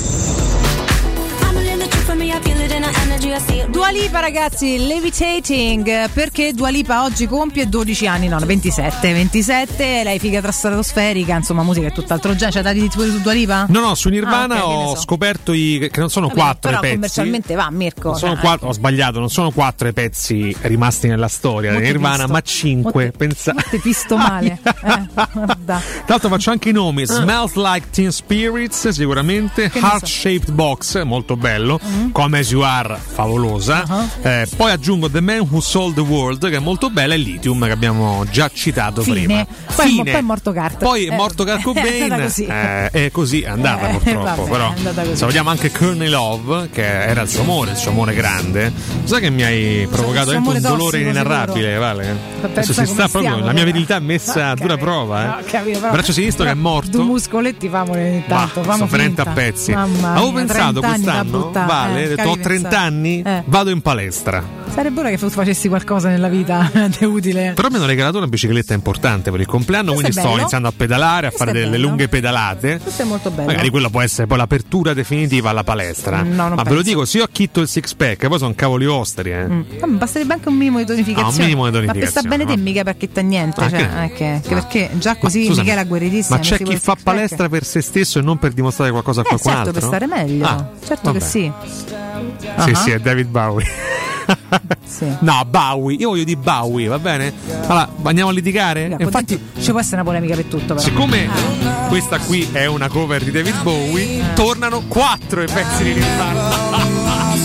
Dua Lipa, ragazzi, Levitating, perché Dua Lipa oggi compie dodici anni, no, ventisette, ventisette, lei figa tra stratosferica, insomma, musica è tutt'altro genere. C'è dati pure su Dua Lipa? No, no, su Nirvana ah, okay, ho so. scoperto i, che non sono Vabbè, quattro però i pezzi. Commercialmente va, Mirko. Non sono cioè, quattro, ho sbagliato, non sono quattro i pezzi rimasti nella storia di Nirvana, visto. ma cinque. Molte, pensa... molte visto male. eh, guarda. Tra l'altro faccio anche i nomi: Smells Like Teen Spirits, sicuramente, Heart Shaped Box, molto bello, mm-hmm. Come As You Are, favolosa. Uh-huh. Eh, poi aggiungo The Man Who Sold the World, che è molto bella, e Lithium, che abbiamo già citato Fine. prima. Poi, Fine. Poi è morto Kurt. Poi è eh, morto Kurt Cobain. È così. Eh, è così, è andata eh, purtroppo. Vabbè, però è andata così. salutiamo anche Courtney Love, che era il suo amore, il suo amore grande. Sai che mi hai provocato anche un dolore inenarrabile, Vale? Adesso si sta proprio, stiamo, la mia virilità è messa a dura prova. Eh. No, capito, però, braccio sinistro che è morto. Due muscoletti famole ogni tanto. Bah, sto finendo a pezzi. Mamma Avevo mia, pensato quest'anno, buttare, Vale, eh, ho trenta anni anni Eh. vado in palestra. Sarebbe ora che tu facessi qualcosa nella vita di utile. Però mi hanno regalato una bicicletta importante per il compleanno, Questo quindi è sto bello. iniziando a pedalare, a Questo fare è delle bello. lunghe pedalate. Questo è molto bello. Magari quella può essere poi l'apertura definitiva alla palestra. No, non Ma ve penso. lo dico, se io acchitto il six pack, poi sono cavoli vostri, eh. Mm. Vabbè, basterebbe anche un minimo di tonificazione. Ah, un minimo di Ma per sta tonificazione, bene te va. mica perché t'ha niente. Ah, cioè, che- eh, che- che perché già così Ma, scusami, Michele è guerritissimo. ma c'è chi fa palestra per se stesso e non per dimostrare qualcosa a Eh, qualcun certo, altro? per stare meglio. Ah, certo vabbè. che sì. Sì, Ah. sì, è David Bowie. Sì. No, Bowie, io voglio di Bowie, va bene? Allora, andiamo a litigare? Può Infatti, dire- ci può essere una polemica per tutto, però. siccome questa qui è una cover di David Bowie, tornano quattro i pezzi di Nirvana.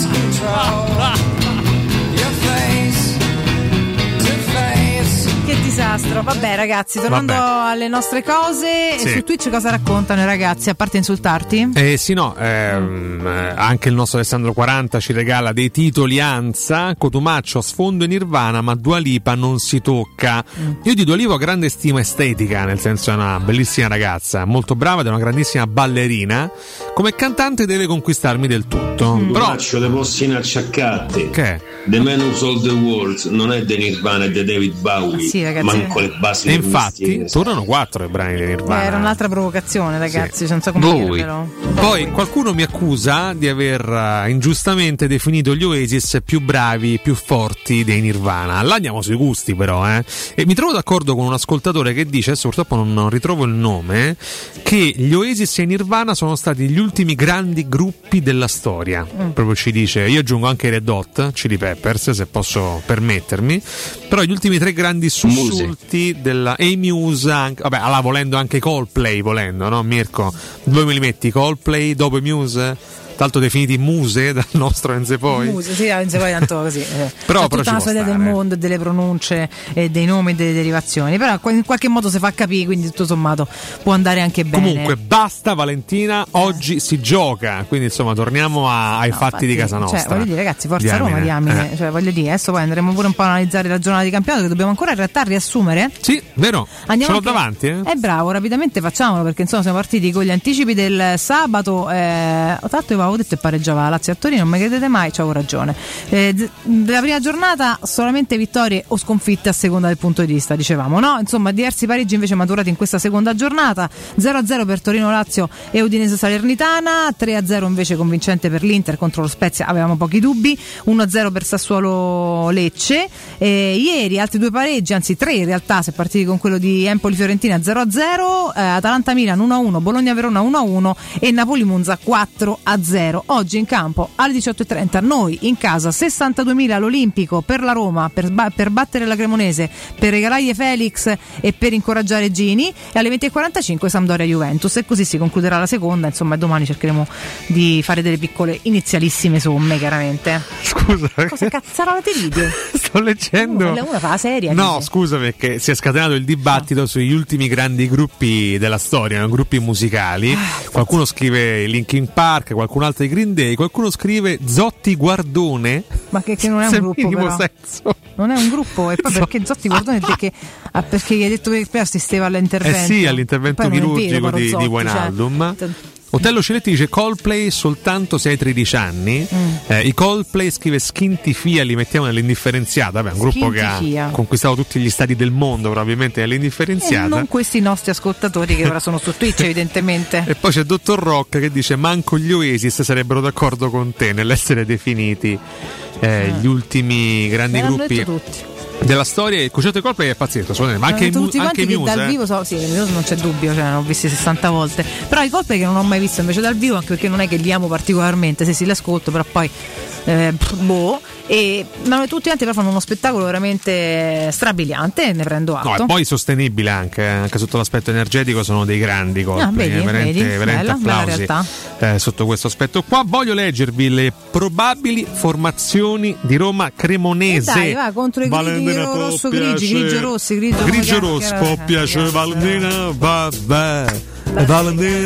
Che disastro. Vabbè, ragazzi, tornando Vabbè. alle nostre cose, Sì. su Twitch cosa raccontano i ragazzi? A parte insultarti? Eh sì, no, ehm, eh, anche il nostro Alessandro quaranta ci regala dei titoli Anza, Cotumaccio a sfondo e Nirvana, ma Dua Lipa non si tocca. Io di Dua Lipa ho grande stima estetica, nel senso è una bellissima ragazza, molto brava ed è una grandissima ballerina. Come cantante deve conquistarmi del tutto. Però Braccio, le possino acciaccate. Che? The Man Who Sold the World non è The Nirvana, è The David Bowie. Sì, ragazzi. Manco le basi E del infatti mestiere. tornano quattro i brani di Eh, Nirvana. era un'altra provocazione, ragazzi, Sì. senza come Bowie. dirvelo. Poi qualcuno mi accusa di aver eh, ingiustamente definito gli Oasis più bravi, più forti dei Nirvana. Là andiamo sui gusti però, eh. E mi trovo d'accordo con un ascoltatore che dice, adesso purtroppo non, non ritrovo il nome, che gli Oasis e i Nirvana sono stati gli ultimi grandi gruppi della storia. Mm. Proprio ci dice, io aggiungo anche i Red Hot Chili Peppers, se posso permettermi, però gli ultimi tre grandi sussulti della e i Muse anche, vabbè, allora volendo anche i Coldplay, volendo, no Mirko? Dove me li metti? I Coldplay dopo i Muse? Tanto definiti muse dal nostro Enze poi. Muse, sì, Enze poi tanto così. Eh. Però- C'è però tutta ci una può storia del stare. mondo e delle pronunce e dei nomi e delle derivazioni. Però in qualche modo si fa capire, quindi tutto sommato può andare anche bene. Comunque basta Valentina, oggi si gioca, quindi insomma torniamo a- ai fatti di casa nostra. Cioè, voglio dire, ragazzi, forza Diamine. Roma, diamine. Eh. Cioè, voglio dire, adesso poi andremo pure un po' a analizzare la giornata di campionato che dobbiamo ancora in realtà riassumere. Sì, vero? Andiamo Ce l'ho anche- davanti, eh? Eh bravo, rapidamente facciamolo perché insomma siamo partiti con gli anticipi del sabato. Eh, tanto io avevo detto e pareggiava la Lazio a Torino, non mi credete mai, c'avevo ragione. Eh, d- della prima giornata solamente vittorie o sconfitte a seconda del punto di vista, dicevamo, no? Insomma, diversi pareggi invece maturati in questa seconda giornata. zero a zero per Torino Lazio e Udinese Salernitana, tre a zero invece convincente per l'Inter contro lo Spezia, avevamo pochi dubbi, uno a zero per Sassuolo Lecce. Eh, ieri altri due pareggi, anzi tre in realtà, si è partiti con quello di Empoli Fiorentina zero a zero, eh, Atalanta Milan uno a uno, Bologna Verona uno a uno e Napoli Monza quattro a zero. Oggi in campo alle diciotto e trenta noi in casa sessantaduemila all'Olimpico per la Roma, per, sba- per battere la Cremonese, per regalargli Felix e per incoraggiare Gini, e alle venti e quarantacinque Sampdoria Juventus, e così si concluderà la seconda. Insomma, domani cercheremo di fare delle piccole inizialissime somme, chiaramente. Scusa, cosa cazzarola ti ridi? Sto leggendo. Una, una fa la seria. No, dice. scusa, perché si è scatenato il dibattito sugli ultimi grandi gruppi della storia, no? Gruppi musicali. Qualcuno scrive Linkin Park, qualcun altro i Green Day, qualcuno scrive Zotti Guardone. Ma che, che non è un Senza gruppo, minimo però. senso. Non è un gruppo, e poi perché Zotti Guardone perché, ah, perché gli hai detto che prima assisteva all'intervento. Eh sì, all'intervento Poi non è vero, chirurgico però, di, Zotti, di Wijnaldum. cioè, Otello Ciletti dice Coldplay soltanto se hai tredici anni. Mm. Eh, I Coldplay, scrive Skintifia, li mettiamo nell'indifferenziata. Vabbè, un gruppo che Skintifia. ha conquistato tutti gli stati del mondo, probabilmente E nell'indifferenziata. non questi nostri ascoltatori che ora sono su Twitch, evidentemente. E poi c'è Dottor Rock che dice manco gli Oasis sarebbero d'accordo con te nell'essere definiti eh, gli ultimi grandi Me l'hanno gruppi detto tutti. della storia. Il concetto di Coldplay è pazzesco, assolutamente. Ma Hanno anche, i detto mu- tutti anche quanti i che Muse, dal eh. vivo so, sì, i Muse non c'è dubbio, cioè, ne ho visti sessanta volte. Però i Coldplay che non ho mai visto invece dal vivo, anche perché non è che li amo particolarmente, se sì li ascolto, però poi eh, pff, boh. E ma tutti quanti però fanno uno spettacolo veramente strabiliante, e ne prendo atto. No, e poi sostenibile anche, anche sotto l'aspetto energetico sono dei grandi Coldplay, Ah, vedi, eh, veramente, vedi, veramente bella, bella applausi realtà. eh, sotto questo aspetto qua. Voglio leggervi le probabili formazioni di Roma Cremonese. E dai, va, contro i grigi Valentina ro- può rosso grigi, piacere. grigio rossi, grigio grigio come rosso cacchio, può eh, piacere, eh, Valentina vabbè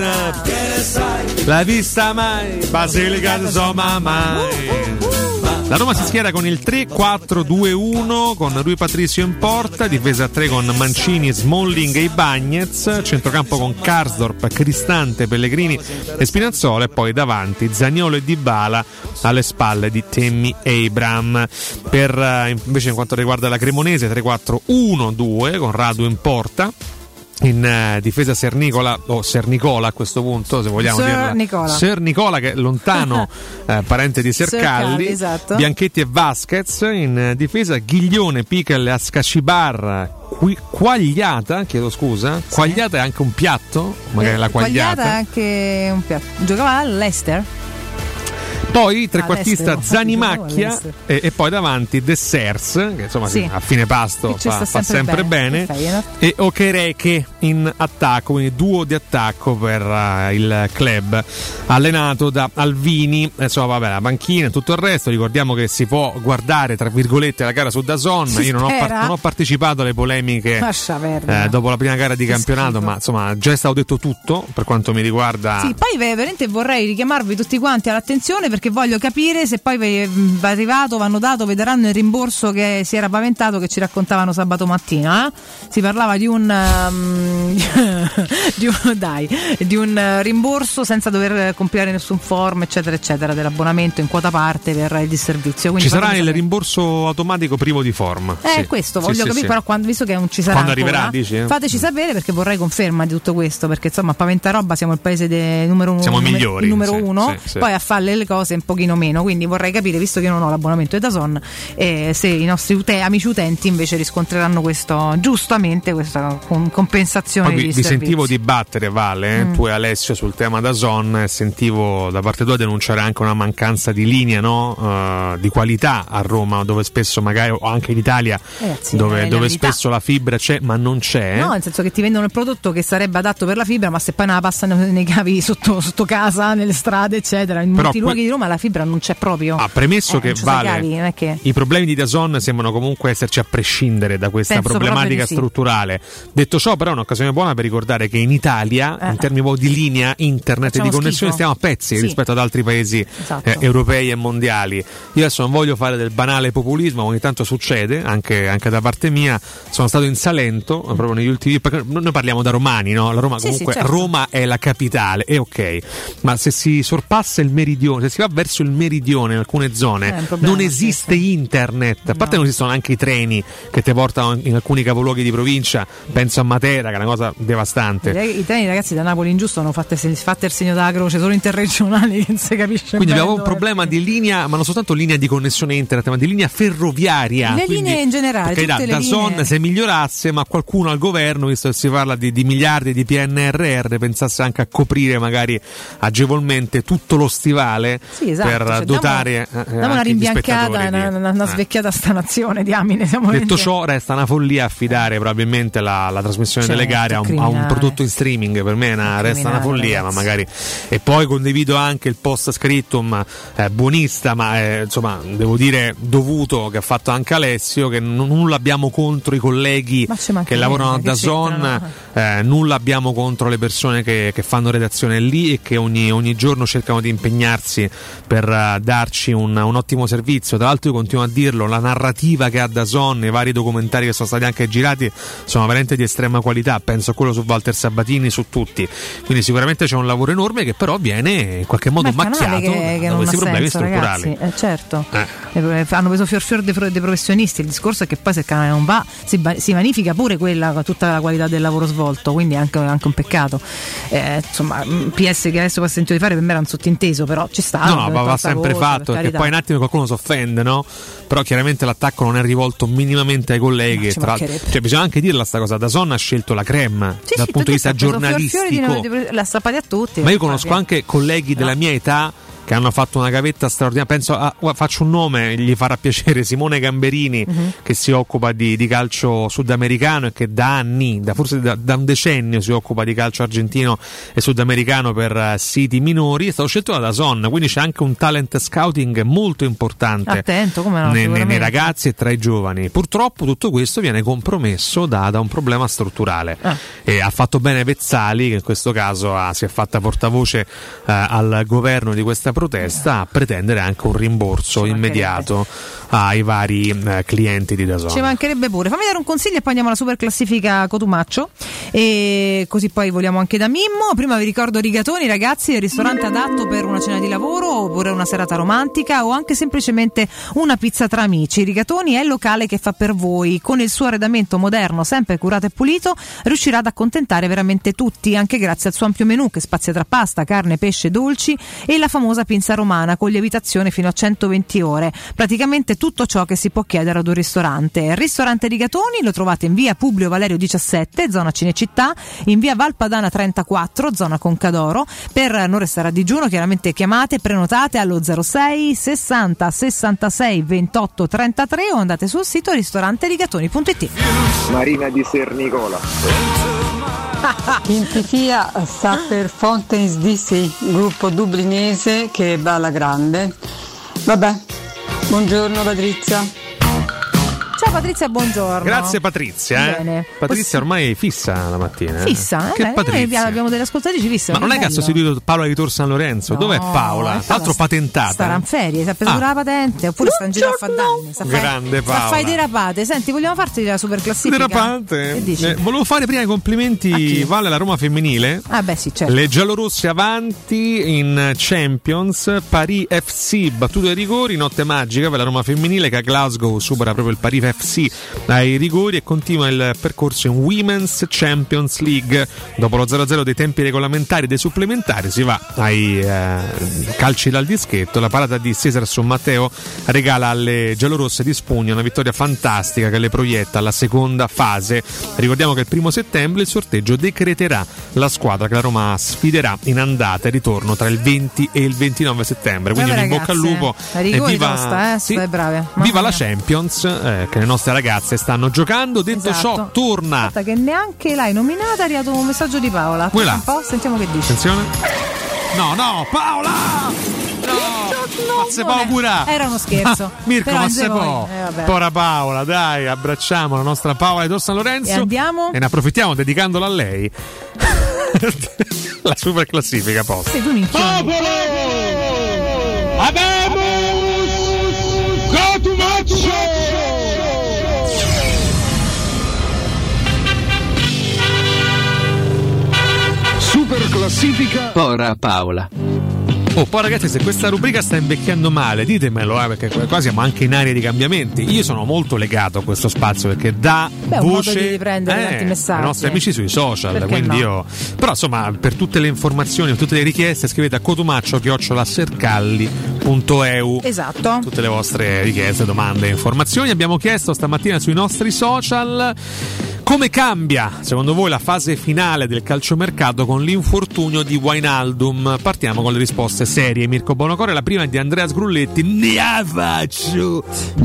Valentina l'hai vista mai Basilica insomma mai La Roma si schiera con il tre quattro due uno con Rui Patricio in porta, difesa a tre con Mancini, Smalling e Ibañez, centrocampo con Karsdorp, Cristante, Pellegrini e Spinazzola, e poi davanti Zaniolo e Dybala alle spalle di Tammy Abraham. Per invece in quanto riguarda la Cremonese, tre quattro uno due con Radu in porta. In uh, difesa Sernicola o Sernicola a questo punto, se vogliamo Sir dirla Nicola. Sir Nicola, che è lontano eh, parente di Sercalli, Sercalli, esatto. Bianchetti e Vasquez in uh, difesa, Ghiglione, Pichel, Ascacibar, Qui- Quagliata, chiedo scusa, sì. Quagliata è anche un piatto, magari eh, la Quagliata. Quagliata è anche un piatto. Giocava all'Ester. Poi trequartista ah, Zanimacchia e, e poi davanti De Sers, che insomma sì. a fine pasto fa, fa sempre bene, bene. E Okereke in attacco, quindi duo di attacco per uh, il club allenato da Alvini. Insomma vabbè, la panchina e tutto il resto. Ricordiamo che si può guardare tra virgolette la gara su DAZN. Io non ho, par- non ho partecipato alle polemiche eh, dopo la prima gara di campionato, schifo. Ma insomma già è stato detto tutto per quanto mi riguarda. Sì, poi veramente vorrei richiamarvi tutti quanti all'attenzione, perché voglio capire se poi va arrivato, vanno dato, vedranno il rimborso che si era paventato, che ci raccontavano sabato mattina. Eh? Si parlava di un, um, di un dai, di un rimborso senza dover compilare nessun form, eccetera, eccetera, dell'abbonamento in quota parte per il disservizio. Quindi ci sarà il sapere. rimborso automatico privo di form. Eh, sì. questo sì, voglio sì, capire, sì. però quando, visto che non ci sarà quando ancora, arriverà, dici, eh? fateci sapere, perché vorrei conferma di tutto questo, perché insomma paventa roba, siamo il paese de, numero uno, siamo numero, migliori, il numero sì, uno, sì, sì. Poi a farle le cose un pochino meno, quindi vorrei capire, visto che io non ho l'abbonamento di DAZN, eh, se i nostri ute- amici utenti invece riscontreranno questo, giustamente questa com- compensazione Poi di vi, vi servizi. sentivo dibattere, Vale, eh? mm. tu e Alessio, sul tema DAZN, e sentivo da parte tua denunciare anche una mancanza di linea, no? uh, di qualità a Roma, dove spesso magari, o anche in Italia, Ragazzi, dove, eh, dove la spesso la fibra c'è ma non c'è. No, nel senso che ti vendono il prodotto che sarebbe adatto per la fibra, ma se poi non la passano nei cavi sotto, sotto casa, nelle strade, eccetera, in Però molti que- luoghi di Roma la fibra non c'è proprio. Ah, premesso eh, che Vale, cavi, non è che... i problemi di DAZN sembrano comunque esserci a prescindere da questa Penso problematica sì. strutturale. Detto ciò, però è un'occasione buona per ricordare che in Italia, eh. in termini di linea internet Facciamo e di connessione, schifo. stiamo a pezzi sì. rispetto ad altri paesi esatto. eh, europei e mondiali. Io adesso non voglio fare del banale populismo, ma ogni tanto succede, anche, anche da parte mia. Sono stato in Salento proprio negli ultimi, perché noi parliamo da romani, no? La Roma sì, comunque sì, certo. Roma è la capitale, è ok, ma se si sorpassa il meridione, se si va verso il meridione in alcune zone, eh, problema, non esiste sì, sì. internet, a parte no. non esistono anche i treni che ti portano in alcuni capoluoghi di provincia, penso a Matera, che è una cosa devastante. I, i treni, ragazzi, da Napoli in giù sono fatte, fatte il segno della croce, solo interregionali, che non si capisce. Quindi abbiamo un dove. problema di linea, ma non soltanto linea di connessione internet, ma di linea ferroviaria. Le Quindi, linee in generale, perché tutte da le DAZN linee. se migliorasse, ma qualcuno al governo, visto che si parla di, di miliardi di P N R R, pensasse anche a coprire magari agevolmente tutto lo stivale, sì, esatto, per cioè, dotare diamo, eh, diamo una rimbiancata, una, una, una svecchiata a sta nazione, diamine. Siamo Detto veramente... ciò, resta una follia affidare probabilmente la, la trasmissione certo, delle gare a un, a un prodotto in streaming. Per me è una, resta una follia, ragazzi. ma magari. E poi condivido anche il post scrittum eh, buonista, ma eh, insomma devo dire dovuto, che ha fatto anche Alessio, che n- nulla abbiamo contro i colleghi che lavorano a DAZN, eh, nulla abbiamo contro le persone che, che fanno redazione lì e che ogni, ogni giorno cercano di impegnarsi per uh, darci un, un ottimo servizio. Tra l'altro io continuo a dirlo, la narrativa che ha DAZN, i vari documentari che sono stati anche girati sono veramente di estrema qualità, penso a quello su Walter Sabatini, su tutti, quindi sicuramente c'è un lavoro enorme che però viene in qualche modo macchiato che, che da questi problemi senso, strutturali. Eh, certo, eh. hanno preso fior fior dei, dei professionisti. Il discorso è che poi se il canale non va si, si vanifica pure quella, tutta la qualità del lavoro svolto, quindi è anche, anche un peccato. Eh, insomma, P S che adesso ho sentito di fare per me era un sottinteso, però ci sta. No, no, ma va sempre voce, fatto, perché poi un attimo qualcuno si offende, no? Però chiaramente l'attacco non è rivolto minimamente ai colleghi. Tra, cioè, bisogna anche dirla sta cosa, DAZN ha scelto la crème sì, dal sì, punto di vista giornalistico. Fior di, di, la strappati a tutti. Ma io conosco anche colleghi no. della mia età che hanno fatto una gavetta straordinaria. Penso a, faccio un nome, gli farà piacere, Simone Gamberini, uh-huh. che si occupa di, di calcio sudamericano e che da anni, da forse da, da un decennio si occupa di calcio argentino e sudamericano per uh, siti minori. È stato scelto da DAZN, quindi c'è anche un talent scouting molto importante. Attento, come no, nei, nei ragazzi e tra i giovani. Purtroppo tutto questo viene compromesso da, da un problema strutturale. Ah. E ha fatto bene Vezzali, che in questo caso ha, si è fatta portavoce uh, al governo di questa protesta a pretendere anche un rimborso immediato ai vari eh, clienti di DAZN. Ci mancherebbe pure. Fammi dare un consiglio e poi andiamo alla super classifica Cotumaccio, e così poi voliamo anche da Mimmo. Prima vi ricordo Rigatoni, ragazzi, il ristorante adatto per una cena di lavoro oppure una serata romantica o anche semplicemente una pizza tra amici. Rigatoni è il locale che fa per voi. Con il suo arredamento moderno, sempre curato e pulito, riuscirà ad accontentare veramente tutti, anche grazie al suo ampio menù che spazia tra pasta, carne, pesce, dolci e la famosa pinza romana con lievitazione fino a centoventi ore. Praticamente tutto ciò che si può chiedere ad un ristorante. Il ristorante Rigatoni lo trovate in via Publio Valerio diciassette, zona Cinecittà, in via Valpadana trentaquattro, zona Concadoro. Per non restare a digiuno, chiaramente chiamate, prenotate allo zero sei sessanta sessantasei ventotto trentatré o andate sul sito ristoranterigatoni punto it. Marina di Sernicola. Quintifia sta per Fountains D C, gruppo dublinese che va alla grande. Vabbè, buongiorno Patrizia. Ciao Patrizia, buongiorno. Grazie Patrizia. Eh. Bene. Patrizia ormai è fissa la mattina. Eh. Fissa, che eh, Patrizia? Noi abbiamo delle ascoltatrici fisse. Ma non è che ha sostituito Paola di Tor San Lorenzo? No, Dov'è Paola? Tra l'altro patentata. Starà in ferie, si è preso Ah. la patente, oppure sta in giro a fare danni. Sta a fare- Grande sta a Paola. fare derapate. Senti, vogliamo farti la super classifica? Derapante. Che dici? Eh, volevo fare prima i complimenti Valle alla Roma femminile. Ah beh sì, certo. Le giallorosse avanti in Champions, Paris F C battuto ai rigori, notte magica per la Roma femminile che a Glasgow supera proprio il Paris F C ai rigori e continua il percorso in Women's Champions League. Dopo lo zero a zero dei tempi regolamentari e dei supplementari si va ai eh, calci dal dischetto. La parata di Cesar su Matteo regala alle giallorosse di Spugna una vittoria fantastica che le proietta alla seconda fase. Ricordiamo che il primo settembre il sorteggio decreterà la squadra che la Roma sfiderà in andata e ritorno tra il venti e il ventinove settembre. Quindi Brave un in bocca al ragazze, lupo eh. e Rigori viva, tosta, eh, sì, state brave. Mamma viva la mia. Champions eh, che le nostre ragazze stanno giocando. Detto Esatto. ciò, torna. Aspetta che neanche l'hai nominata, è arrivato un messaggio di Paola. Vuoi là? Un po', sentiamo che dice. Attenzione. No, no, Paola! No! Ma se può pure. Era uno scherzo. Ah, Mirko, Però ma in se sé può. poi, eh, vabbè. Pora Paola, dai, abbracciamo la nostra Paola di Tor San Lorenzo. E andiamo? E ne approfittiamo dedicandola a lei. La super classifica posta. Sei tu minchione. Super classifica. Ora Paola. Oh, poi ragazzi, se questa rubrica sta invecchiando male, ditemelo, eh, perché qua siamo anche in area di cambiamenti. Io sono molto legato a questo spazio perché dà Beh, un voce modo di riprendere eh, tanti messaggi. ai nostri amici sui social. Perché Quindi no? io. Però insomma, per tutte le informazioni, per tutte le richieste, scrivete a cotumaccio chiocciola sercalli punto e u. Esatto. Tutte le vostre richieste, domande, informazioni. Abbiamo chiesto stamattina sui nostri social come cambia secondo voi la fase finale del calciomercato con l'infortunio di Wijnaldum. Partiamo con le risposte serie. Mirko Bonocore, la prima è di Andrea Sgrulletti. Ne la faccio.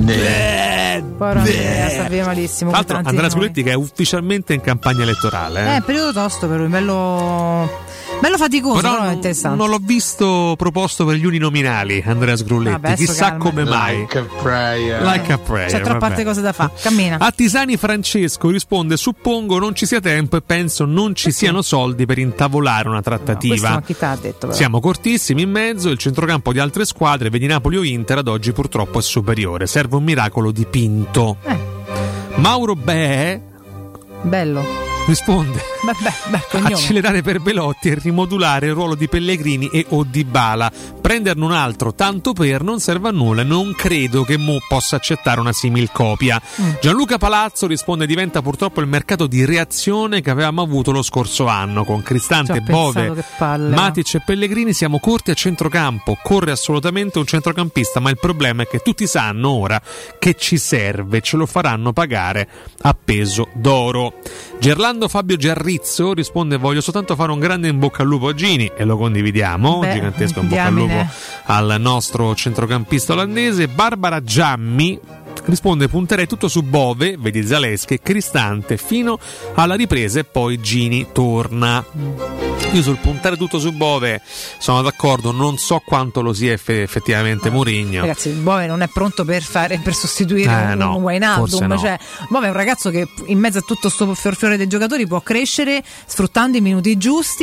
Ne. Povero Andrea, sapeva malissimo. Tra l'altro con tanti Andrea di noi. Sgrulletti che è ufficialmente in campagna elettorale. Eh. Eh, periodo tosto per lui, bello bello faticoso, Però però è non, interessante. non l'ho visto proposto per gli uninominali Andrea Sgrulletti. Vabbè, adesso Chissà calma. come mai. Like a prayer. Like a prayer, C'è troppe vabbè. altre cose da fare. Cammina. Attisani Francesco risponde: suppongo non ci sia tempo e penso non ci siano soldi per intavolare una Questo trattativa. ma chi te l'ha detto, però. Siamo cortissimi in mezzo, il centrocampo di altre squadre, vedi Napoli o Inter, ad oggi purtroppo è superiore. Serve un miracolo di Pinto. Eh. Mauro Beh Bello. risponde: Beh, beh, beh, cognome. accelerare per Belotti e rimodulare il ruolo di Pellegrini e o Dybala. Prenderne un altro tanto per non serve a nulla. Non credo che Mo possa accettare una simil copia. Mm. Gianluca Palazzo risponde: diventa purtroppo il mercato di reazione che avevamo avuto lo scorso anno con Cristante, Ci ho pensato, Bove, che palle, Matic e Pellegrini. Siamo corti a centrocampo, corre assolutamente un centrocampista, ma il problema è che tutti sanno ora che ci serve, ce lo faranno pagare a peso d'oro. Gerlando Fabio Giarrizzo risponde: voglio soltanto fare un grande in bocca al lupo a Gini, e lo condividiamo. Beh, Gigantesco in bocca al diamine. lupo al nostro centrocampista olandese. Barbara Giammi risponde: punterei tutto su Bove, vedi Zaleschi e Cristante fino alla ripresa e poi Gini torna. Io sul puntare tutto su Bove sono d'accordo, non so quanto lo sia eff- effettivamente Mourinho. Ragazzi, Bove non è pronto per fare per sostituire Eh, un, no, un Wijnaldum, forse no. cioè, Bove è un ragazzo che in mezzo a tutto sto fiorfiore dei giocatori può crescere sfruttando i minuti giusti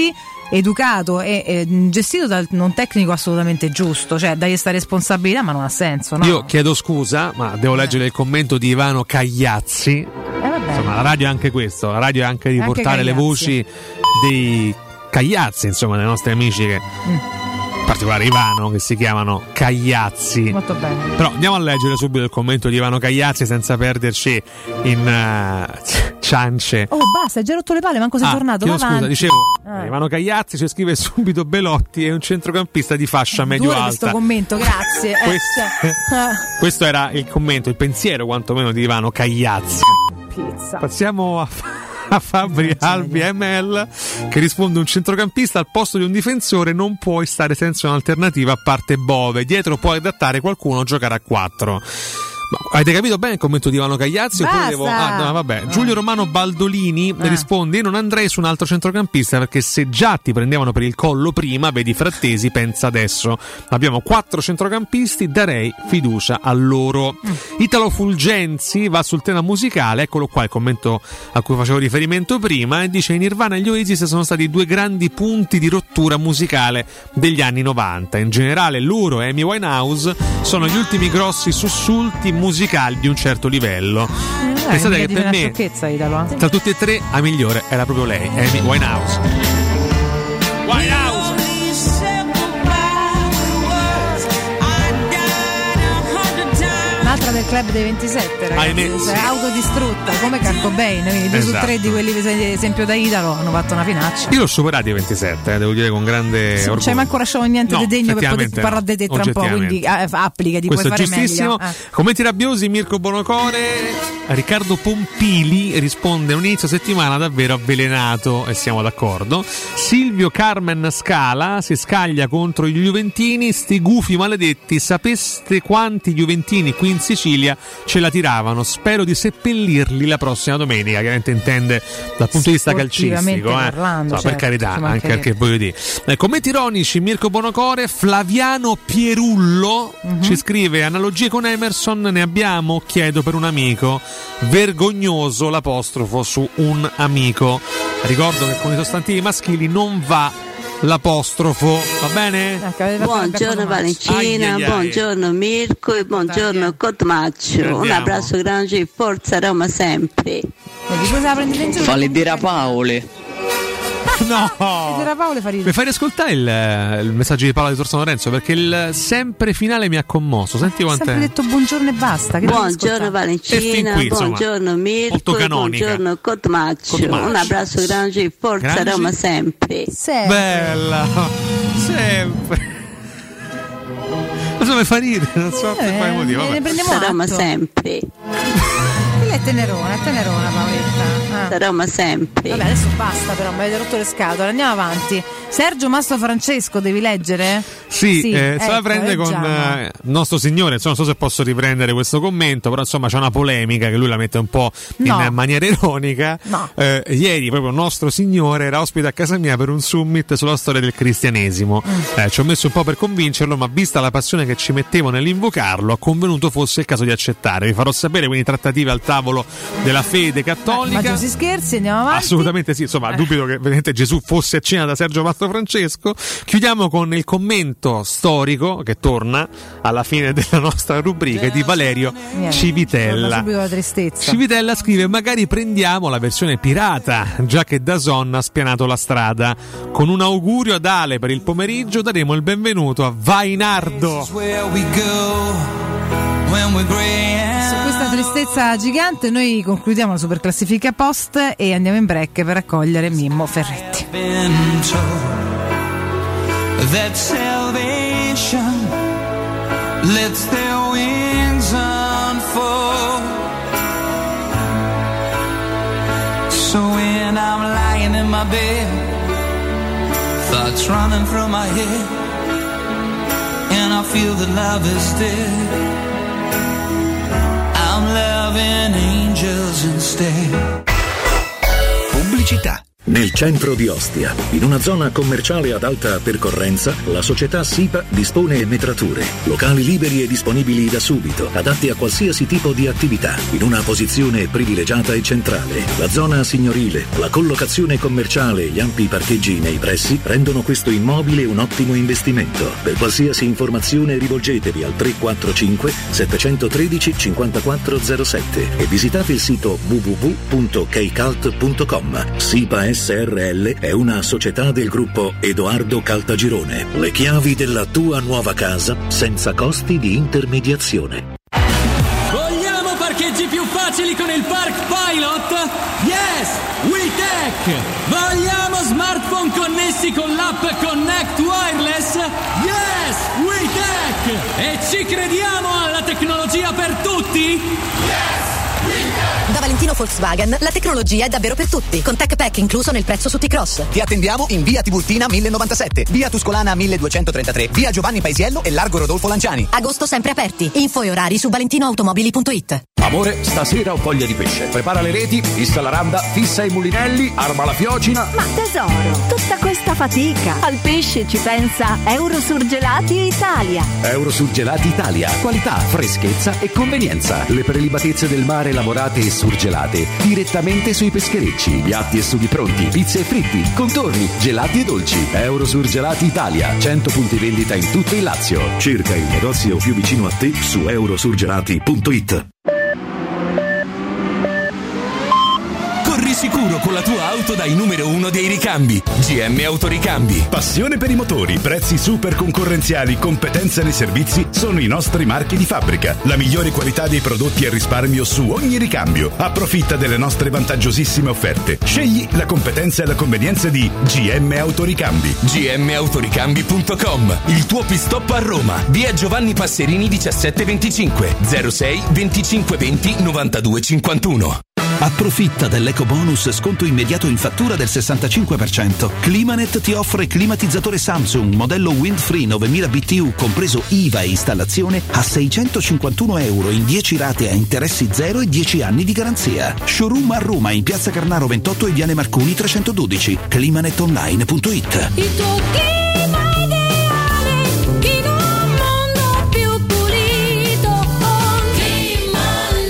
educato e eh, gestito dal non tecnico assolutamente giusto, cioè dai questa responsabilità, ma non ha senso, no? Io chiedo scusa, ma devo leggere il commento di Ivano Cagliazzi. Eh, insomma, la radio è anche questo, la radio è anche di Anche portare le Cagliazzi. voci dei Cagliazzi, insomma, dei nostri amici che Mm. in particolare Ivano, che si chiamano Cagliazzi. Molto bene. Però andiamo a leggere subito il commento di Ivano Cagliazzi senza perderci in uh, ciance. Oh, basta, hai già rotto le palle, manco sei Ah, tornato. chiedo va scusa, avanti. dicevo, Ah. Ivano Cagliazzi ci scrive subito Belotti è un centrocampista di fascia Duro medio questo alta. commento, grazie. Eh, Questo- cioè, ah, Questo era il commento, il pensiero quantomeno di Ivano Cagliazzi. pizza. Passiamo a, a Fabri Albi M L che risponde: un centrocampista al posto di un difensore non puoi stare senza un'alternativa a parte Bove, dietro puoi adattare qualcuno a giocare a quattro. Ma avete capito bene il commento di Ivano Cagliazzi? Oppure Basta! devo... ah, no, vabbè. Giulio Romano Baldolini Ah. risponde: io non andrei su un altro centrocampista perché se già ti prendevano per il collo prima, vedi Frattesi, pensa adesso. Abbiamo quattro centrocampisti, darei fiducia a loro. Mm. Italo Fulgenzi va sul tema musicale, eccolo qua il commento a cui facevo riferimento prima, e dice: i Nirvana e gli Oasis sono stati due grandi punti di rottura musicale degli anni novanta. In generale loro e Amy Winehouse sono gli ultimi grossi sussulti musicali di un certo livello. Eh, Pensate che di per una me sciocchezza, Italo. tra tutti e tre la migliore era proprio lei, Amy Winehouse. Winehouse! Un'altra del club dei ventisette, ragazzi. Ahimè, Cioè, sì. autodistrutta come Kurt Cobain, quindi due su Esatto. tre di quelli per esempio da Italo hanno fatto una finaccia. Io l'ho superato i ventisette, eh, devo dire con grande Sì, orgoglio. cioè manco lasciamo niente No, di degno per poter effettivamente parlare no, di te tra un po', quindi eh, applica, ti Questo puoi è fare giustissimo. meglio. Eh. Commenti rabbiosi, Mirko Bonocore. Riccardo Pompili risponde: un inizio settimana davvero avvelenato, e siamo d'accordo. Silvio Carmen Scala si scaglia contro gli Juventini, sti gufi maledetti, sapeste quanti Juventini qui in Sicilia ce la tiravano, spero di seppellirli la prossima domenica. Chiaramente intende dal punto di vista Sportivamente calcistico, eh. parlando, No, certo, per carità, ci anche mancherebbe. perché voglio dire. Eh, commenti ironici, Mirko Bonocore. Flaviano Pierullo Mhm. ci scrive: analogie con Emerson ne abbiamo, chiedo per un amico. Vergognoso l'apostrofo su un amico. Ricordo che con i sostantivi maschili non va l'apostrofo, va bene? Buongiorno Valentina, Ai, ai, ai. buongiorno Mirko e buongiorno Cotmaccio. Un Andiamo. abbraccio grande, forza Roma sempre. Vedi, cosa la prendete in giro? Falli dire a Paole. No! Era Paolo fa ridere. Mi fai riascoltare il, il messaggio di Paola di Tor San Lorenzo, perché il sempre finale mi ha commosso. Senti Ho quant'è. sempre detto buongiorno e basta. Che Buongiorno E fin Valentina, qui, insomma, buongiorno molto Mirko e canonica. buongiorno Cotmaccio. Cotmaccio. Un abbraccio grande, forza Grande. Roma sempre. Bella, sempre. Cosa mi fa ridere? Non so per quale motivo. ne Vabbè. prendiamo Forza Roma atto. sempre. Quella è tenerona, è tenerona Paoletta. Ah. Roma sempre. Vabbè, adesso basta però, mi avete rotto le scatole. Andiamo avanti. Sergio Mastro Francesco, devi leggere? Sì, eh, se la ecco, prende con leggiamo. eh, nostro signore, insomma, non so se posso riprendere questo commento, però insomma c'è una polemica che lui la mette un po' in No. eh, maniera ironica. No. Eh, ieri proprio nostro signore era ospite a casa mia per un summit sulla storia del cristianesimo. Mm. Eh, ci ho messo un po' per convincerlo, ma vista la passione che ci mettevo nell'invocarlo, ho convenuto fosse il caso di accettare. Vi farò sapere quindi trattative al tavolo della fede Ma cattolica. giusti scherzi, andiamo avanti. Assolutamente sì, insomma, dubito che veramente Gesù fosse a cena da Sergio Mastro Francesco. Chiudiamo con il commento storico che torna alla fine della nostra rubrica di Valerio Niente, torna Civitella. subito la tristezza. Civitella scrive: magari prendiamo la versione pirata, già che Dazon ha spianato la strada. Con un augurio ad Ale per il pomeriggio daremo il benvenuto a Vainardo. Su questa tristezza gigante noi concludiamo la super classifica post e andiamo in break per accogliere Mimmo Ferretti. That salvation lets their wings unfold. So when I'm lying in my bed, thoughts running through my head, and I feel that love is dead, I'm loving angels instead. Pubblicità. Nel centro di Ostia, in una zona commerciale ad alta percorrenza, la società SIPA dispone metrature, locali liberi e disponibili da subito, adatti a qualsiasi tipo di attività, in una posizione privilegiata e centrale. La zona signorile, la collocazione commerciale e gli ampi parcheggi nei pressi rendono questo immobile un ottimo investimento. Per qualsiasi informazione rivolgetevi al tre quattro cinque sette uno tre cinque zero sette e visitate il sito w w w punto keycult punto com. SIPA S R L è una società del gruppo Edoardo Caltagirone. Le chiavi della tua nuova casa senza costi di intermediazione. Vogliamo parcheggi più facili con il Park Pilot? Yes! WeTech! Vogliamo smartphone connessi con l'app Connect Wireless? Yes! WeTech! E ci crediamo alla tecnologia per tutti? Yes! Da Valentino Volkswagen la tecnologia è davvero per tutti, con Tech Pack incluso nel prezzo su T-Cross. Ti attendiamo in via Tiburtina mille novantasette, via Tuscolana milleduecentotrentatré, via Giovanni Paesiello e largo Rodolfo Lanciani. Agosto sempre aperti. Info e orari su valentinoautomobili punto it. Amore, stasera ho voglia di pesce. Prepara le reti, fissa la randa, fissa i mulinelli, arma la fiocina. Ma tesoro, tutta questa fatica. Al pesce ci pensa Eurosurgelati Italia. Eurosurgelati Italia. Qualità, freschezza e convenienza. Le prelibatezze del mare lavorate e surgelate direttamente sui pescherecci. Piatti e sughi pronti, pizze e fritti, contorni, gelati e dolci. Eurosurgelati Italia. cento punti vendita in tutto il Lazio. Cerca il negozio più vicino a te su eurosurgelati punto it. Corri sicuro con la tua auto dai numero uno dei ricambi. G M Autoricambi. Passione per i motori, prezzi super concorrenziali, competenza nei servizi sono i nostri marchi di fabbrica. La migliore qualità dei prodotti e risparmio su ogni ricambio. Approfitta delle nostre vantaggiosissime offerte. Scegli la competenza e la convenienza di G M Autoricambi. G M Autoricambi punto com. Il tuo pit stop a Roma. Via Giovanni Passerini diciassette venticinque zero sei venticinque venti novantadue cinquantuno. Approfitta dell'eco bonus sconto immediato in fattura del sessantacinque per cento. Climanet ti offre climatizzatore Samsung modello Windfree novemila B T U compreso I V A e installazione a seicentocinquantuno euro in dieci rate a interessi zero e dieci anni di garanzia. Showroom a Roma in piazza Carnaro ventotto e Viale Marconi trecentododici. climanetonline punto it. Il tuo clima ideale in un mondo più pulito con Climanet.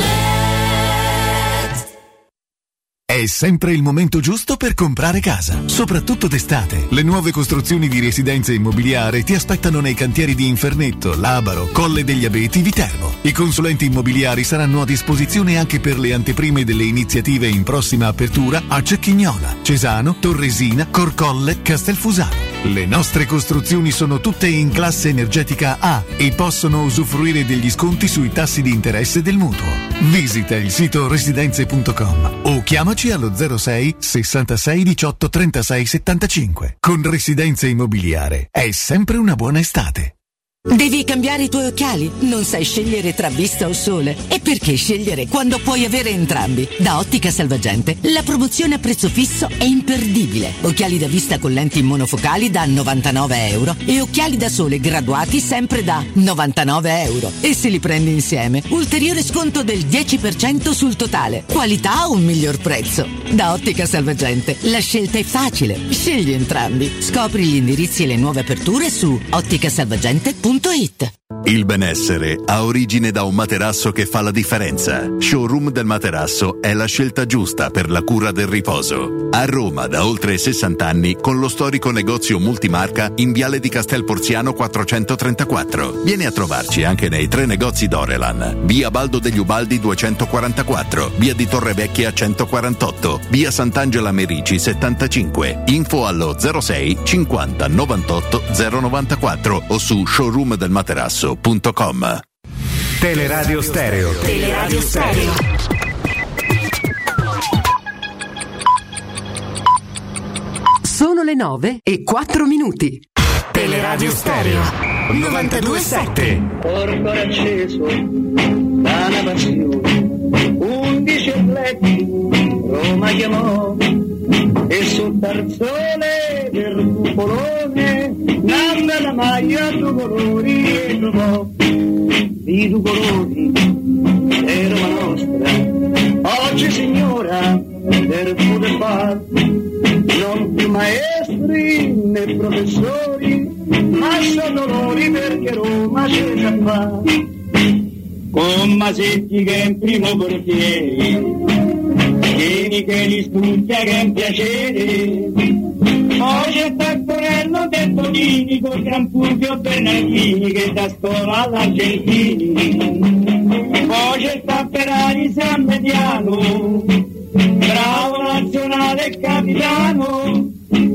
È sempre il momento giusto per comprare casa, soprattutto d'estate. Le nuove costruzioni di residenze immobiliari ti aspettano nei cantieri di Infernetto, Labaro, Colle degli Abeti, Viterbo. I consulenti immobiliari saranno a disposizione anche per le anteprime delle iniziative in prossima apertura a Cecchignola, Cesano, Torresina, Corcolle, Castelfusano. Le nostre costruzioni sono tutte in classe energetica A e possono usufruire degli sconti sui tassi di interesse del mutuo. Visita il sito residenze punto com o chiamaci allo zero sei sessantasei diciotto trentasei settantacinque. Con Residenze Immobiliare è sempre una buona estate. Devi cambiare i tuoi occhiali? Non sai scegliere tra vista o sole? E perché scegliere quando puoi avere entrambi? Da Ottica Salvagente la promozione a prezzo fisso è imperdibile. Occhiali da vista con lenti monofocali da novantanove euro e occhiali da sole graduati sempre da novantanove euro. E se li prendi insieme, ulteriore sconto del dieci per cento sul totale. Qualità o un miglior prezzo? Da Ottica Salvagente la scelta è facile. Scegli entrambi. Scopri gli indirizzi e le nuove aperture su otticasalvagente punto it. Il benessere ha origine da un materasso che fa la differenza. Showroom del Materasso è la scelta giusta per la cura del riposo. A Roma da oltre sessanta anni con lo storico negozio multimarca in Viale di Castel Porziano quattrocentotrentaquattro. Vieni a trovarci anche nei tre negozi Dorelan. Via Baldo degli Ubaldi duecentoquarantaquattro, via di Torrevecchia centoquarantotto, via Sant'Angela Merici settantacinque. Info allo zero sei cinquanta novantotto zero novantaquattro o su showroom del materasso punto com. Teleradio Stereo. Teleradio Stereo. Sono le nove e quattro minuti. Teleradio Stereo novantadue sette. Corpo acceso da una passione, undici letti Roma chiamò e sul tarzone del cupolone nanda la maglia due colori e trovò di due colori è Roma nostra oggi signora per poter fare, non più maestri né professori, ma sono loro perché Roma c'è già fa. Con Masetti che è in primo portiere, Vieni che li studia che è un piacere. Poi c'è Taccorello De Tonini con Gran Fulvio Bernardini che da scuola all'Argentini. Poi c'è Tapperari San Mediano, bravo nazionale e capitano.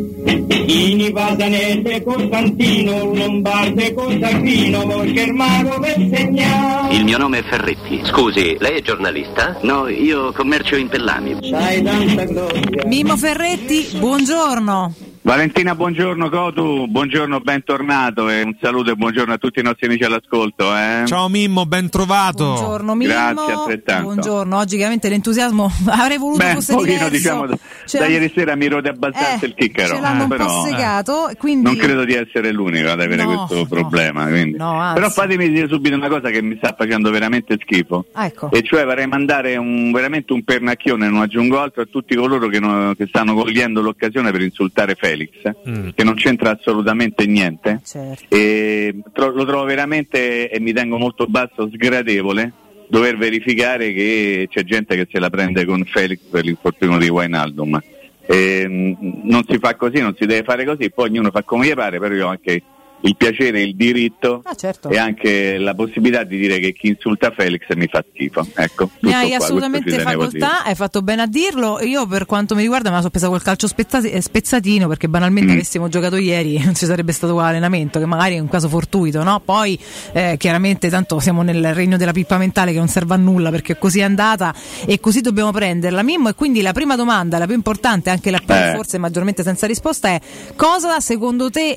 Ini Pasanelle Costantino, Lombarde Costantino, perché il mago per segnare. Il mio nome è Ferretti. Scusi, lei è giornalista? No, io commercio in pellami. C'hai tanta gloria. Mimmo Ferretti, buongiorno. Valentina, buongiorno. Cotu, buongiorno, bentornato e un saluto e buongiorno a tutti i nostri amici all'ascolto. Eh. Ciao Mimmo, ben trovato. Buongiorno Mimmo. Grazie, altrettanto. Buongiorno, oggi chiaramente l'entusiasmo avrei voluto Beh, fosse un pochino, diverso. diciamo, da, Cioè, da ieri sera mi rode abbastanza eh, il chiccaro. Ce l'hanno eh, un però, po' segato, eh, quindi... non credo di essere l'unico ad avere No, questo no. problema. Quindi. No, però fatemi dire subito una cosa che mi sta facendo veramente schifo. Ah, ecco. E cioè vorrei mandare un, veramente un pernacchione, non aggiungo altro, a tutti coloro che, no, che stanno cogliendo l'occasione per insultare Felix, Mm. che non c'entra assolutamente niente. Certo. E tro- lo trovo veramente, e mi tengo molto basso, sgradevole dover verificare che c'è gente che se la prende con Felix per l'infortunio di Wijnaldum. E, mh, non si fa così, non si deve fare così, poi ognuno fa come gli pare, però io ho anche il piacere, il diritto Ah, certo. e anche la possibilità di dire che chi insulta Felix mi fa schifo. Ecco, Ne tutto hai qua, assolutamente questo ci tenevo a facoltà, hai fatto bene a dirlo. Io per quanto mi riguarda me la sono presa col calcio spezzati- spezzatino, perché banalmente Mm. avessimo giocato ieri non ci sarebbe stato allenamento, che magari è un caso fortuito, no? Poi eh, chiaramente tanto siamo nel regno della pippa mentale che non serve a nulla, perché così è andata e così dobbiamo prenderla, Mimmo. E quindi la prima domanda, la più importante, anche la più Eh. forse maggiormente senza risposta, è: cosa secondo te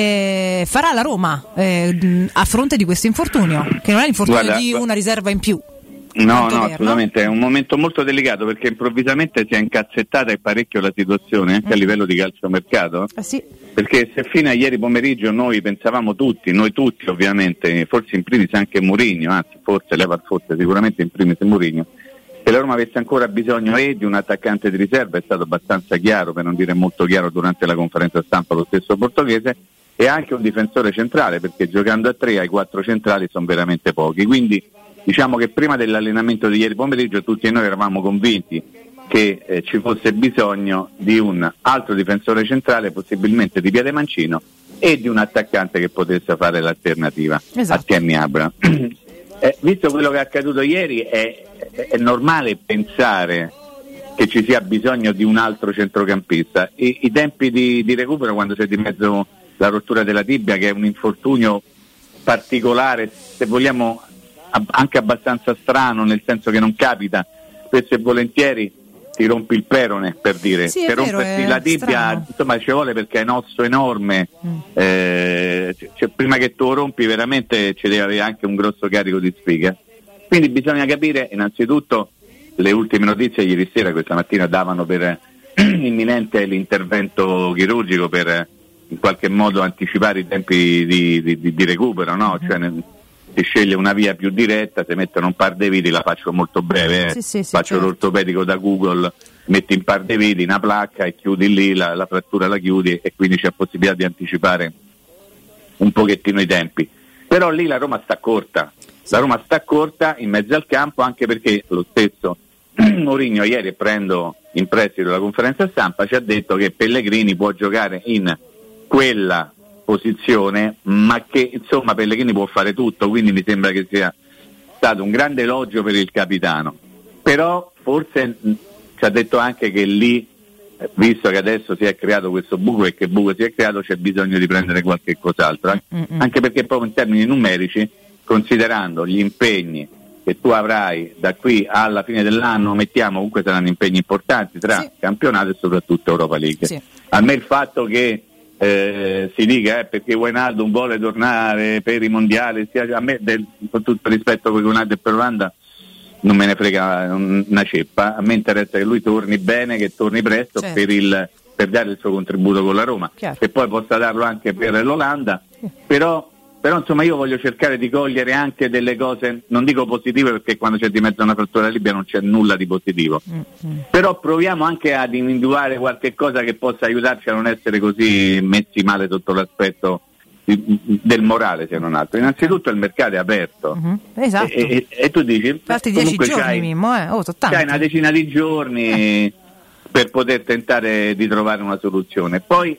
eh, farà la Roma eh, a fronte di questo infortunio, che non è l'infortunio Guarda, di una riserva in più? No, Tanto no, vero, assolutamente, è un momento molto delicato perché improvvisamente si è incazzettata e parecchio la situazione anche a livello di calciomercato. Eh sì. Perché se fino a ieri pomeriggio noi pensavamo tutti, noi tutti ovviamente, forse in primis anche Mourinho, anzi forse leva forse sicuramente in primis Mourinho, che la Roma avesse ancora bisogno e di un attaccante di riserva, è stato abbastanza chiaro, per non dire molto chiaro durante la conferenza stampa lo stesso portoghese, e anche un difensore centrale, perché giocando a tre ai quattro centrali sono veramente pochi. Quindi diciamo che prima dell'allenamento di ieri pomeriggio tutti noi eravamo convinti che eh, ci fosse bisogno di un altro difensore centrale, possibilmente di Piede Mancino, e di un attaccante che potesse fare l'alternativa Esatto. a Tammy Abraham. eh, visto quello che è accaduto ieri è, è, è normale pensare che ci sia bisogno di un altro centrocampista. I, i tempi di, di recupero, quando c'è di mezzo la rottura della tibia, che è un infortunio particolare, se vogliamo ab- anche abbastanza strano, nel senso che non capita spesso e volentieri, ti rompi il perone, per dire. Sì, è per vero, romperti è la tibia, strano. insomma, ci vuole, perché è un osso enorme. Mm. Eh, cioè, prima che tu lo rompi veramente ci deve avere anche un grosso carico di sfiga. Quindi bisogna capire innanzitutto, le ultime notizie ieri sera, questa mattina, davano per imminente l'intervento chirurgico per in qualche modo anticipare i tempi di, di, di, di recupero, no? Cioè, ne, si sceglie una via più diretta, si mettono un par di viti, la faccio molto breve, eh. Sì, sì, sì, faccio certo. l'ortopedico da Google, metti in par di viti, una placca e chiudi lì, la, la frattura la chiudi, e quindi c'è possibilità di anticipare un pochettino i tempi. Però lì la Roma sta corta, la Roma sta corta in mezzo al campo, anche perché lo stesso Mourinho ieri, prendo in prestito la conferenza stampa, ci ha detto che Pellegrini può giocare in quella posizione, ma che insomma Pellegrini può fare tutto, quindi mi sembra che sia stato un grande elogio per il capitano. Però forse mh, ci ha detto anche che lì, eh, visto che adesso si è creato questo buco, e che buco si è creato, c'è bisogno di prendere qualche cos'altro, eh? Mm-mm. Anche perché proprio in termini numerici, considerando gli impegni che tu avrai da qui alla fine dell'anno, mettiamo, comunque saranno impegni importanti tra Sì. campionato e soprattutto Europa League. Sì. A me il fatto che eh, si dica eh, perché Wijnaldum vuole tornare per i mondiali, sia, a me del, con tutto il rispetto per Wijnaldum e per Olanda non me ne frega una ceppa, a me interessa che lui torni bene, che torni presto, Certo. per, il, per dare il suo contributo con la Roma, Chiaro. che poi possa darlo anche per l'Olanda. Però però insomma io voglio cercare di cogliere anche delle cose, non dico positive perché quando c'è di mezzo una frattura Libia non c'è nulla di positivo, mm-hmm. però proviamo anche ad individuare qualche cosa che possa aiutarci a non essere così messi male sotto l'aspetto di, del morale, se non altro. Innanzitutto il mercato è aperto, mm-hmm. esatto. e, e, e tu dici altri dieci giorni Mimmo, eh? oh, c'hai una decina di giorni per poter tentare di trovare una soluzione. Poi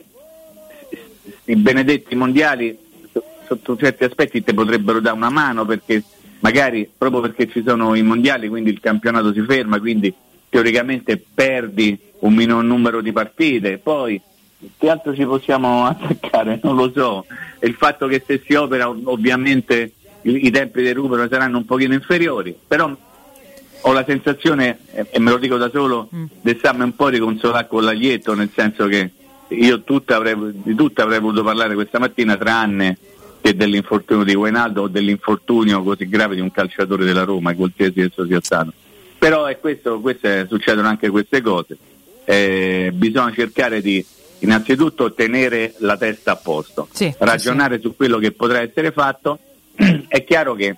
i benedetti mondiali sotto certi aspetti ti potrebbero dare una mano, perché magari proprio perché ci sono i mondiali, quindi il campionato si ferma, quindi teoricamente perdi un minor numero di partite. Poi che altro ci possiamo attaccare? Non lo so. E il fatto che se si opera ovviamente i, i tempi di recupero saranno un pochino inferiori, però ho la sensazione, e me lo dico da solo, mm. di starmi un po' riconsolare con l'aglietto, nel senso che io tutta avrei, di tutto avrei voluto parlare questa mattina, tranne che dell'infortunio di Wijnaldum o dell'infortunio così grave di un calciatore della Roma, qualsiasi esso sia stato. Però è questo, queste, succedono anche queste cose. Eh, bisogna cercare di innanzitutto tenere la testa a posto, sì, ragionare sì. su quello che potrà essere fatto. È chiaro che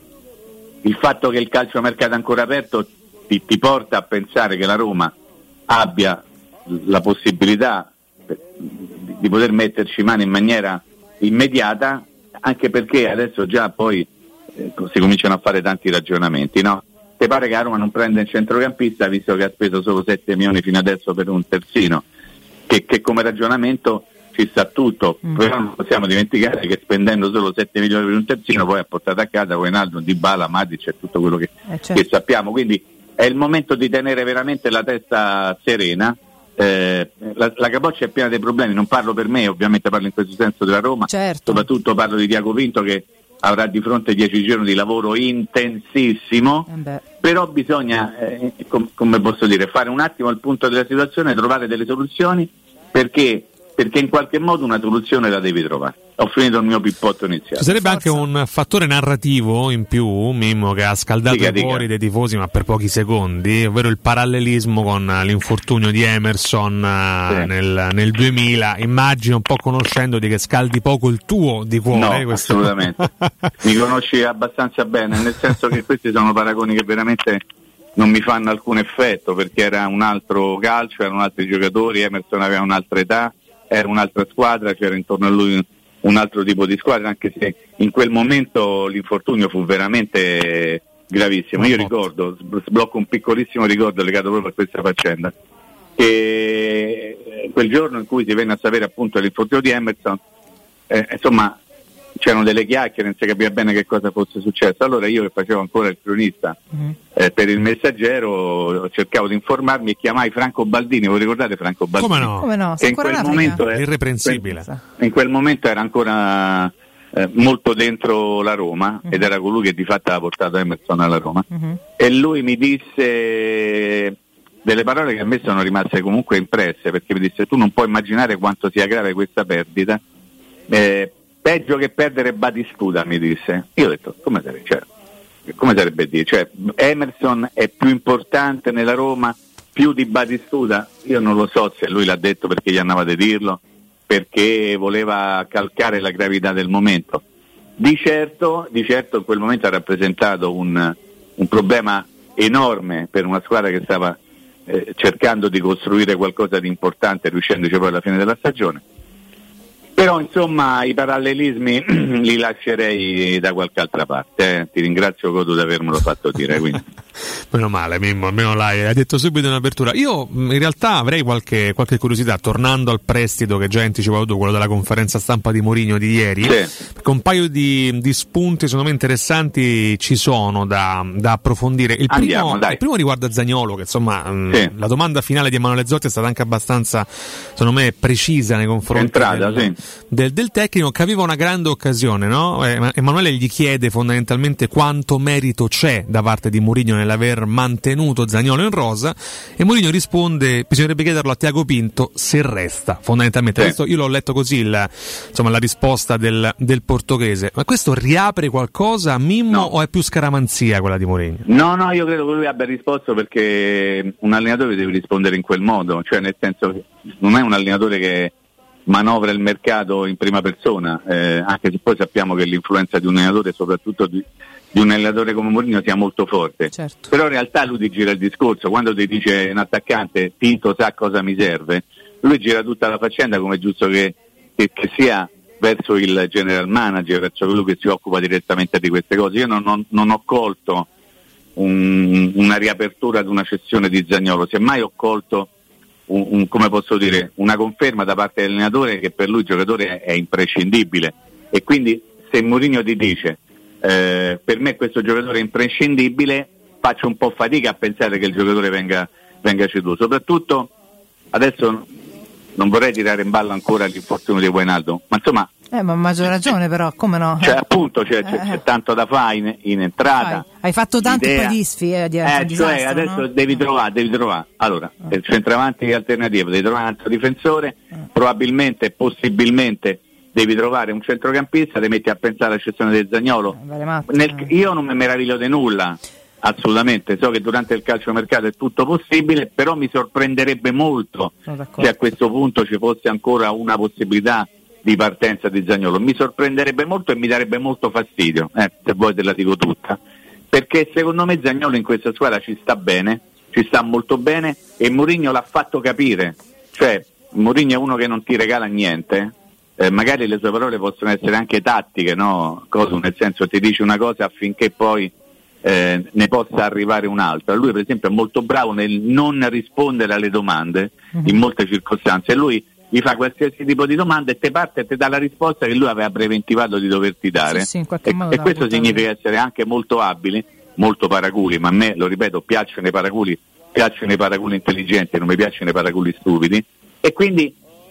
il fatto che il calciomercato è ancora aperto ti, ti porta a pensare che la Roma abbia la possibilità di poter metterci mano in maniera immediata, anche perché adesso già poi eh, si cominciano a fare tanti ragionamenti, no? Ti pare che la Roma non prende il centrocampista visto che ha speso solo sette milioni fino adesso per un terzino, che, che come ragionamento ci sta tutto, mm. però non possiamo dimenticare che spendendo solo sette milioni per un terzino poi ha portato a casa Wijnaldum, Dybala, Matic e tutto quello che, eh, certo. che sappiamo, quindi è il momento di tenere veramente la testa serena. Eh, la, la Capoccia è piena dei problemi, non parlo per me, ovviamente parlo in questo senso della Roma, certo. soprattutto parlo di Tiago Pinto che avrà di fronte dieci giorni di lavoro intensissimo, eh però bisogna, eh, com- come posso dire, fare un attimo il punto della situazione, trovare delle soluzioni, perché perché in qualche modo una soluzione la devi trovare. Ho finito il mio pippotto iniziale. Ci sarebbe Forza. Anche un fattore narrativo in più, Mimmo, che ha scaldato dica, i cuori dica. dei tifosi, ma per pochi secondi, ovvero il parallelismo con l'infortunio di Emerson sì. nel, nel duemila. Immagino, un po' conoscendoti, che scaldi poco il tuo di cuore. No, questo. assolutamente. Mi conosci abbastanza bene, nel senso che questi sono paragoni che veramente non mi fanno alcun effetto, perché era un altro calcio, erano altri giocatori, Emerson aveva un'altra età, era un'altra squadra, c'era intorno a lui un altro tipo di squadra, anche se in quel momento l'infortunio fu veramente gravissimo. Io ricordo, sblocco un piccolissimo ricordo legato proprio a questa faccenda, che quel giorno in cui si venne a sapere appunto l'infortunio di Emerson, eh, insomma c'erano delle chiacchiere, non si capiva bene che cosa fosse successo. Allora io, che facevo ancora il cronista mm. eh, per il Messaggero, cercavo di informarmi e chiamai Franco Baldini. Voi ricordate Franco Baldini? Come no? Come no? Che in quel momento è irreprensibile. In quel momento era ancora eh, molto dentro la Roma mm. ed era colui che di fatto aveva portato Emerson alla Roma. Mm-hmm. E lui mi disse delle parole che a me sono rimaste comunque impresse, perché mi disse: tu non puoi immaginare quanto sia grave questa perdita. Eh, Peggio che perdere Batistuta, mi disse. Io ho detto, come sarebbe, cioè, come sarebbe dire? Cioè, Emerson è più importante nella Roma più di Batistuta? Io non lo so se lui l'ha detto perché gli andava di dirlo, perché voleva calcare la gravità del momento. Di certo, di certo in quel momento ha rappresentato un, un problema enorme per una squadra che stava eh, cercando di costruire qualcosa di importante, riuscendoci poi alla fine della stagione. Però insomma i parallelismi li lascerei da qualche altra parte. Eh. Ti ringrazio, Cotu, di avermelo fatto dire. Quindi. Meno male, Mimmo, almeno l'hai hai detto subito in apertura. Io in realtà avrei qualche, qualche curiosità, tornando al prestito che già hai anticipato tu, quello della conferenza stampa di Mourinho di ieri, sì. Con un paio di, di spunti secondo me interessanti ci sono da, da approfondire. Il, Andiamo, primo, dai. il primo riguarda Zaniolo, che insomma sì. mh, la domanda finale di Emanuele Zotti è stata anche abbastanza, secondo me, precisa nei confronti Entrata, del, sì. del, del tecnico, che aveva una grande occasione, no? Emanuele gli chiede fondamentalmente quanto merito c'è da parte di Mourinho nell'aver mantenuto Zaniolo in rosa, e Mourinho risponde: bisognerebbe chiederlo a Tiago Pinto se resta, fondamentalmente. Sì. Questo io l'ho letto così, il, insomma, la risposta del, del portoghese. Ma questo riapre qualcosa a Mimmo, no. o è più scaramanzia quella di Mourinho? No, no, io credo che lui abbia risposto, perché un allenatore deve rispondere in quel modo, cioè nel senso che non è un allenatore che manovra il mercato in prima persona, eh, anche se poi sappiamo che l'influenza di un allenatore, soprattutto di, di un allenatore come Mourinho, sia molto forte. Certo. Però in realtà lui ti gira il discorso, quando ti dice un attaccante Tinto sa cosa mi serve, lui gira tutta la faccenda come è giusto che, che, che sia verso il general manager, verso quello che si occupa direttamente di queste cose. Io non, non, non ho colto un, una riapertura di una cessione di Zaniolo, semmai ho colto un, un, come posso dire, una conferma da parte dell'allenatore che per lui il giocatore è, è imprescindibile, e quindi se Mourinho ti dice eh, per me questo giocatore è imprescindibile, faccio un po' fatica a pensare che il giocatore venga, venga ceduto. Soprattutto adesso non vorrei tirare in ballo ancora l'infortunio di Wijnaldum, ma insomma eh, ma maggior ragione però, come no? Cioè appunto c'è, c'è, c'è tanto da fare in, in entrata. Vai. Hai fatto tanti Idea. poi disfi eh, di eh, cioè disastro, adesso no? devi trovare, devi trovare. Allora, il centravanti alternativo, devi trovare un altro difensore, eh. probabilmente, possibilmente devi trovare un centrocampista, ti metti a pensare alla cessione del Zaniolo. Eh, Nel, io non mi meraviglio di nulla, assolutamente, so che durante il calciomercato è tutto possibile, però mi sorprenderebbe molto se a questo punto ci fosse ancora una possibilità di partenza di Zaniolo. Mi sorprenderebbe molto e mi darebbe molto fastidio, eh, se vuoi te la dico tutta, perché secondo me Zaniolo in questa squadra ci sta bene, ci sta molto bene, e Mourinho l'ha fatto capire. Cioè Mourinho è uno che non ti regala niente, eh, magari le sue parole possono essere anche tattiche, no? Cosa, nel senso ti dice una cosa affinché poi eh, ne possa arrivare un'altra. Lui per esempio è molto bravo nel non rispondere alle domande mm-hmm. in molte circostanze, e lui gli fa qualsiasi tipo di domanda e te parte e te dà la risposta che lui aveva preventivato di doverti dare. Sì, sì, in e, modo e questo significa vedere. essere anche molto abili, molto paraculi, ma a me, lo ripeto, piacciono i paraculi, piacciono i paraculi intelligenti, non mi piacciono i paraculi stupidi, e quindi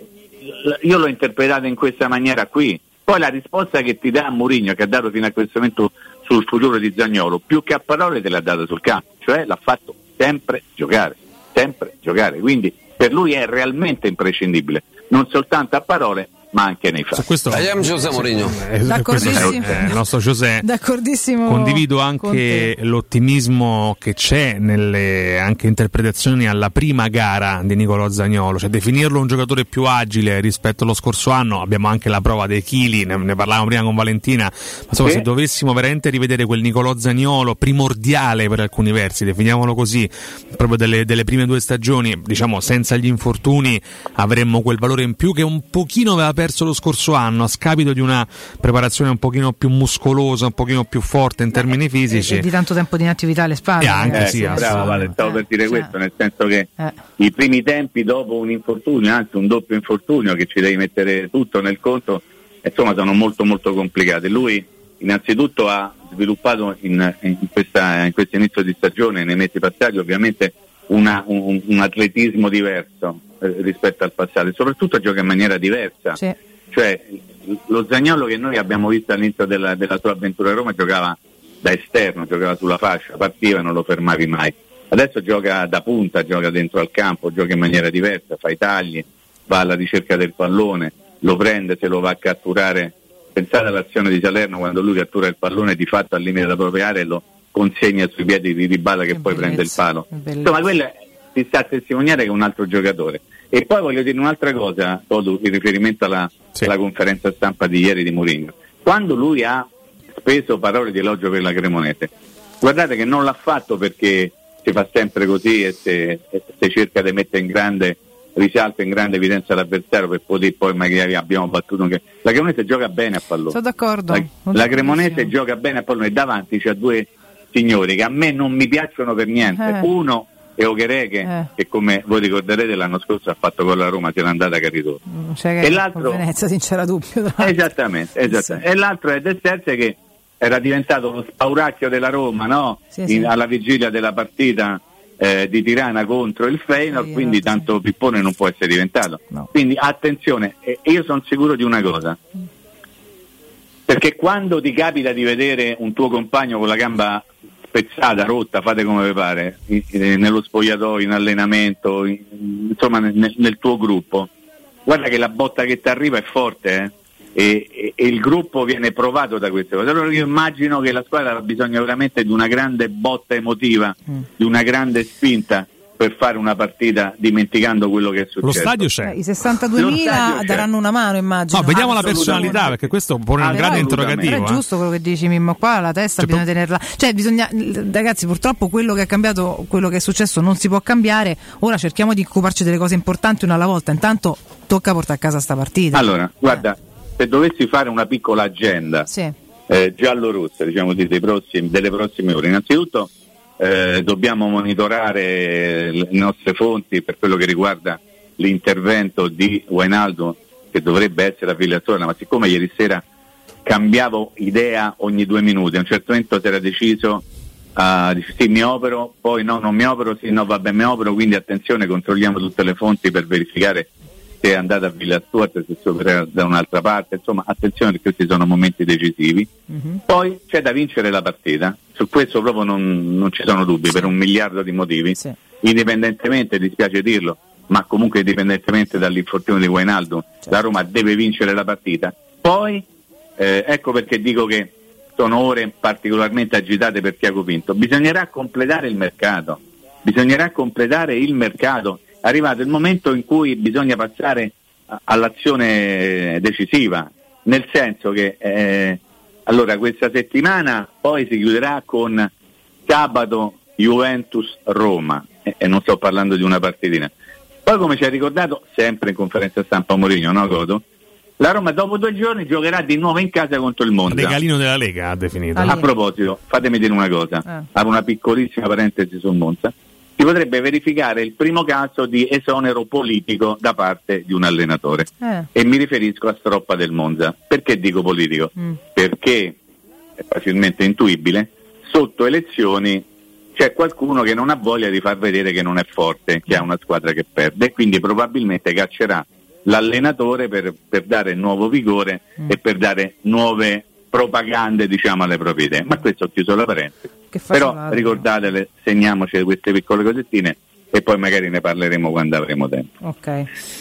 io l'ho interpretato in questa maniera qui. Poi la risposta che ti dà Mourinho, che ha dato fino a questo momento sul futuro di Zaniolo, più che a parole te l'ha dato sul campo, cioè l'ha fatto sempre giocare, sempre giocare, quindi per lui è realmente imprescindibile, non soltanto a parole ma anche nei fatti. Su questo, I am José Mourinho. Eh, D'accordissimo. Questo è, eh, il nostro José. D'accordissimo. Condivido anche l'ottimismo che c'è nelle anche interpretazioni alla prima gara di Nicolò Zaniolo, cioè definirlo un giocatore più agile rispetto allo scorso anno. Abbiamo anche la prova dei chili, ne, ne parlavamo prima con Valentina, ma insomma, sì. Se dovessimo veramente rivedere quel Nicolò Zaniolo primordiale per alcuni versi, definiamolo così, proprio delle, delle prime due stagioni, diciamo senza gli infortuni avremmo quel valore in più che un pochino aveva perso lo scorso anno a scapito di una preparazione un pochino più muscolosa, un pochino più forte in termini fisici e di tanto tempo di inattività alle spalle. E anche eh, sì, bravo, vale, stavo eh, per dire cioè, questo, nel senso che eh. i primi tempi dopo un infortunio, anzi un doppio infortunio che ci devi mettere tutto nel conto, insomma sono molto molto complicati. Lui innanzitutto ha sviluppato in, in, questa, in questo inizio di stagione, nei mesi passati ovviamente una, un, un atletismo diverso eh, rispetto al passato, e soprattutto gioca in maniera diversa. Sì. Cioè lo Zaniolo che noi abbiamo visto all'inizio della, della sua avventura a Roma giocava da esterno, giocava sulla fascia, partiva e non lo fermavi mai. Adesso gioca da punta, gioca dentro al campo, gioca in maniera diversa, fa i tagli, va alla ricerca del pallone, lo prende, se lo va a catturare. Pensate all'azione di Salerno quando lui cattura il pallone di fatto al limite della propria area e lo consegna sui piedi di Dybala che, che poi prende il palo. Insomma, quello si sta a testimoniare che è un altro giocatore. E poi voglio dire un'altra cosa, Todu, in riferimento alla, sì. alla conferenza stampa di ieri di Mourinho. Quando lui ha speso parole di elogio per la Cremonese, guardate che non l'ha fatto perché si fa sempre così e se, e se cerca di mettere in grande risalto, in grande evidenza l'avversario per poter poi magari abbiamo battuto che la Cremonese gioca bene a pallone. Sono d'accordo. La, la Cremonese gioca bene a pallone e davanti c'ha due signori che a me non mi piacciono per niente. Eh. Uno è Okereke, eh. che come voi ricorderete l'anno scorso ha fatto con la Roma, se l'è andata che ritorno. Cioè che e l'altro Venezia, non c'era dubbio. Esattamente, esattamente. Sì. E l'altro è De Sterze che era diventato lo spauracchio della Roma, no? Sì, In, sì. alla vigilia della partita eh, di Tirana contro il Feyenoord, sì, quindi tanto sì. pippone non può essere diventato. No. Quindi attenzione, e io sono sicuro di una cosa. Perché quando ti capita di vedere un tuo compagno con la gamba spezzata, rotta, fate come vi pare, nello spogliatoio, in allenamento, in, insomma nel, nel tuo gruppo, guarda che la botta che ti arriva è forte, eh? e, e, e il gruppo viene provato da queste cose. Allora io immagino che la squadra ha bisogno veramente di una grande botta emotiva, mm. di una grande spinta per fare una partita dimenticando quello che è successo. Lo stadio c'è. Eh, I sessantaduemila daranno una mano, immagino. No, vediamo la personalità, perché questo pone un grande interrogativo. Però è giusto quello che dici, Mimmo, qua la testa cioè, bisogna po- tenerla. Cioè bisogna, ragazzi, purtroppo quello che è cambiato, quello che è successo non si può cambiare. Ora cerchiamo di occuparci delle cose importanti una alla volta. Intanto tocca portare a casa sta partita. Allora, guarda, se dovessi fare una piccola agenda sì. eh, giallo-rossa, diciamo così, dei prossimi, delle prossime ore, innanzitutto Eh, dobbiamo monitorare le nostre fonti per quello che riguarda l'intervento di Wijnaldum, che dovrebbe essere a Villassola, ma siccome ieri sera cambiavo idea ogni due minuti, a un certo momento si era deciso uh, dice, sì mi opero, poi no non mi opero, sì no vabbè mi opero, quindi attenzione, controlliamo tutte le fonti per verificare se è andata a Villa Stuart, se si opera da un'altra parte, insomma attenzione perché questi sono momenti decisivi. Mm-hmm. Poi c'è da vincere la partita, su questo proprio non, non ci sono dubbi, sì. per un miliardo di motivi, sì. indipendentemente, dispiace dirlo, ma comunque indipendentemente dall'infortunio di Wijnaldum, certo. la Roma deve vincere la partita. Poi eh, ecco perché dico che sono ore particolarmente agitate per Tiago Pinto, bisognerà completare il mercato, bisognerà completare il mercato. È arrivato il momento in cui bisogna passare all'azione decisiva, nel senso che eh, allora questa settimana poi si chiuderà con sabato Juventus-Roma e, e non sto parlando di una partitina. Poi come ci ha ricordato sempre in conferenza stampa Mourinho, no Coto? La Roma dopo due giorni giocherà di nuovo in casa contro il Monza. Regalino della Lega ha definito. A proposito, fatemi dire una cosa, eh. apro una piccolissima parentesi sul Monza. Si potrebbe verificare il primo caso di esonero politico da parte di un allenatore eh. e mi riferisco a Stroppa del Monza. Perché dico politico? Mm. Perché è facilmente intuibile, sotto elezioni c'è qualcuno che non ha voglia di far vedere che non è forte, che ha una squadra che perde e quindi probabilmente caccerà l'allenatore per, per dare nuovo vigore mm. e per dare nuove propagande, diciamo, alle proprie idee. Ma questo ho chiuso la parentesi. Però ricordatele, segniamoci queste piccole cosettine e poi magari ne parleremo quando avremo tempo. Ok.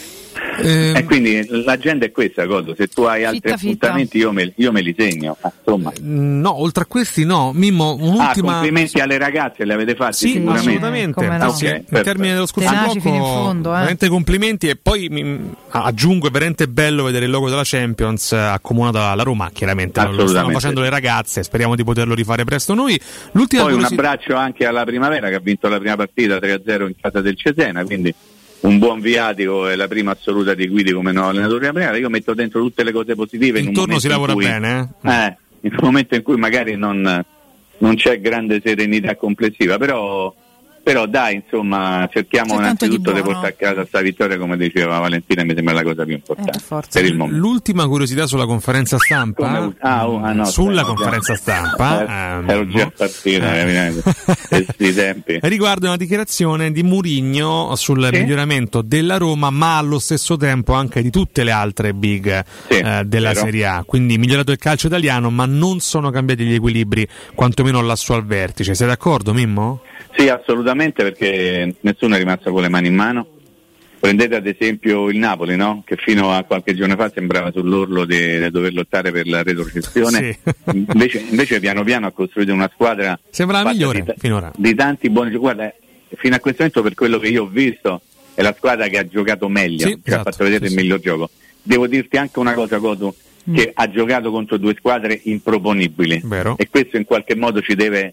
Eh, e quindi l'agenda è questa, Coto. Se tu hai altri fitta, appuntamenti fitta. Io, me, io me li segno. Ah, insomma. No, oltre a questi no. Mimmo, un'ultima. Ah, complimenti alle ragazze, le avete fatte? Sì, assolutamente. Eh, no. okay, in termini dello scorso blocco, fino in fondo, eh. veramente complimenti. E poi mi, aggiungo, è veramente bello vedere il logo della Champions accomunato alla Roma. Chiaramente lo stanno facendo le ragazze, speriamo di poterlo rifare presto noi. L'ultima poi curiosi- un abbraccio anche alla Primavera che ha vinto la prima partita tre a zero in casa del Cesena, quindi un buon viatico è la prima assoluta di Guidi come nuovo allenatore della Primavera. Io metto dentro tutte le cose positive in intorno un si lavora in cui, bene eh? Eh, in un momento in cui magari non, non c'è grande serenità complessiva, però però dai, insomma, cerchiamo c'è innanzitutto di, di portare a casa questa vittoria, come diceva Valentina, mi sembra la cosa più importante eh, per il momento. L'ultima curiosità sulla conferenza stampa come, ah, oh, ah, no, sulla sì, conferenza sì. stampa eh, ero già partita eh. questi tempi. Riguarda una dichiarazione di Mourinho sul sì? miglioramento della Roma, ma allo stesso tempo anche di tutte le altre big sì, eh, della vero. Serie A, quindi migliorato il calcio italiano, ma non sono cambiati gli equilibri, quantomeno lassù al vertice. Sei d'accordo, Mimmo? Sì, assolutamente, perché nessuno è rimasto con le mani in mano. Prendete ad esempio il Napoli, no? Che fino a qualche giorno fa sembrava sull'orlo di, di dover lottare per la retrocessione, sì. invece, invece piano piano ha costruito una squadra sembra la migliore di, finora. Di tanti buoni. Guarda, fino a questo momento, per quello che io ho visto, è la squadra che ha giocato meglio, sì, che esatto, ha fatto vedere sì, il miglior gioco. Devo dirti anche una cosa, Cotu, mm. che ha giocato contro due squadre improponibili. Vero. E questo in qualche modo ci deve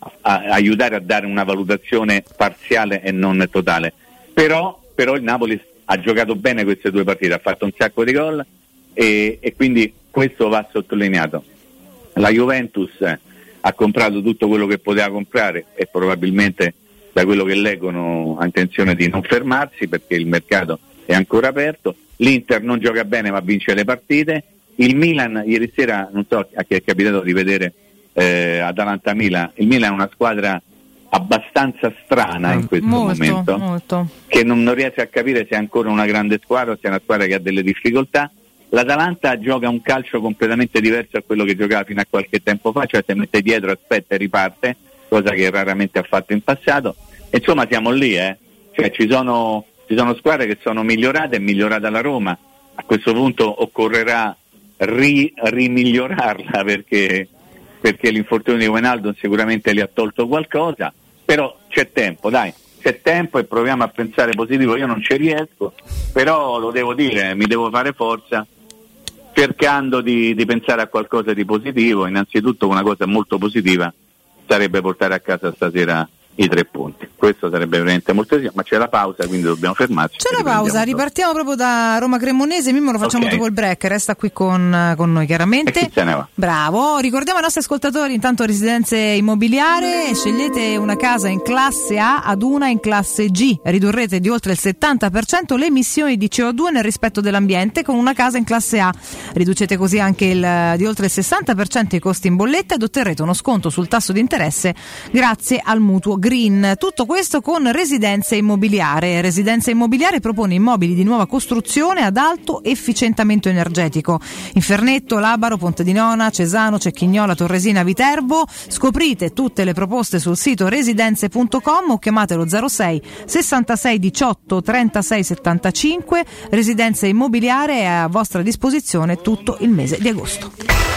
a aiutare a dare una valutazione parziale e non totale, però, però il Napoli ha giocato bene queste due partite, ha fatto un sacco di gol e, e quindi questo va sottolineato. La Juventus ha comprato tutto quello che poteva comprare e probabilmente, da quello che leggono, ha intenzione di non fermarsi perché il mercato è ancora aperto. L'Inter non gioca bene ma vince le partite. Il Milan ieri sera, non so a chi è capitato di vedere Eh, Atalanta-Milan, il Milan è una squadra abbastanza strana in questo molto, momento molto. che non, non riesce a capire se è ancora una grande squadra o se è una squadra che ha delle difficoltà. L'Atalanta gioca un calcio completamente diverso a quello che giocava fino a qualche tempo fa, cioè si mette dietro, aspetta e riparte, cosa che raramente ha fatto in passato. E insomma siamo lì, eh. cioè ci sono, ci sono squadre che sono migliorate, è migliorata la Roma, a questo punto occorrerà ri, rimigliorarla perché perché l'infortunio di Wijnaldum sicuramente gli ha tolto qualcosa, però c'è tempo, dai, c'è tempo e proviamo a pensare positivo. Io non ci riesco, però lo devo dire, mi devo fare forza cercando di, di pensare a qualcosa di positivo. Innanzitutto una cosa molto positiva sarebbe portare a casa stasera i tre punti. Questo sarebbe veramente molto easy, ma c'è la pausa, quindi dobbiamo fermarci. C'è la pausa, ripartiamo proprio da Roma Cremonese. Mimmo, lo facciamo Okay. dopo il break, resta qui con, con noi chiaramente. E chi se ne va? Bravo, ricordiamo ai nostri ascoltatori intanto Residenze Immobiliare, scegliete una casa in classe A ad una in classe G, ridurrete di oltre il settanta per cento le emissioni di C O due nel rispetto dell'ambiente con una casa in classe A, riducete così anche il, di oltre il sessanta per cento i costi in bolletta ed otterrete uno sconto sul tasso di interesse grazie al mutuo Green. Tutto questo con Residenze Immobiliare. Residenza Immobiliare propone immobili di nuova costruzione ad alto efficientamento energetico. Infernetto, Labaro, Ponte di Nona, Cesano, Cecchignola, Torresina, Viterbo. Scoprite tutte le proposte sul sito residenze punto com o chiamatelo zero sei sessantasei diciotto trentasei settantacinque. Residenza Immobiliare è a vostra disposizione tutto il mese di agosto.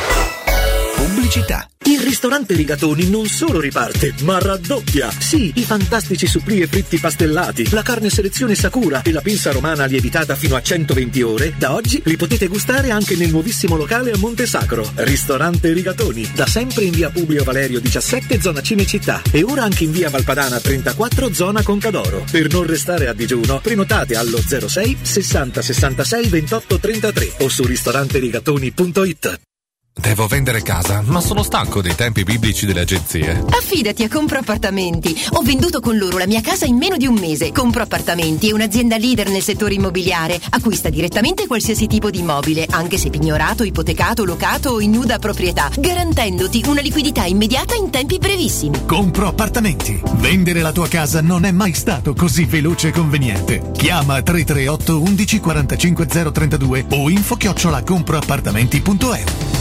Pubblicità. Il ristorante Rigatoni non solo riparte, ma raddoppia. Sì, i fantastici supplì e fritti pastellati, la carne selezione Sakura e la pinza romana lievitata fino a centoventi ore, da oggi li potete gustare anche nel nuovissimo locale a Monte Sacro. Ristorante Rigatoni, da sempre in via Publio Valerio diciassette, zona Cinecittà, e ora anche in via Valpadana trentaquattro, zona Concadoro. Per non restare a digiuno, prenotate allo zero sei sessanta sessantasei ventotto trentatré o su ristoranterigatoni punto it. Devo vendere casa, ma sono stanco dei tempi biblici delle agenzie. Affidati a Compro Appartamenti. Ho venduto con loro la mia casa in meno di un mese. Compro Appartamenti è un'azienda leader nel settore immobiliare. Acquista direttamente qualsiasi tipo di immobile, anche se pignorato, ipotecato, locato o in nuda proprietà, garantendoti una liquidità immediata in tempi brevissimi. Compro Appartamenti. Vendere la tua casa non è mai stato così veloce e conveniente. Chiama tre tre otto undici quarantacinque zero trentadue o info chiocciola comproappartamenti punto e u.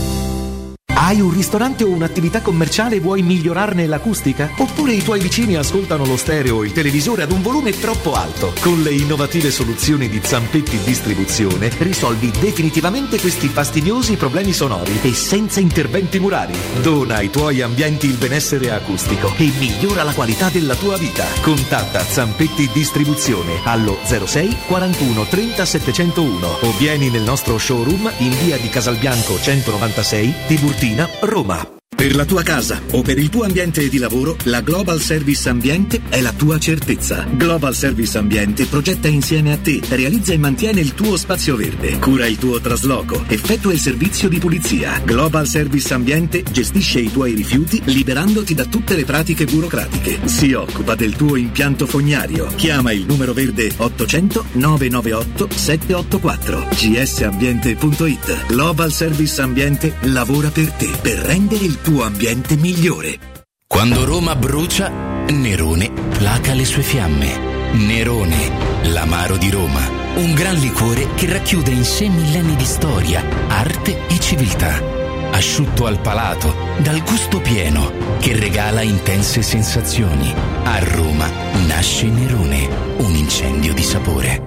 Hai un ristorante o un'attività commerciale e vuoi migliorarne l'acustica? Oppure i tuoi vicini ascoltano lo stereo o il televisore ad un volume troppo alto? Con le innovative soluzioni di Zampetti Distribuzione risolvi definitivamente questi fastidiosi problemi sonori e senza interventi murari. Dona ai tuoi ambienti il benessere acustico e migliora la qualità della tua vita. Contatta Zampetti Distribuzione allo zero sei quarantuno trenta settecentouno o vieni nel nostro showroom in via di Casalbianco centonovantasei, Tiburtina, Roma. Per la tua casa o per il tuo ambiente di lavoro, la Global Service Ambiente è la tua certezza. Global Service Ambiente progetta insieme a te, realizza e mantiene il tuo spazio verde, cura il tuo trasloco, effettua il servizio di pulizia. Global Service Ambiente gestisce i tuoi rifiuti liberandoti da tutte le pratiche burocratiche. Si occupa del tuo impianto fognario. Chiama il numero verde ottocento nove nove otto sette otto quattro g s ambiente punto it. Global Service Ambiente lavora per te per rendere il tuo ambiente migliore. Quando Roma brucia, Nerone placa le sue fiamme. Nerone, l'amaro di Roma. Un gran liquore che racchiude in sé millenni di storia, arte e civiltà. Asciutto al palato, dal gusto pieno, che regala intense sensazioni. A Roma nasce Nerone, un incendio di sapore.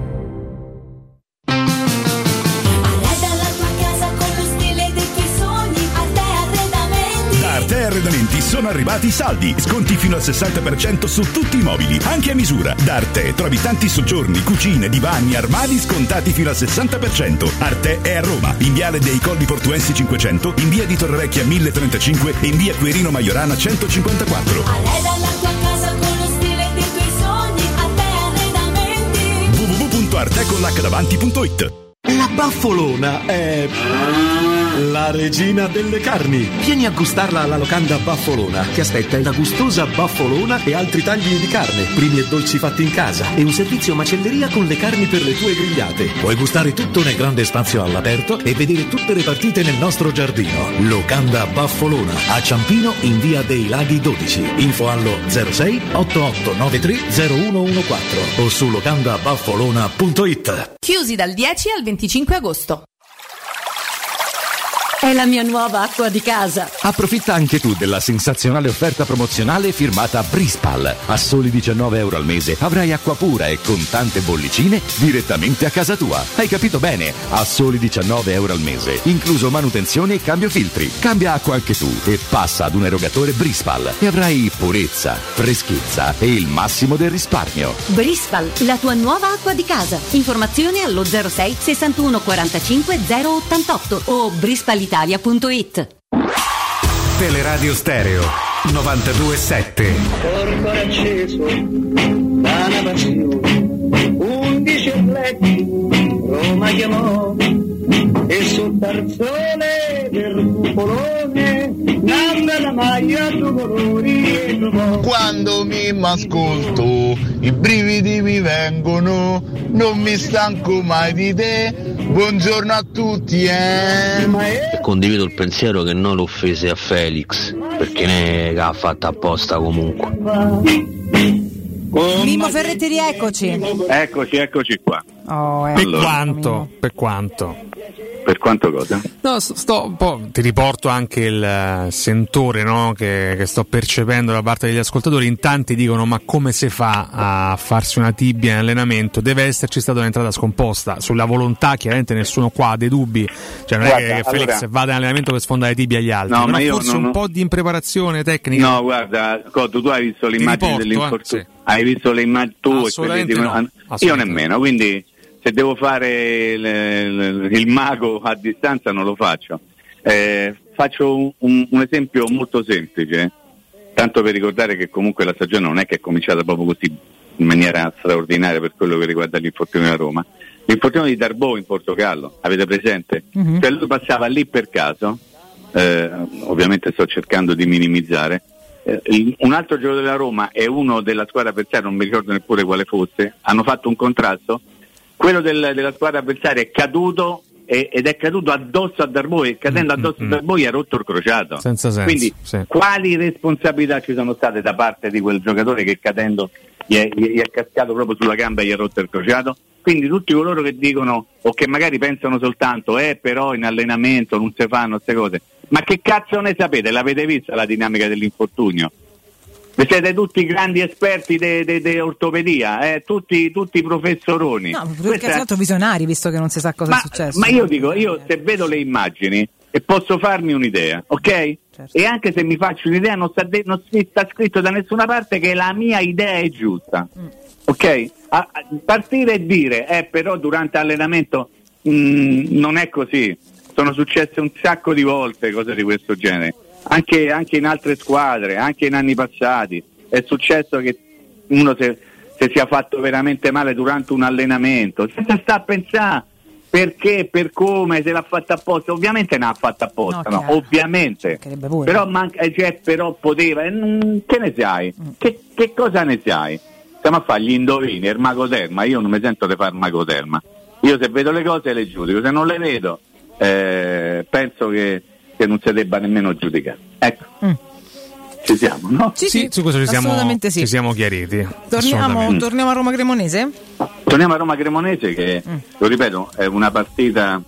Arte Arredamenti sono arrivati i saldi, sconti fino al sessanta per cento su tutti i mobili, anche a misura. Da Arte trovi tanti soggiorni, cucine, divani, armadi scontati fino al sessanta per cento. Arte è a Roma, in viale dei Colli Portuensi cinquecento, in via di Torrevecchia mille trentacinque e in via Quirino Maiorana centocinquantaquattro. Arreda la tua casa con lo stile dei tuoi sogni, Arte Arredamenti. w w w punto arte con l'acca davanti punto it. La Baffolona è la regina delle carni. Vieni a gustarla alla locanda Baffolona. Ti aspetta una gustosa baffolona e altri tagli di carne, primi e dolci fatti in casa e un servizio macelleria con le carni per le tue grigliate. Puoi gustare tutto nel grande spazio all'aperto e vedere tutte le partite nel nostro giardino. Locanda Baffolona a Ciampino in via dei Laghi dodici. Info allo zero sei otto otto nove tre zero uno uno quattro o su locanda baffolona punto it. Chiusi dal dieci al venticinque agosto. È la mia nuova acqua di casa. Approfitta anche tu della sensazionale offerta promozionale firmata Brispal. A soli diciannove euro al mese avrai acqua pura e con tante bollicine direttamente a casa tua. Hai capito bene? A soli diciannove euro al mese, incluso manutenzione e cambio filtri. Cambia acqua anche tu e passa ad un erogatore Brispal e avrai purezza, freschezza e il massimo del risparmio. Brispal, la tua nuova acqua di casa. Informazioni allo zero sei sessantuno quarantacinque zero ottantotto o brispal italia punto it. Teleradio Stereo novantadue sette. Corpo acceso da una passione, undici atleti Roma chiamò e sul tarzone del cupolone nanda la maglia a due colori e trovò. Quando mi ascolto i brividi mi vengono, non mi stanco mai di te. Buongiorno a tutti, eh. Condivido il pensiero che non lo offese a Felix, perché ne ha fatta apposta comunque. Mimmo Ferretti, rieccoci. Eccoci, eccoci qua. Oh, eh. Per Allora. quanto? Per quanto? Per quanto cosa? No, sto un po', ti riporto anche il sentore, no, che, che sto percependo da parte degli ascoltatori. In tanti dicono: ma come si fa a farsi una tibia in allenamento? Deve esserci stata un'entrata scomposta. Sulla volontà chiaramente nessuno qua ha dei dubbi, cioè non Guarda, è che Felix allora... vada in allenamento per sfondare tibia agli altri, no, però ma io forse non... un po' di impreparazione tecnica. No, guarda, Cotto, tu hai visto l'immagine riporto, dell'infortunio, eh, sì. hai visto le immagini tu e Assolutamente quelli di... no, io assolutamente nemmeno, quindi se devo fare il, il, il mago a distanza non lo faccio. Eh, faccio un, un, un esempio molto semplice, tanto per ricordare che comunque la stagione non è che è cominciata proprio così in maniera straordinaria per quello che riguarda l'infortunio della Roma. L'infortunio di Darboe in Portogallo, avete presente? Mm-hmm. Cioè lui passava lì per caso, eh, ovviamente sto cercando di minimizzare. Eh, un altro giocatore della Roma e uno della squadra avversaria, non mi ricordo neppure quale fosse, hanno fatto un contrasto. Quello del, della squadra avversaria è caduto e, ed è caduto addosso a Darboe, e cadendo addosso mm-hmm. a Darboe ha rotto il crociato. Senza senso. Quindi sì. quali responsabilità ci sono state da parte di quel giocatore che cadendo gli è, gli è cascato proprio sulla gamba e gli ha rotto il crociato? Quindi tutti coloro che dicono o che magari pensano soltanto eh però in allenamento non si fanno queste cose, ma che cazzo ne sapete? L'avete vista la dinamica dell'infortunio? Siete tutti grandi esperti di ortopedia, eh? tutti, tutti professoroni. No, perché tra l'altro visionari, visto che non si sa cosa ma, è successo. Ma io dico, io se vedo le immagini e posso farmi un'idea, ok? Certo. E anche se mi faccio un'idea non sta, de- non sta scritto da nessuna parte che la mia idea è giusta, mm. ok? A, a partire e dire, eh però durante l'allenamento mh, non è così. Sono successe un sacco di volte cose di questo genere. Anche, anche in altre squadre, anche in anni passati è successo che uno se, se sia fatto veramente male durante un allenamento, senza sta a pensare perché, per come, se l'ha fatta apposta. Ovviamente ne ha fatta apposta, no, no ovviamente, però, manca, cioè, però poteva, eh, che ne sai? Mm. Che, che cosa ne sai? Stiamo a fare gli indovini, il magoterma. Io non mi sento di fare magoterma, io se vedo le cose le giudico, se non le vedo eh, penso che che non si debba nemmeno giudicare. Ecco. Mm. Ci siamo, no? Sì, sì, su questo ci siamo, assolutamente sì. ci siamo chiariti. Torniamo, torniamo a Roma Cremonese? Torniamo a Roma Cremonese che, mm. lo ripeto, è una partita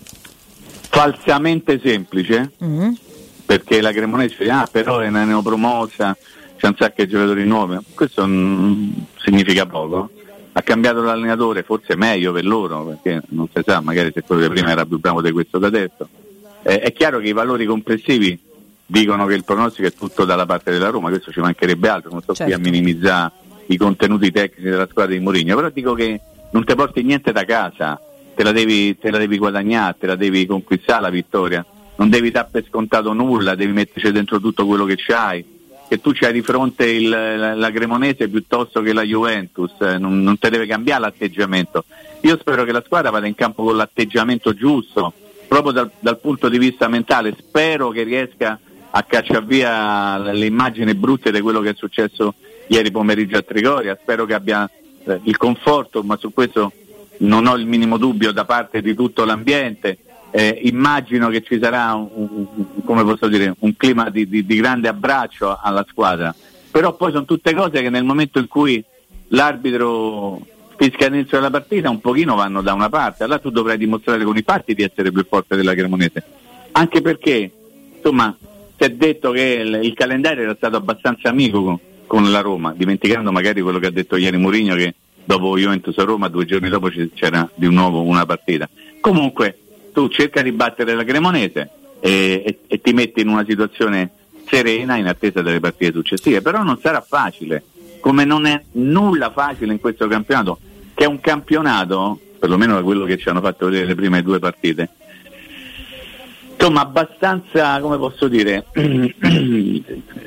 falsamente semplice, mm. perché la Cremonese ah, però è una neopromossa, c'è un sacco di giocatori nuovi. Questo mm, significa poco. Ha cambiato l'allenatore, forse meglio per loro, perché non si sa, magari se quello di prima era più bravo di questo da adesso. Eh, è chiaro che i valori complessivi dicono che il pronostico è tutto dalla parte della Roma, questo ci mancherebbe altro, non sto certo. qui a minimizzare i contenuti tecnici della squadra di Mourinho, però dico che non ti porti niente da casa, te la devi, te la devi guadagnare, te la devi conquistare la vittoria, non devi dare per scontato nulla, devi metterci dentro tutto quello che c'hai, che tu c'hai di fronte il, la, la Cremonese piuttosto che la Juventus, eh, non, non te deve cambiare l'atteggiamento. Io spero che la squadra vada in campo con l'atteggiamento giusto, proprio dal, dal punto di vista mentale. Spero che riesca a cacciare via le immagini brutte di quello che è successo ieri pomeriggio a Trigoria, spero che abbia eh, il conforto, ma su questo non ho il minimo dubbio, da parte di tutto l'ambiente. Eh, immagino che ci sarà un, un, come posso dire, un clima di, di, di grande abbraccio alla squadra, però poi sono tutte cose che nel momento in cui l'arbitro fischia l'inizio della partita un pochino vanno da una parte, allora tu dovrai dimostrare con i fatti di essere più forte della Cremonese. anche perché insomma si è detto che il, il calendario era stato abbastanza amico con, con la Roma, dimenticando magari quello che ha detto ieri Mourinho, che dopo Juventus a Roma due giorni dopo c'era di nuovo una partita. Comunque tu cerca di battere la Cremonese e, e, e ti metti in una situazione serena in attesa delle partite successive, però non sarà facile, come non è nulla facile in questo campionato, che è un campionato, perlomeno da quello che ci hanno fatto vedere le prime due partite, insomma abbastanza, come posso dire, mm.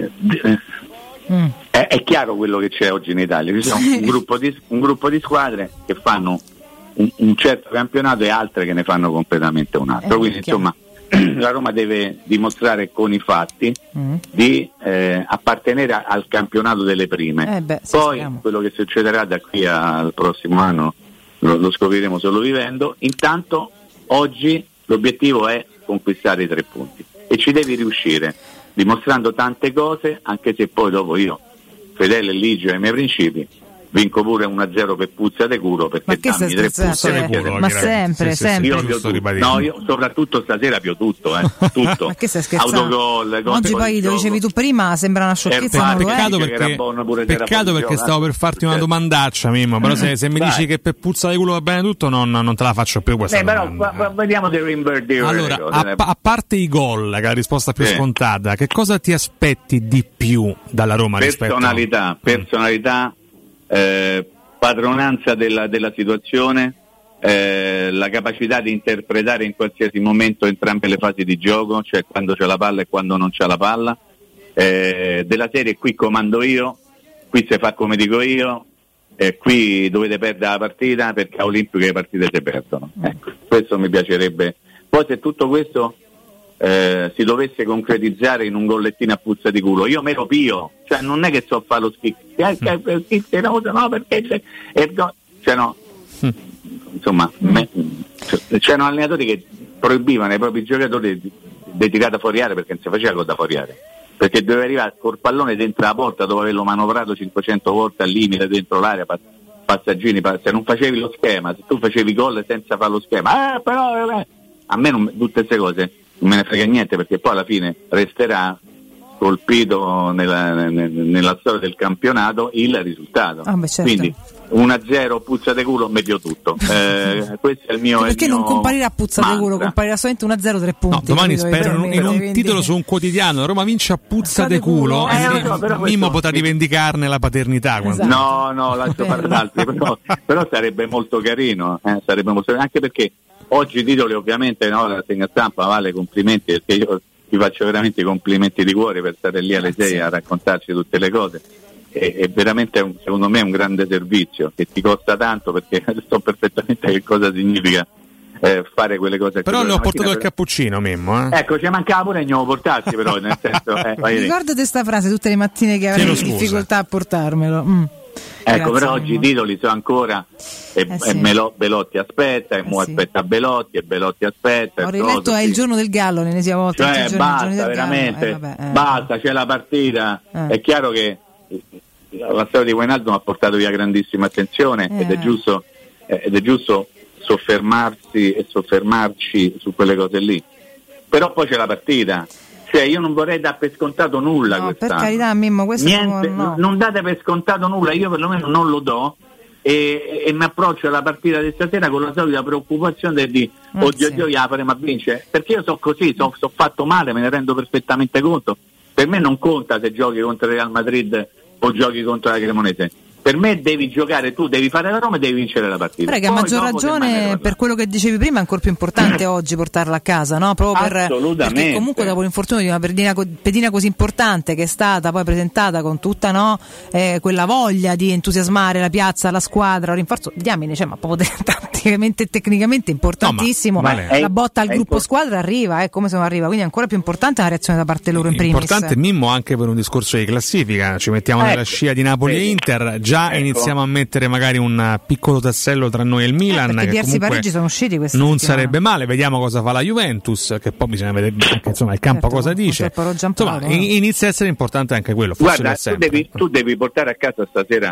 è, è chiaro quello che c'è oggi in Italia, ci sono un gruppo di, un gruppo di squadre che fanno un, un certo campionato e altre che ne fanno completamente un altro, quindi insomma la Roma deve dimostrare con i fatti mm. di eh, appartenere al campionato delle prime. Eh beh, poi speriamo. Quello che succederà da qui al prossimo anno lo, lo scopriremo solo vivendo. Intanto oggi l'obiettivo è conquistare i tre punti e ci devi riuscire, dimostrando tante cose, anche se poi dopo io, fedele e ligio ai miei principi, vinco pure uno a zero per puzza de culo, perché dammi tre puzze de culo, ma sempre, sì, sempre. Io tutto. No, io soprattutto stasera pio tutto, eh, tutto. Ma che stai scherzando? Autogol, oggi poi lo dicevi tu prima, sembra una sciocchezza, eh, peccato perché, peccato perché stavo per farti una domandaccia, Mimmo, però se, se mi dici che per puzza de culo va bene tutto, non, non te la faccio più questa eh, però va, vediamo di rinverdire. Allora, a, a parte i gol, che è la risposta più sì. scontata, che cosa ti aspetti di più dalla Roma? Personalità, rispetto... personalità eh, padronanza della, della situazione, eh, la capacità di interpretare in qualsiasi momento entrambe le fasi di gioco, cioè quando c'è la palla e quando non c'è la palla, eh, della serie qui comando io, qui si fa come dico io, eh, qui dovete perdere la partita perché a Olimpico le partite si perdono. Ecco, questo mi piacerebbe. Poi se tutto questo eh, si dovesse concretizzare in un gollettino a puzza di culo, io me lo pio, cioè non è che so fare lo schifo, no perché c'è, cioè no, insomma me, c'erano allenatori che proibivano ai propri giocatori di, di tirare fuori area perché non si faceva gol da fuori area, perché doveva arrivare col pallone dentro la porta dopo averlo manovrato cinquecento volte al limite dentro l'area, passaggini, se non facevi lo schema, se tu facevi gol senza fare lo schema, eh, però eh, a me non, tutte queste cose non me ne frega niente, perché poi alla fine resterà colpito nella, nella storia del campionato il risultato. Ah, beh, certo. Quindi uno a zero puzza de culo, medio tutto. Eh, questo è il mio. Perché il non mio comparirà puzza de culo, comparirà solamente uno a zero tre punti. No, domani spero in, in un quindi... titolo su un quotidiano, Roma vince a puzza de culo. Eh, eh, so, Mimmo questo... potrà rivendicarne la paternità. Esatto. No, no, lascio fare ad altri, però, però sarebbe molto carino, eh, sarebbe molto carino, anche perché oggi i titoli ovviamente, no, la segna stampa vale complimenti, perché io ti faccio veramente i complimenti di cuore per stare lì alle sei a raccontarci tutte le cose. È, è veramente un, secondo me un grande servizio che ti costa tanto, perché so perfettamente che cosa significa eh, fare quelle cose. Però le ho portato il cappuccino, Mimmo, eh? Ecco, ci mancava pure, non lo portarsi, però nel senso eh, ricordate sta frase tutte le mattine che avrei difficoltà a portarmelo. mm. Ecco, Grazie, però oggi i titoli sono ancora e, eh sì. e Melo, Belotti aspetta, e eh Mo sì. aspetta Belotti, e Belotti aspetta. Ho riletto è il giorno del Gallo l'ennesima volta. Cioè, basta, veramente, eh, vabbè, eh. basta, c'è la partita. Eh. È chiaro che la storia di Wijnaldum ha portato via grandissima attenzione eh. ed è giusto eh, ed è giusto soffermarsi e soffermarci su quelle cose lì. Però poi c'è la partita. Cioè io non vorrei dare per scontato nulla, no, quest'anno. Per carità, Mimmo, questo niente, no. non date per scontato nulla, io perlomeno non lo do e, e mi approccio alla partita di stasera con la solita preoccupazione di mm, oddio sì. Dio la faremo a vincere, perché io so così, so, so fatto male, me ne rendo perfettamente conto. Per me non conta se giochi contro il Real Madrid o giochi contro la Cremonese. Per me devi giocare tu, devi fare la Roma e devi vincere la partita. Prega, a maggior ragione per quello che dicevi prima è ancora più importante oggi portarla a casa, no? Proprio per, perché comunque dopo l'infortunio di una pedina, pedina così importante che è stata poi presentata con tutta, no, eh, quella voglia di entusiasmare la piazza, la squadra, rinforzo, diamine, cioè, ma proprio tatticamente e tecnicamente importantissimo. No, ma, ma la botta al gruppo impo- squadra arriva, eh, come se non arriva, quindi è ancora più importante la reazione da parte loro in primis. Importante, Mimmo, anche per un discorso di classifica, ci mettiamo ecco. nella scia di Napoli e Inter. Già ecco. iniziamo a mettere magari un piccolo tassello tra noi e il Milan, eh, che diversi pareggi sono usciti questa non settimana. Sarebbe male, vediamo cosa fa la Juventus, che poi bisogna vedere anche insomma il campo certo, cosa dice. Insomma, inizia a essere importante anche quello. Guarda, tu devi, tu devi portare a casa stasera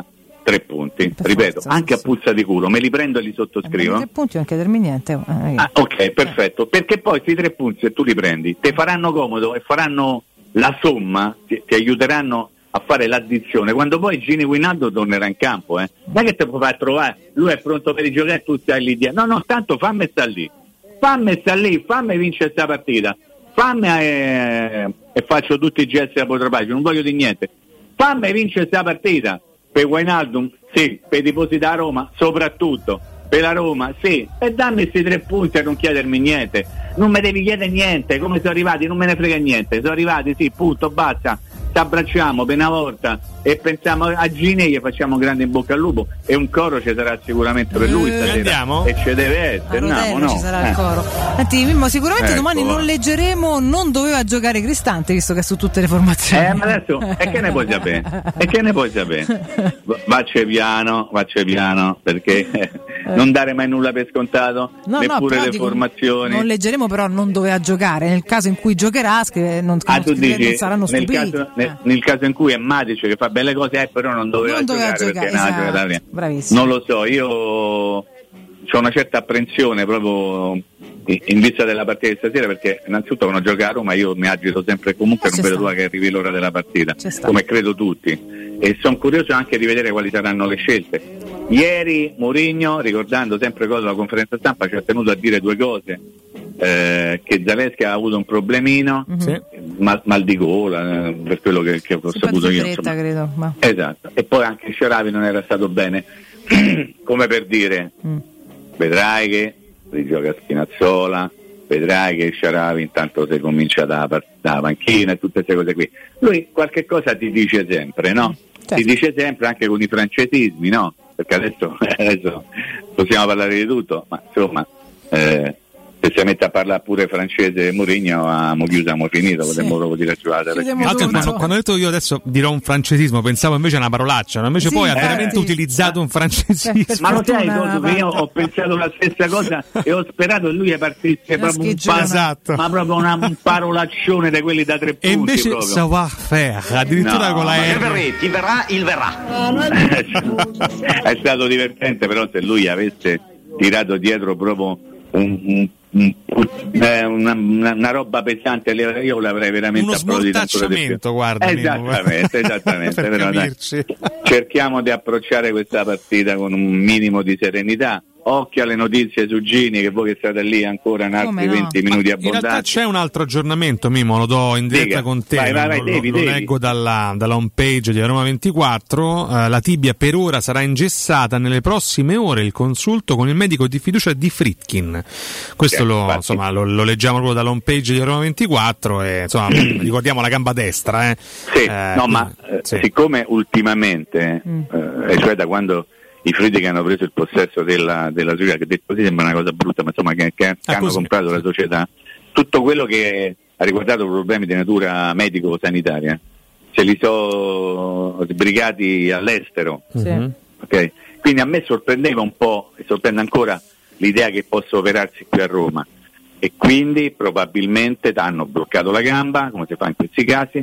tre punti, per ripeto, forza, anche a puzza di culo, me li prendo e li sottoscrivo. Eh, tre punti non chiedermi niente. Eh, ah, ok, perfetto, perché poi questi tre punti, se tu li prendi, ti faranno comodo e faranno la somma, ti, ti aiuteranno a fare l'addizione quando poi Gini Wijnaldum tornerà in campo, eh. Non è che te puoi far trovare, lui è pronto per i giocare e tu stai lì dietro. No, no, tanto fammi sta lì, fammi sta lì, fammi vincere questa partita, fammi eh, e faccio tutti i gesti da potrebbe, non voglio di niente, fammi vincere questa partita. Per Wijnaldum sì, per i tifosi da Roma soprattutto, per la Roma sì, e dammi questi tre punti e non chiedermi niente, non mi devi chiedere niente, come sono arrivati non me ne frega niente, sono arrivati sì, punto, basta, ci abbracciamo per una volta e pensiamo a Gini e gli facciamo un grande in bocca al lupo e un coro ci sarà sicuramente per lui stasera, andiamo? E ci deve essere, andiamo, no? Ci sarà eh. il coro. Senti, Mimmo, sicuramente ecco. Domani non leggeremo non doveva giocare Cristante, visto che è su tutte le formazioni. Eh, ma adesso e che ne puoi sapere? E che ne puoi sapere? Vacce piano, vacce piano, perché eh. non dare mai nulla per scontato, no, neppure no, le dico, formazioni. Non leggeremo, però non doveva giocare. Nel caso in cui giocherà, scrive, non, ah, non, tu scrive, dici, non saranno nel stupiti. caso, nel, nel caso in cui è Matic che fa belle cose, eh, però non doveva, non doveva giocare, giocare, perché esatto. È Bravissimo. non lo so, io ho una certa apprensione proprio in vista della partita di stasera, perché innanzitutto quando gioca a Roma io mi agito sempre comunque, eh, non vedo l'ora che arrivi l'ora della partita, come credo tutti, e sono curioso anche di vedere quali saranno le scelte. Ieri Mourinho, ricordando sempre cosa alla conferenza stampa, ci ha tenuto a dire due cose, eh, che Zalewski ha avuto un problemino, mm-hmm. mal, mal di gola, eh, per quello che, che ho saputo io, fretta, credo, ma... esatto, e poi anche Sharawi non era stato bene come per dire mm. vedrai che rigioca Spinazzola, vedrai che Sharawi intanto si comincia da, da panchina e tutte queste cose qui. Lui qualche cosa ti dice sempre, no? Certo. Ti dice sempre anche con i francesismi, no? Perché adesso, adesso possiamo parlare di tutto, ma insomma eh, se si mette a parlare pure francese Mourinho, abbiamo chiuso, abbiamo finito, sì. Potremmo proprio dire giocata. Quando, quando ho detto io adesso dirò un francesismo, pensavo invece a una parolaccia, no? Invece sì, poi ha eh, veramente sì. utilizzato un francesismo. Ma lo sai, Toto, che io ho pensato la stessa cosa e ho sperato che lui partisse proprio un, par- esatto. ma proprio una, un parolaccione di quelli da tre punti. E invece savoir faire, addirittura no, con la R. Ti verrà, il verrà. È stato divertente, però se lui avesse tirato dietro proprio un, un Mm, eh, una, una, una roba pesante, io l'avrei veramente applaudito ancora di più. Guarda, esattamente, esattamente per però, dai, cerchiamo di approcciare questa partita con un minimo di serenità. Occhio alle notizie su Gini, che voi che state lì ancora in altri no? venti minuti abbondanti. In realtà c'è un altro aggiornamento, Mimo, lo do in diretta Dica. con te. Vai, vai, vai, lo, devi, lo devi. leggo dalla, dalla home page di Roma ventiquattro. Uh, la tibia per ora sarà ingessata. Nelle prossime ore il consulto con il medico di fiducia di Friedkin. Questo okay, lo, insomma, lo, lo leggiamo proprio dalla home page di Roma ventiquattro e insomma ricordiamo la gamba destra. Eh. Sì, eh, no, ma eh, sì. siccome ultimamente, mm. eh, cioè da quando i Friedkin hanno preso il possesso della, della società, che detto così sembra una cosa brutta, ma insomma che, che ah, hanno così. comprato la società, tutto quello che ha riguardato problemi di natura medico-sanitaria se li sono sbrigati all'estero. Sì. Okay? Quindi a me sorprendeva un po', e sorprende ancora, l'idea che possa operarsi qui a Roma, e quindi probabilmente ti hanno bloccato la gamba, come si fa in questi casi,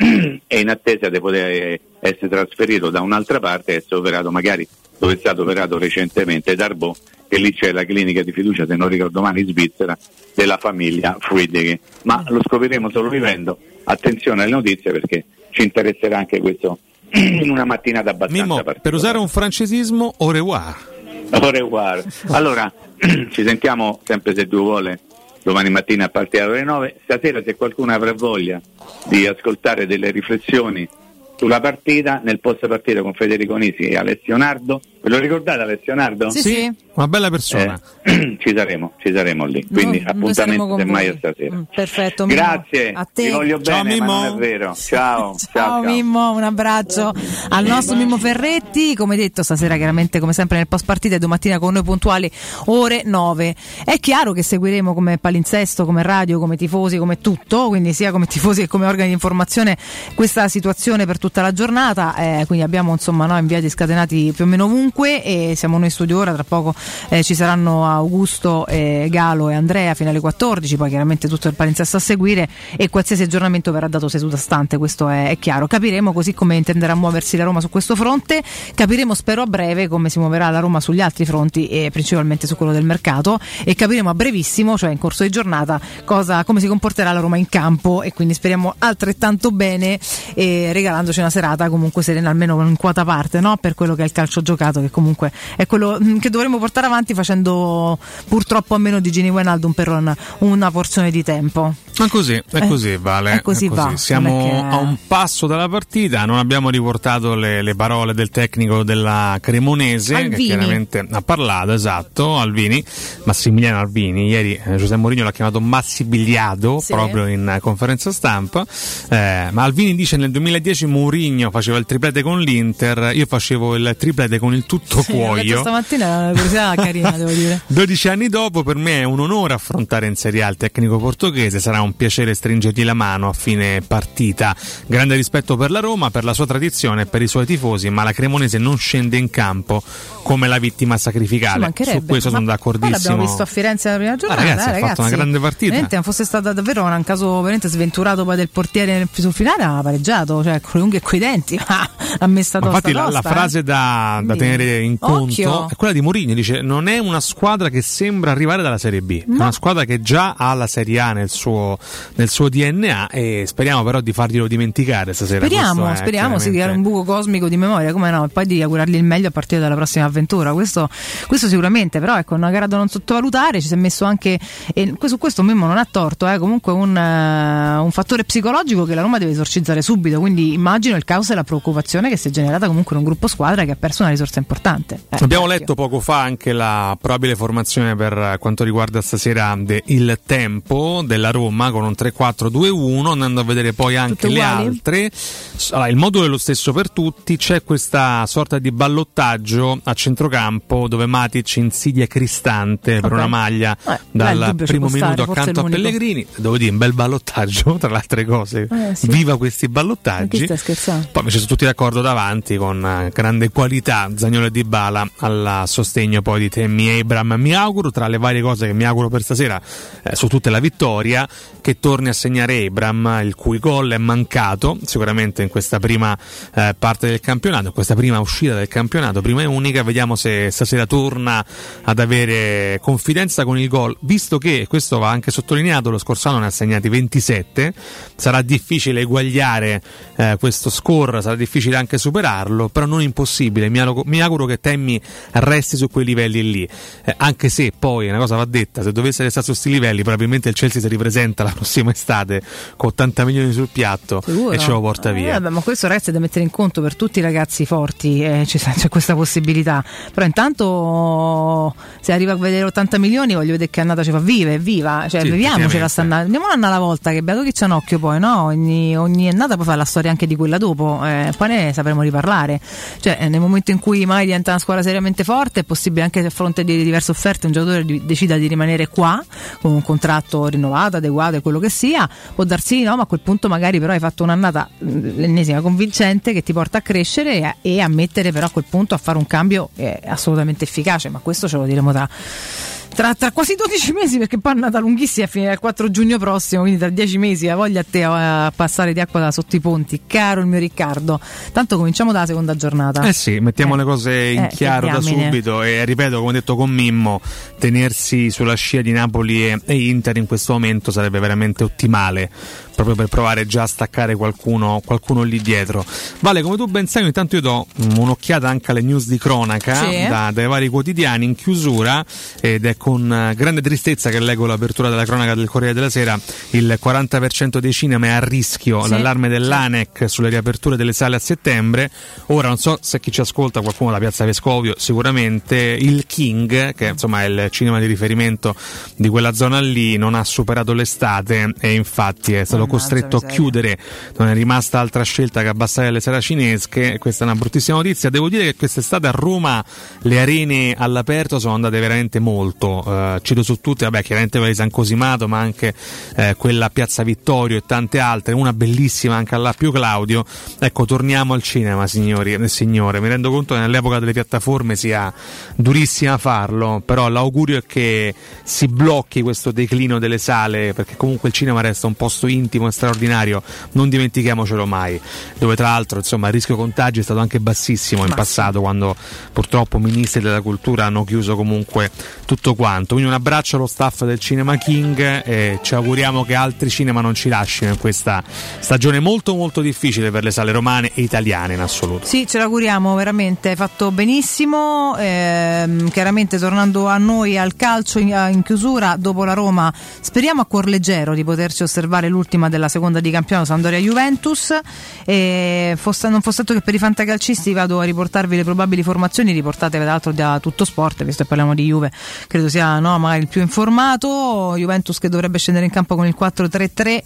e in attesa di poter essere trasferito da un'altra parte e essere operato magari dove è stato operato recentemente Darbo, che lì c'è la clinica di fiducia, se non ricordo male, in Svizzera, della famiglia Friedkin. Ma lo scopriremo solo vivendo. Attenzione alle notizie, perché ci interesserà anche questo in una mattinata abbastanza Mimmo, particolare. Per usare un francesismo, au revoir. Au revoir. Allora, ci sentiamo sempre, se Dio vuole, domani mattina a partire alle ore nove. Stasera, se qualcuno avrà voglia di ascoltare delle riflessioni sulla partita, nel post partita con Federico Nisi e Alessio Nardo. Ve lo ricordate Alessio Nardo? Sì, sì. Una bella persona. Eh, ci saremo, ci saremo lì. Quindi no, appuntamento semmai a stasera. Mm, perfetto. Mimmo. Grazie. A te. Ti voglio ciao, bene, Mimmo. ma non è vero. Ciao. ciao, ciao, ciao. Mimmo, un abbraccio al nostro Mimmo Ferretti. Come detto, stasera chiaramente come sempre nel post partita e domattina con noi puntuali ore nove. È chiaro che seguiremo come palinsesto, come radio, come tifosi, come tutto, quindi sia come tifosi che come organi di informazione questa situazione per tutta la giornata, eh, quindi abbiamo insomma no, inviati scatenati più o meno ovunque. cinque e siamo noi in studio ora, tra poco eh, ci saranno Augusto, eh, Galo e Andrea fino alle quattordici, poi chiaramente tutto il palinsesto a seguire e qualsiasi aggiornamento verrà dato seduta stante, questo è, è chiaro. Capiremo così come intenderà muoversi la Roma su questo fronte, capiremo spero a breve come si muoverà la Roma sugli altri fronti e principalmente su quello del mercato, e capiremo a brevissimo, cioè in corso di giornata, cosa, come si comporterà la Roma in campo, e quindi speriamo altrettanto bene, eh, regalandoci una serata comunque serena, almeno in quota parte, no? Per quello che è il calcio giocato, che comunque è quello che dovremo portare avanti, facendo purtroppo a meno di Gini Wijnaldum per una, una porzione di tempo. È così, è così, Vale. È così, è così. va. Siamo che... a un passo dalla partita, non abbiamo riportato le, le parole del tecnico della Cremonese, Alvini, che chiaramente ha parlato, esatto, Alvini, Massimiliano Alvini. Ieri eh, José Mourinho l'ha chiamato Massibiliado, sì, proprio in uh, conferenza stampa. Eh, ma Alvini dice: nel duemiladieci Mourinho faceva il triplete con l'Inter, io facevo il triplete con il tutto sì, cuoio. Stamattina è una curiosità carina, devo dire. dodici anni dopo, per me è un onore affrontare in Serie A il tecnico portoghese, sarà un piacere stringergli la mano a fine partita. Grande rispetto per la Roma, per la sua tradizione e per i suoi tifosi, ma la Cremonese non scende in campo come la vittima sacrificale. Su questo sono d'accordissimo. L'abbiamo visto a Firenze la prima giornata, ah, ragazzi, eh, ha ragazzi, fatto una grande partita. Veramente, non fosse stata davvero un caso veramente sventurato poi del portiere sul finale, ha pareggiato, cioè con le unghie e coi denti, ha messo tosta. Infatti tosta, la, la eh. frase da, da tenere in conto Occhio. è quella di Mourinho, dice: non è una squadra che sembra arrivare dalla Serie B, no. È una squadra che già ha la Serie A nel suo, nel suo D N A, e speriamo però di farglielo dimenticare stasera. Speriamo, speriamo si crea un buco cosmico di memoria, come no, e poi di augurargli il meglio a partire dalla prossima avventura, questo, questo sicuramente. Però ecco, una gara da non sottovalutare, ci si è messo anche, e su questo Mimmo non ha torto, eh, comunque un, uh, un fattore psicologico che la Roma deve esorcizzare subito, quindi immagino il caos e la preoccupazione che si è generata comunque in un gruppo squadra che ha perso una risorsa importante. Eh, Abbiamo occhio. letto poco fa anche la probabile formazione per quanto riguarda stasera de, il tempo della Roma con un tre quattro due uno, andando a vedere poi anche Tutte le uguali? altre. Allora, il modulo è lo stesso per tutti, c'è questa sorta di ballottaggio a centrocampo dove Matic insidia Cristante per Vabbè. una maglia eh, dal beh, primo minuto stare, accanto a Pellegrini. Devo dire, un bel ballottaggio, tra le altre cose. Eh, sì. Viva questi Ma ballottaggi. chi stai scherzando? Poi mi ci sono tutti d'accordo davanti, con uh, grande qualità, Zaniolo e Dybala al sostegno poi di Tammy Abraham. Mi auguro, tra le varie cose che mi auguro per stasera, eh, su tutte la vittoria, che torni a segnare Abraham, il cui gol è mancato sicuramente in questa prima eh, parte del campionato, in questa prima uscita del campionato, prima e unica. Vediamo se stasera torna ad avere confidenza con il gol, visto che, questo va anche sottolineato, lo scorso anno ne ha segnati ventisette, sarà difficile eguagliare eh, questo score, sarà difficile anche superarlo, però non impossibile. Mi auguro, mi auguro che Tammy resti su quei livelli lì, eh, anche se poi una cosa va detta: se dovesse restare su questi livelli probabilmente il Chelsea si ripresenta la prossima estate con ottanta milioni sul piatto. Sicuro? E ce lo porta via. Eh, vabbè, ma questo, ragazzi, è da mettere in conto per tutti i ragazzi forti, eh, c'è, c'è questa possibilità. Però intanto se arriva a vedere ottanta milioni, voglio vedere che annata ci fa vive, viva, cioè Sì, viviamocela sta annata, andiamo un'anno alla volta, che beato chi c'è un occhio poi, no? Ogni, ogni annata poi fa la storia anche di quella dopo, eh, poi ne sapremo riparlare. Cioè nel momento in cui mai diventa una squadra seriamente forte, è possibile anche a fronte di diverse offerte un giocatore di, decida di rimanere qua con un contratto rinnovato, adeguato e quello che sia, può darsi di no, ma a quel punto magari però hai fatto un'annata, l'ennesima convincente, che ti porta a crescere e a, e a mettere però a quel punto a fare un cambio eh, assolutamente efficace. Ma questo ce lo diremo tra Tra, tra quasi dodici mesi, perché poi è andata lunghissima, a finire il quattro giugno prossimo, quindi tra dieci mesi. La voglia a te a passare di acqua da sotto i ponti, caro il mio Riccardo. Tanto cominciamo dalla seconda giornata. Eh sì, mettiamo eh. le cose in eh, chiaro da subito, e ripeto, come detto con Mimmo, tenersi sulla scia di Napoli e, e Inter in questo momento sarebbe veramente ottimale, proprio per provare già a staccare qualcuno, qualcuno lì dietro. Vale, come tu ben sai, intanto io do un'occhiata anche alle news di cronaca, sì, da, dai vari quotidiani in chiusura, ed è con grande tristezza che leggo l'apertura della cronaca del Corriere della Sera: il quaranta per cento dei cinema è a rischio, sì, l'allarme dell'ANEC sulle riaperture delle sale a settembre. Ora non so se chi ci ascolta, qualcuno da Piazza Vescovio, sicuramente il King, che insomma è il cinema di riferimento di quella zona lì, non ha superato l'estate e infatti è stato costretto a chiudere, non è rimasta altra scelta che abbassare le saracinesche. Questa è una bruttissima notizia. Devo dire che quest'estate a Roma le arene all'aperto sono andate veramente molto, uh, cito su tutte, vabbè, chiaramente quella di San Cosimato, ma anche eh, quella a Piazza Vittorio e tante altre, una bellissima anche all'Appio Claudio. Ecco, torniamo al cinema, signori e signore. Mi rendo conto che nell'epoca delle piattaforme sia durissima farlo, però l'augurio è che si blocchi questo declino delle sale, perché comunque il cinema resta un posto intimo e straordinario, non dimentichiamocelo mai, dove tra l'altro insomma il rischio contagio è stato anche bassissimo in passato, quando purtroppo ministri della cultura hanno chiuso comunque tutto quanto. Quindi un abbraccio allo staff del Cinema King e ci auguriamo che altri cinema non ci lasciano in questa stagione molto molto difficile per le sale romane e italiane in assoluto. Sì, ce l'auguriamo veramente, hai fatto benissimo. Ehm, chiaramente tornando a noi al calcio in, in chiusura dopo la Roma, speriamo a cuor leggero di poterci osservare l'ultima della seconda di campionato, Sampdoria Juventus. E fosse, non fosse stato che per i fantacalcisti vado a riportarvi le probabili formazioni, riportate tra l'altro da Tutto Sport, visto che parliamo di Juve, credo sia no, magari il più informato. Juventus che dovrebbe scendere in campo con il quattro tre tre,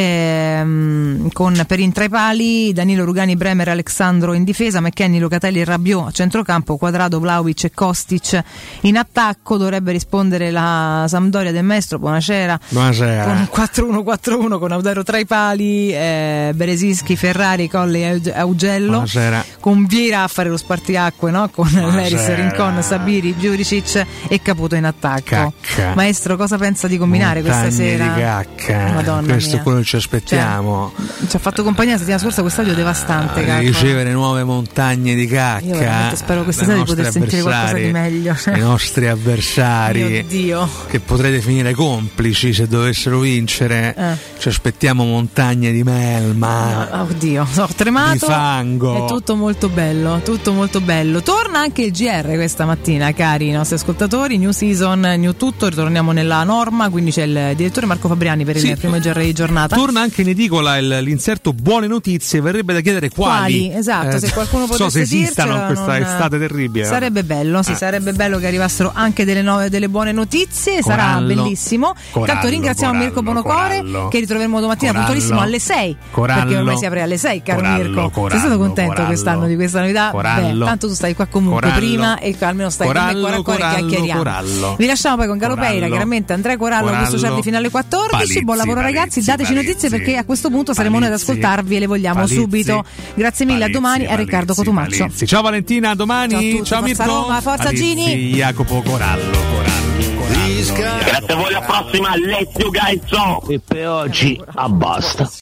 ehm, con Perin tra i pali, Danilo, Rugani, Bremer, Alexandro in difesa, McKennie, Locatelli e Rabiot a centrocampo, Quadrado, Vlahovic e Kostic in attacco. Dovrebbe rispondere la Sampdoria del maestro, buonasera, buonasera. Con il quattro uno quattro uno con Audero tra i pali, eh, Berezinski, Ferrari, Colli e Augello, buonasera. Con Vieira a fare lo spartiacque, no? Con Leris, Rincon, Sabiri, Giuricic e Caputo in attacco. Cacca. Maestro, cosa pensa di combinare Montagne questa sera? Di cacca. Madonna questo mia. è quello che ci aspettiamo, cioè, ci ha fatto compagnia la settimana scorsa quest'audio devastante, ah, ricevere nuove montagne di cacca. Io veramente spero questa sera di poter sentire qualcosa di meglio, i nostri avversari, Dio. che potrete finire complici se dovessero vincere. eh. Ci aspettiamo montagne di melma, no, oddio, ho tremato, di fango. È tutto molto bello, tutto molto bello. Torna anche il G R questa mattina, cari nostri ascoltatori, new season, new tutto, ritorniamo nella norma, quindi c'è il direttore Marco Fabriani per sì. il primo G R di giornata. Torna anche in edicola il, l'inserto buone notizie, verrebbe da chiedere quali, quali esatto, eh, se qualcuno potesse so se esistano in questa non... estate terribile. Sarebbe bello, sì, eh. sarebbe bello che arrivassero anche delle, nuove, delle buone notizie, Corallo, sarà bellissimo. Corallo, Tanto ringraziamo Corallo, Mirko Bonocore, Corallo, che ritroveremo domattina Corallo, puntualissimo alle sei, Corallo, perché ormai si apre alle sei, caro Corallo, Mirko. Corallo, Sei stato contento Corallo, quest'anno di questa novità? Corallo, Beh, tanto tu stai qua comunque Corallo, prima e almeno stai Corallo, con me cuore a cuore e chiacchieriamo. Corallo, Vi lasciamo poi con Galopeira, Corallo, chiaramente Andrea Corallo, Corallo, questo Ciardi fino alle quattordici. Palizzi, Buon lavoro Palizzi, ragazzi, dateci Palizzi, notizie perché a questo punto saremo Palizzi, noi ad ascoltarvi e le vogliamo Palizzi, subito. Grazie mille, Palizzi, a domani, a Riccardo Cotumaccio. Palizzi. Ciao Valentina, a domani. Ciao, a tutti, ciao forza Mirko. Roma, forza Palizzi, Gini. Jacopo Corallo, Corallo, Corallo. Grazie a voi, alla prossima, Alessio Gaizzo. E per oggi abbasta.